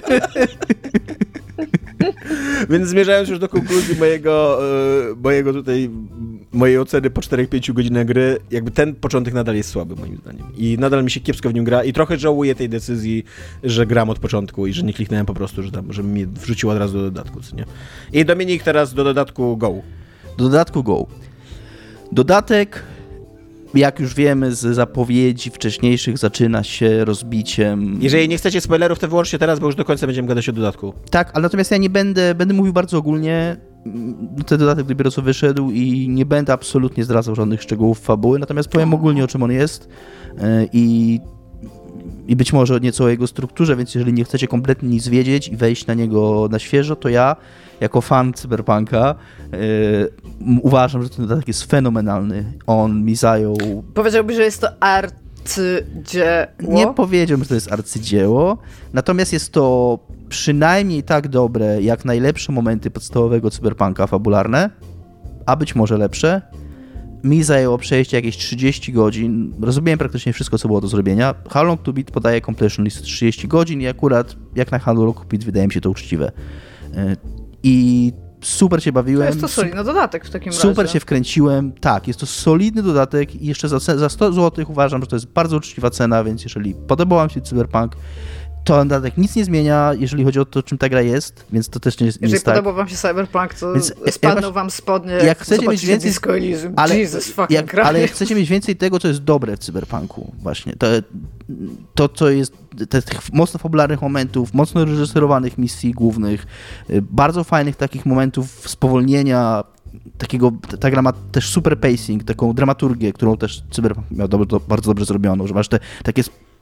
Więc zmierzając już do konkluzji mojego, yy, mojego tutaj, mojej oceny po czterech pięciu godzinach gry, jakby ten początek nadal jest słaby moim zdaniem. I nadal mi się kiepsko w nim gra i trochę żałuję tej decyzji, że gram od początku i że nie kliknąłem po prostu, że tam, żeby mnie wrzuciło od razu do dodatku, co nie? I Dominik teraz do dodatku Go. Do dodatku Go. Dodatek, jak już wiemy z zapowiedzi wcześniejszych, zaczyna się rozbiciem. Jeżeli nie chcecie spoilerów, to wyłączcie teraz, bo już do końca będziemy gadać o dodatku. Tak, ale natomiast ja nie będę, będę mówił bardzo ogólnie. Ten dodatek dopiero co wyszedł i nie będę absolutnie zdradzał żadnych szczegółów fabuły, natomiast powiem ogólnie, o czym on jest i, i być może nieco o jego strukturze, więc jeżeli nie chcecie kompletnie nic wiedzieć i wejść na niego na świeżo, to ja jako fan Cyberpunka yy, uważam, że ten dodatek jest fenomenalny. On mi zajął... Powiedziałbyś, że jest to arcydzieło? Nie powiedziałbym, że to jest arcydzieło, natomiast jest to przynajmniej tak dobre, jak najlepsze momenty podstawowego Cyberpunka fabularne, a być może lepsze. Mi zajęło przejście jakieś trzydzieści godzin. Rozumiałem praktycznie wszystko, co było do zrobienia. How Long to Beat podaje completion list trzydzieści godzin i akurat jak na How Long to Beat wydaje mi się to uczciwe. I super się bawiłem. To jest to solidny dodatek w takim super razie. Super się wkręciłem. Tak, jest to solidny dodatek i jeszcze za, za sto złotych uważam, że to jest bardzo uczciwa cena, więc jeżeli podobał wam się Cyberpunk, to dodatek nic nie zmienia, jeżeli chodzi o to, czym ta gra jest, więc to też nie jest, nie jeżeli jest tak. Jeżeli podobał wam się Cyberpunk, to więc, spadną jak, wam spodnie, jak chcecie mieć więcej, Disco Elysium. ale, Jesus fucking jak, Christ. ale jak chcecie mieć więcej tego, co jest dobre w Cyberpunku, właśnie, to, to co jest, te, tych mocno fabularnych momentów, mocno reżyserowanych misji głównych, bardzo fajnych takich momentów spowolnienia, takiego, ta gra ma też super pacing, taką dramaturgię, którą też Cyberpunk miał do, do, bardzo dobrze zrobioną, że masz te takie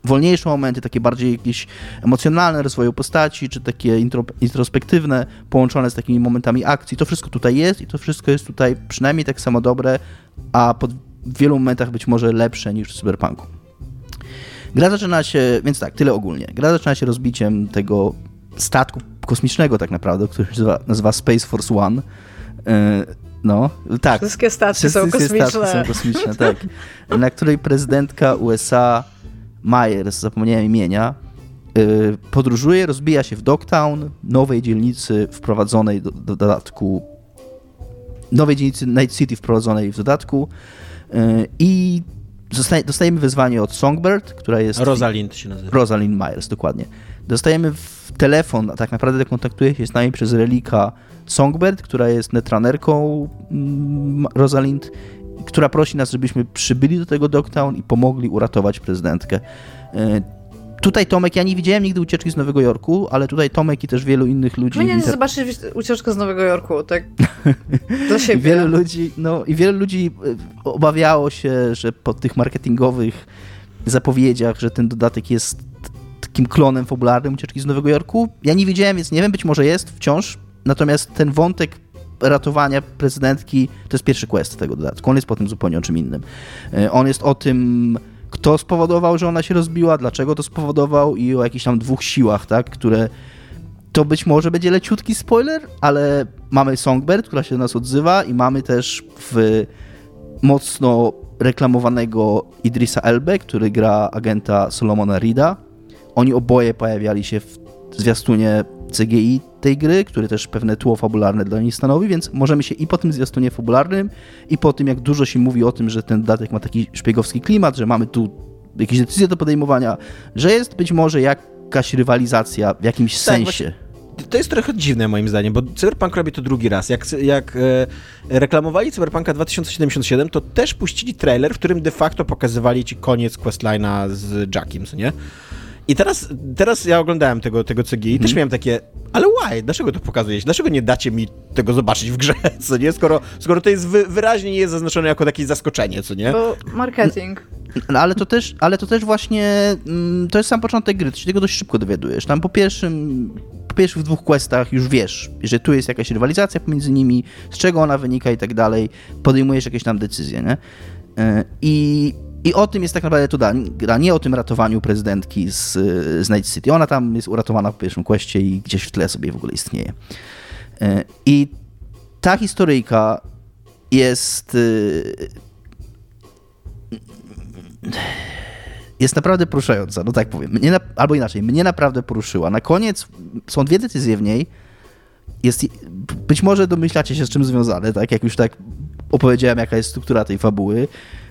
wolniejsze momenty, takie bardziej jakieś emocjonalne rozwoju postaci, czy takie intro, introspektywne, połączone z takimi momentami akcji. To wszystko tutaj jest i to wszystko jest tutaj przynajmniej tak samo dobre, a pod, w wielu momentach być może lepsze niż w Cyberpunku. Gra zaczyna się, więc tak, tyle ogólnie. Gra zaczyna się rozbiciem tego statku kosmicznego tak naprawdę, który się nazywa, nazywa Space Force One. Yy, no, tak. Wszystkie statki są Wszystkie kosmiczne. statki są kosmiczne, tak. Na której prezydentka U S A Myers, zapomniałem imienia, yy, podróżuje, rozbija się w Dogtown, nowej dzielnicy wprowadzonej do, do dodatku, nowej dzielnicy Night City wprowadzonej w dodatku yy, i zostaje, dostajemy wezwanie od Songbird, która jest... Rosalind się nazywa. Rosalind Myers, dokładnie. Dostajemy w telefon, a tak naprawdę kontaktuje się z nami przez relika Songbird, która jest netrunnerką mm, Rosalind, która prosi nas, żebyśmy przybyli do tego Dogtown i pomogli uratować prezydentkę. Yy, tutaj Tomek, ja nie widziałem nigdy ucieczki z Nowego Jorku, ale tutaj Tomek i też wielu innych ludzi... Powinien inter... zobaczyć ucieczkę z Nowego Jorku, tak dla siebie. I wielu ludzi, no i wielu ludzi obawiało się, że po tych marketingowych zapowiedziach, że ten dodatek jest takim klonem fabularnym ucieczki z Nowego Jorku. Ja nie widziałem, więc nie wiem, być może jest wciąż, natomiast ten wątek ratowania prezydentki to jest pierwszy quest tego dodatku. On jest potem zupełnie o czym innym. On jest o tym, kto spowodował, że ona się rozbiła, dlaczego to spowodował i o jakichś tam dwóch siłach, tak, które to być może będzie leciutki spoiler, ale mamy Songbird, która się do nas odzywa i mamy też w mocno reklamowanego Idrisa Elbę, który gra agenta Solomona Reeda. Oni oboje pojawiali się w zwiastunie C G I tej gry, który też pewne tło fabularne dla niej stanowi, więc możemy się i po tym zwiastunie fabularnym, i po tym, jak dużo się mówi o tym, że ten dodatek ma taki szpiegowski klimat, że mamy tu jakieś decyzje do podejmowania, że jest być może jakaś rywalizacja w jakimś tak, sensie. Właśnie, to jest trochę dziwne moim zdaniem, bo Cyberpunk robi to drugi raz. Jak, jak e, reklamowali Cyberpunka dwa tysiące siedemdziesiąt siedem, to też puścili trailer, w którym de facto pokazywali ci koniec questline'a z Jackiem, co nie? I teraz, teraz ja oglądałem tego, tego C G I i hmm. też miałem takie, ale why? Dlaczego to pokazujecie? Dlaczego nie dacie mi tego zobaczyć w grze, co nie? Skoro, skoro to jest wy, wyraźnie nie jest zaznaczone jako jakieś zaskoczenie, co nie? Bo marketing. No, ale to też, ale to też właśnie, to jest sam początek gry, ty się tego dość szybko dowiadujesz. Tam po pierwszym, po pierwszych dwóch questach już wiesz, że tu jest jakaś rywalizacja pomiędzy nimi, z czego ona wynika i tak dalej, podejmujesz jakieś tam decyzje, nie? I I o tym jest tak naprawdę to gra, nie o tym ratowaniu prezydentki z, z Night City. Ona tam jest uratowana w pierwszym questie i gdzieś w tle sobie w ogóle istnieje. I ta historyjka jest jest naprawdę poruszająca, no tak powiem. Mnie na, albo inaczej, mnie naprawdę poruszyła. Na koniec są dwie decyzje w niej. Jest, być może domyślacie się, z czym związane, tak? Jak już tak opowiedziałem, jaka jest struktura tej fabuły.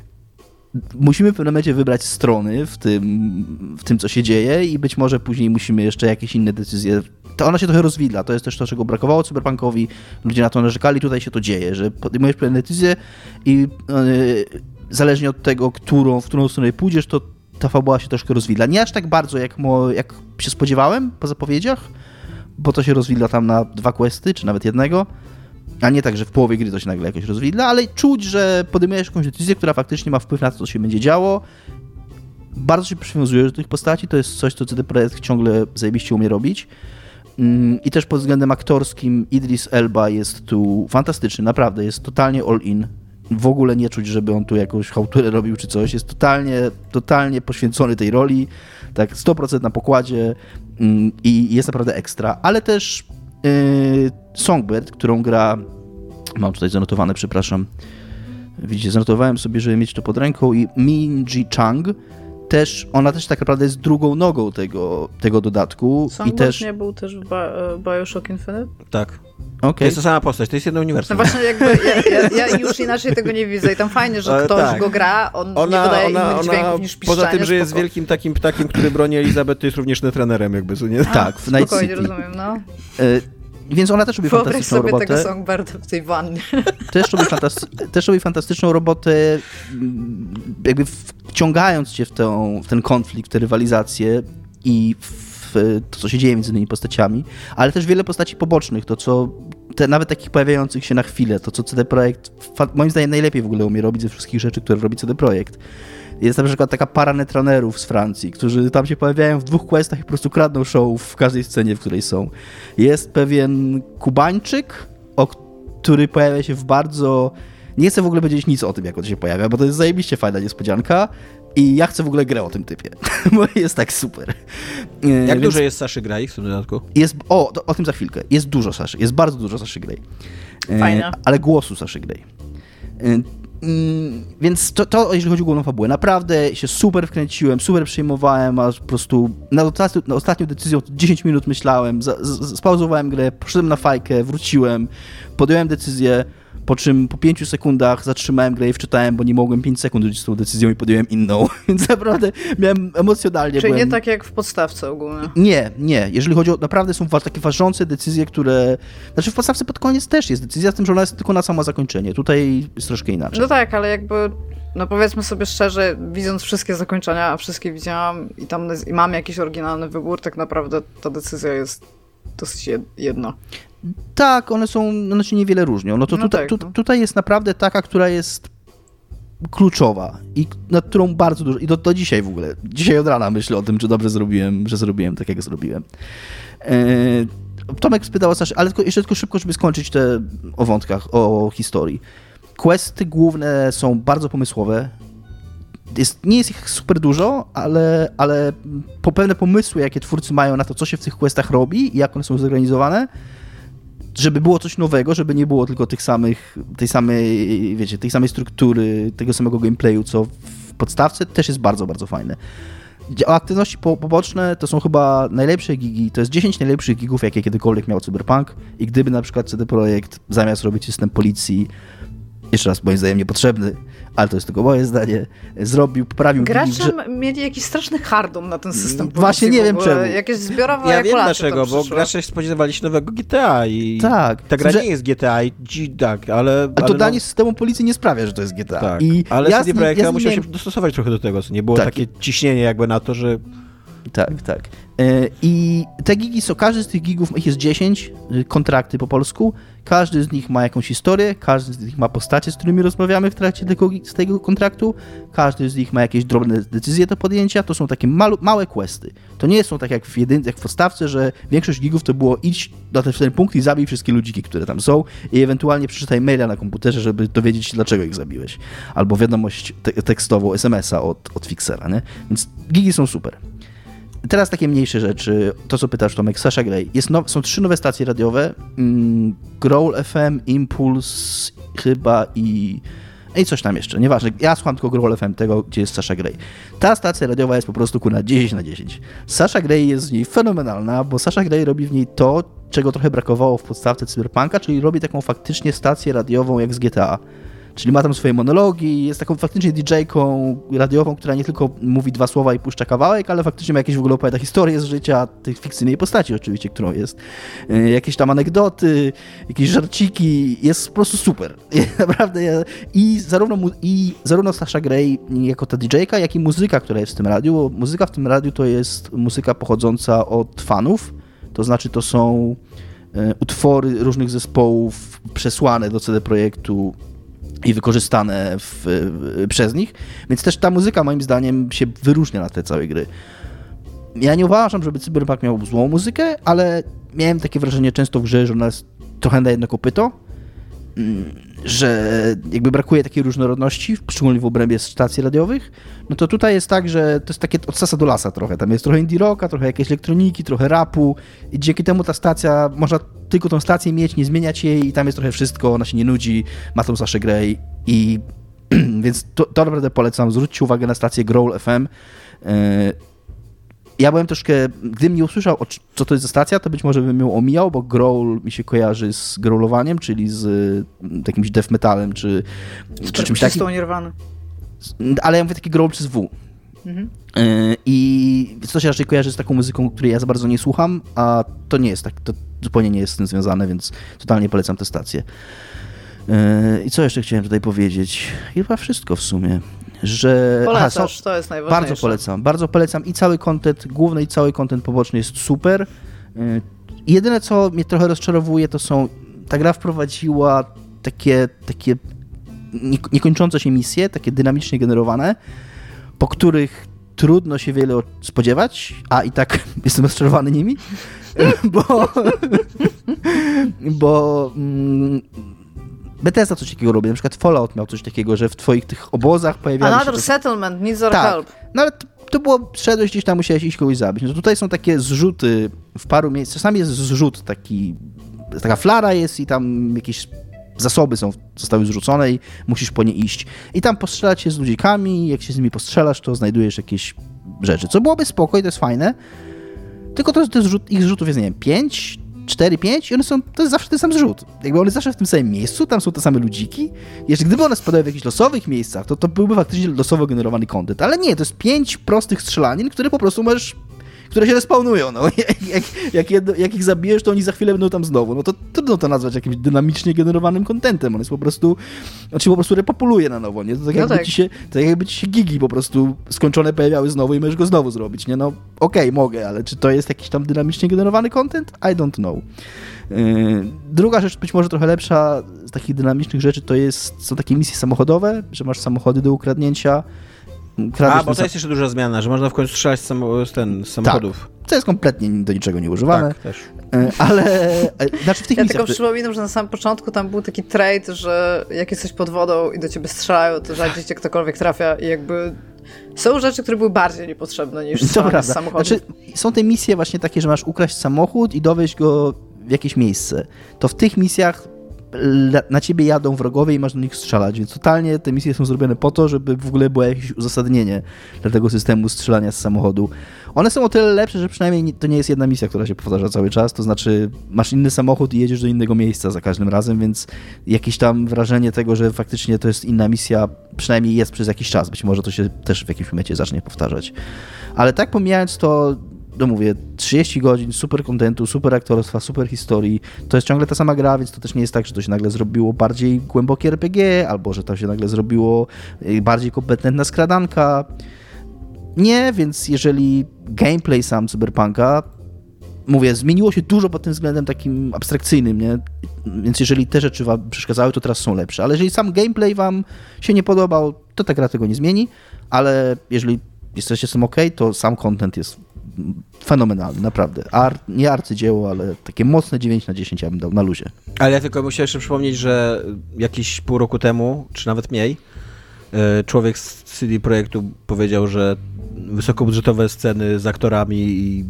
Musimy w pewnym momencie wybrać strony w tym, w tym, co się dzieje i być może później musimy jeszcze jakieś inne decyzje. To ona się trochę rozwidla, to jest też to, czego brakowało Cyberpunkowi. Ludzie na to narzekali, tutaj się to dzieje, że podejmujesz pewne decyzje i yy, zależnie od tego, którą, w którą stronę pójdziesz, to ta fabuła się troszkę rozwidla. Nie aż tak bardzo, jak, mo, jak się spodziewałem po zapowiedziach, bo to się rozwidla tam na dwa questy, czy nawet jednego. A nie tak, że w połowie gry to się nagle jakoś rozwidla, ale czuć, że podejmujesz jakąś decyzję, która faktycznie ma wpływ na to, co się będzie działo. Bardzo się przywiązujesz do tych postaci, to jest coś, co C D Projekt ciągle zajebiście umie robić. I też pod względem aktorskim Idris Elba jest tu fantastyczny, naprawdę, jest totalnie all in. W ogóle nie czuć, żeby on tu jakąś chałturę robił czy coś. Jest totalnie, totalnie poświęcony tej roli, tak sto procent na pokładzie i jest naprawdę ekstra, ale też Yy, Songbird, którą gra, mam tutaj zanotowane, przepraszam, widzicie, zanotowałem sobie, żeby mieć to pod ręką, i Min-Ji Chang, też, ona też tak naprawdę jest drugą nogą tego, tego dodatku. Songbird i też nie był też w Bioshock Infinite? Tak. Okay. To jest ta sama postać, to jest jedno uniwersum. No właśnie, jakby ja, ja, ja już inaczej tego nie widzę i tam fajnie, że ktoś tak. go gra, on ona, nie wydaje ona, innych ona, dźwięków niż piszczenie. Poza tym, że spoko. jest wielkim takim ptakiem, który broni Elizabeth, to jest również netrenerem jakby, co nie? A, tak, w Night spokojnie, City. rozumiem, no. Y- Więc ona też robi Wyobraź fantastyczną sobie robotę. tego Songbirda w tej wannie. Też robi, fantasty- też robi fantastyczną robotę, jakby wciągając cię w, tę, w ten konflikt, w tę rywalizację i w to, co się dzieje między tymi postaciami, ale też wiele postaci pobocznych, to co, te, nawet takich pojawiających się na chwilę, to co C D Projekt fa- moim zdaniem najlepiej w ogóle umie robić ze wszystkich rzeczy, które robi C D Projekt. Jest na przykład taka para netrunnerów z Francji, którzy tam się pojawiają w dwóch questach i po prostu kradną show w każdej scenie, w której są. Jest pewien Kubańczyk, o który pojawia się w bardzo... Nie chcę w ogóle powiedzieć nic o tym, jak on się pojawia, bo to jest zajebiście fajna niespodzianka i ja chcę w ogóle grę o tym typie, bo jest tak super. Jak Więc dużo jest Saszy Grey w tym dodatku? Jest, o, to, o tym za chwilkę. Jest dużo Saszy, jest bardzo dużo Saszy Grey. Fajnie. Ale głosu Saszy Grey. Więc to, to, jeżeli chodzi o główną fabułę, naprawdę się super wkręciłem, super przejmowałem, aż po prostu na, ostatnią, na ostatnią decyzję dziesięć minut myślałem, za, z, spauzowałem grę, poszedłem na fajkę, wróciłem, podjąłem decyzję, po czym po pięciu sekundach zatrzymałem grę i wczytałem, bo nie mogłem pięć sekund rzucić z tą decyzją i podjąłem inną, więc naprawdę miałem emocjonalnie... Czyli byłem... nie tak jak w podstawce ogólnie. Nie, nie. Jeżeli chodzi o... Naprawdę są takie ważące decyzje, które... Znaczy w podstawce pod koniec też jest decyzja, z tym, że ona jest tylko na samo zakończenie. Tutaj jest troszkę inaczej. No tak, ale jakby, no powiedzmy sobie szczerze, widząc wszystkie zakończenia, a wszystkie widziałam i tam i mam jakiś oryginalny wybór, tak naprawdę ta decyzja jest dosyć jedna. Tak, one są, one się niewiele różnią. No to no tutaj, tak, tu, no. tutaj jest naprawdę taka, która jest kluczowa i nad którą bardzo dużo, i do, do dzisiaj w ogóle, dzisiaj od rana myślę o tym, czy dobrze zrobiłem, że zrobiłem tak, jak zrobiłem. Eee, Tomek spytał o Saszy, ale tylko, jeszcze tylko szybko, żeby skończyć te o wątkach, o historii. Questy główne są bardzo pomysłowe. Jest, nie jest ich super dużo, ale, ale po pewne pomysły, jakie twórcy mają na to, co się w tych questach robi i jak one są zorganizowane, żeby było coś nowego, żeby nie było tylko tych samych, tej samej, wiecie, tej samej struktury, tego samego gameplayu, co w podstawce, też jest bardzo, bardzo fajne. Aktywności po, poboczne to są chyba najlepsze gigi, to jest dziesięć najlepszych gigów, jakie kiedykolwiek miał Cyberpunk i gdyby na przykład C D Projekt zamiast robić system policji, jeszcze raz moim zdaniem niepotrzebny, ale to jest tylko moje zdanie, zrobił, poprawił... Gracze gigi, mieli jakiś straszny hardon na ten system policji. Właśnie nie wiem czemu. Jakieś zbiorowe Ja wiem dlaczego, bo przyszło. gracze spodziewali się nowego G T A i tak, ta gra że... nie jest G T A, i, tak, ale... A ale dodanie no... systemu policji nie sprawia, że to jest G T A. Tak, I ale ja C D Projekt ja musiał miałem... się dostosować trochę do tego, co nie było tak. takie ciśnienie jakby na to, że... Tak, tak. I te gigi są, każdy z tych gigów, ich jest dziesięć, kontrakty po polsku, każdy z nich ma jakąś historię, każdy z nich ma postacie, z którymi rozmawiamy w trakcie tego, z tego kontraktu, każdy z nich ma jakieś drobne decyzje do podjęcia, to są takie malu, małe questy. To nie są tak jak w, jedyn, jak w podstawce, że większość gigów to było idź na ten punkt i zabij wszystkie ludziki, które tam są i ewentualnie przeczytaj maila na komputerze, żeby dowiedzieć się, dlaczego ich zabiłeś. Albo wiadomość te- tekstową, es em es a od, od fixera, nie? Więc gigi są super. Teraz takie mniejsze rzeczy, to co pytasz Tomek, Sasha Grey. Jest now, są trzy nowe stacje radiowe, mm, Growl F M, Impulse chyba i, i coś tam jeszcze, nieważne. Ja słucham tylko Growl F M, tego gdzie jest Sasha Grey. Ta stacja radiowa jest po prostu kurna dziesięć na dziesięć. Sasha Grey jest w niej fenomenalna, bo Sasha Grey robi w niej to, czego trochę brakowało w podstawce Cyberpunka, czyli robi taką faktycznie stację radiową jak z G T A. Czyli ma tam swoje monologi, jest taką faktycznie didżejką radiową, która nie tylko mówi dwa słowa i puszcza kawałek, ale faktycznie ma jakieś w ogóle opowiada historię z życia tej fikcyjnej postaci oczywiście, którą jest. Yy, jakieś tam anegdoty, jakieś żarciki, jest po prostu super. Naprawdę. Ja, I zarówno, mu, i zarówno Sasha Grey jako ta didżejka, jak i muzyka, która jest w tym radiu. Muzyka w tym radiu to jest muzyka pochodząca od fanów, to znaczy to są yy, utwory różnych zespołów przesłane do C D Projektu i wykorzystane w, w, przez nich, więc też ta muzyka moim zdaniem się wyróżnia na te całej gry. Ja nie uważam, żeby Cyberpunk miał złą muzykę, ale miałem takie wrażenie często w grze, że ona jest trochę na jedno kopyto, że jakby brakuje takiej różnorodności, szczególnie w obrębie stacji radiowych, no to tutaj jest tak, że to jest takie od sasa do lasa trochę. Tam jest trochę indie rocka, trochę jakiejś elektroniki, trochę rapu i dzięki temu ta stacja, można tylko tą stację mieć, nie zmieniać jej i tam jest trochę wszystko, ona się nie nudzi, ma tą Saszę Grey i więc to, to naprawdę polecam. Zwróćcie uwagę na stację Growl F M. Ja byłem troszkę, gdybym nie usłyszał, co to jest za stacja, to być może bym ją omijał, bo growl mi się kojarzy z growlowaniem, czyli z jakimś death metalem, czy, czy czymś takim. Nirwany. Ale ja mówię taki growl przez W. Mhm. I to się raczej kojarzy z taką muzyką, której ja za bardzo nie słucham, a to nie jest tak, to zupełnie nie jest z tym związane, więc totalnie polecam tę stację. I co jeszcze chciałem tutaj powiedzieć? Chyba wszystko w sumie. Że Polecasz, aha, są, to jest najważniejsze. Bardzo polecam, bardzo polecam i cały content główny i cały content poboczny jest super. I jedyne co mnie trochę rozczarowuje to są, ta gra wprowadziła takie, takie niekończące się misje, takie dynamicznie generowane, po których trudno się wiele spodziewać, a i tak jestem rozczarowany nimi, bo, bo mm, Bethesda coś takiego robi, na przykład Fallout miał coś takiego, że w twoich tych obozach pojawiały się... Another te... settlement needs our tak, help. No ale to, to było, szedłeś gdzieś tam, musiałeś iść kogoś zabić. No to tutaj są takie zrzuty w paru miejscach, czasami jest zrzut taki, taka flara jest i tam jakieś zasoby są, zostały zrzucone i musisz po nie iść. I tam postrzelać się z ludzikami, jak się z nimi postrzelasz, to znajdujesz jakieś rzeczy, co byłoby spoko i to jest fajne, tylko to, to zrzut, ich zrzutów jest, nie wiem, pięć, cztery, pięć i one są, to jest zawsze ten sam zrzut. Jakby one zawsze w tym samym miejscu, tam są te same ludziki. Jeszcze gdyby one spadały w jakichś losowych miejscach, to to byłby faktycznie losowo generowany content, ale nie, to jest pięć prostych strzelanin, które po prostu możesz, które się respawnują, no. Jak, jak, jak, jedno, jak ich zabijesz, to oni za chwilę będą tam znowu. No to trudno to nazwać jakimś dynamicznie generowanym contentem. On jest po prostu, znaczy po prostu repopuluje na nowo, nie? To tak, no jakby, tak. Ci się, to tak jakby ci się gigi po prostu skończone pojawiały znowu i możesz go znowu zrobić, nie? No okej, okay, mogę, ale czy to jest jakiś tam dynamicznie generowany content? I don't know. Yy, druga rzecz, być może trochę lepsza z takich dynamicznych rzeczy, to jest, są takie misje samochodowe, że masz samochody do ukradnięcia. A, bo to jest jeszcze duża zmiana, że można w końcu strzelać z, samo, z, ten, z samochodów. Tak, to jest kompletnie do niczego nie używane. Tak, też. Ale, znaczy w tych ja misjach... tylko przypominam, że na samym początku tam był taki trade, że jak jesteś pod wodą i do ciebie strzelają, to rzadziej cię ktokolwiek trafia i jakby są rzeczy, które były bardziej niepotrzebne niż strzelanie z samochodu. Znaczy, są te misje właśnie takie, że masz ukraść samochód i dowieźć go w jakieś miejsce. To w tych misjach na ciebie jadą wrogowie i masz do nich strzelać, więc totalnie te misje są zrobione po to, żeby w ogóle było jakieś uzasadnienie dla tego systemu strzelania z samochodu. One są o tyle lepsze, że przynajmniej to nie jest jedna misja, która się powtarza cały czas, to znaczy masz inny samochód i jedziesz do innego miejsca za każdym razem, więc jakieś tam wrażenie tego, że faktycznie to jest inna misja, przynajmniej jest przez jakiś czas, być może to się też w jakimś momencie zacznie powtarzać. Ale tak pomijając to, no mówię, trzydzieści godzin, super kontentu, super aktorstwa, super historii. To jest ciągle ta sama gra, więc to też nie jest tak, że to się nagle zrobiło bardziej głębokie er pe gie, albo że to się nagle zrobiło bardziej kompetentna skradanka. Nie, więc jeżeli gameplay sam Cyberpunka, mówię, zmieniło się dużo pod tym względem takim abstrakcyjnym, nie? Więc jeżeli te rzeczy wam przeszkadzały, to teraz są lepsze. Ale jeżeli sam gameplay wam się nie podobał, to ta gra tego nie zmieni, ale jeżeli jesteście z tym okej, to sam content jest fenomenalny, naprawdę. Ar, nie arcydzieło, ale takie mocne dziewięć na dziesięć ja bym dał na luzie. Ale ja tylko musiałem jeszcze przypomnieć, że jakieś pół roku temu, czy nawet mniej, człowiek z C D Projektu powiedział, że wysokobudżetowe sceny z aktorami i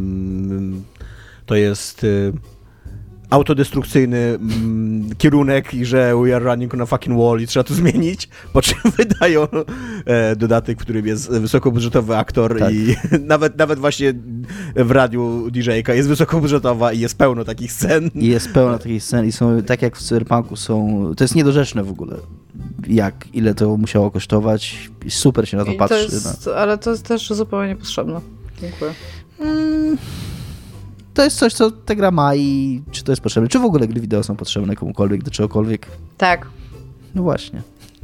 mm, to jest y, autodestrukcyjny mm, kierunek i że we are running on a fucking wall i trzeba to zmienić, po czym wydają e, dodatek, w którym jest wysokobudżetowy aktor tak. i nawet, nawet właśnie w radiu D J-ka jest wysokobudżetowa i jest pełno takich scen. I jest pełno takich scen i są, tak jak w Cyberpunku są, to jest niedorzeczne w ogóle, jak, ile to musiało kosztować. Super się na to I patrzy. To jest, no. Ale to jest też zupełnie niepotrzebne. Dziękuję. Mm. To jest coś, co ta gra ma i czy to jest potrzebne? Czy w ogóle gry wideo są potrzebne komukolwiek, do czegokolwiek? Tak. No właśnie.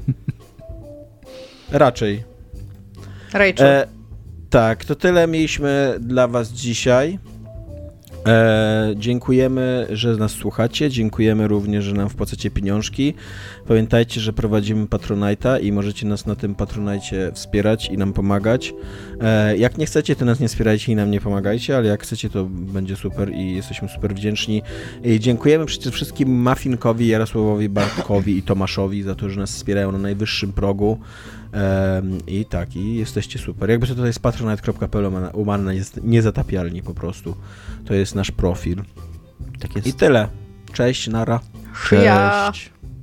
Raczej. Rachel. E, tak, to tyle mieliśmy dla was dzisiaj. E, dziękujemy, że nas słuchacie. Dziękujemy również, że nam wpłacacie pieniążki. Pamiętajcie, że prowadzimy Patronite'a i możecie nas na tym Patronite'cie wspierać i nam pomagać. E, jak nie chcecie, to nas nie wspierajcie i nam nie pomagajcie, ale jak chcecie, to będzie super i jesteśmy super wdzięczni. I dziękujemy przede wszystkim Muffinkowi, Jarosławowi, Bartkowi i Tomaszowi za to, że nas wspierają na najwyższym progu. Um, I tak, i jesteście super. Jakby to tutaj jest patronite kropka p l umarna niezatapialni po prostu. To jest nasz profil. Tak jest. I tyle. Cześć, nara. Cześć.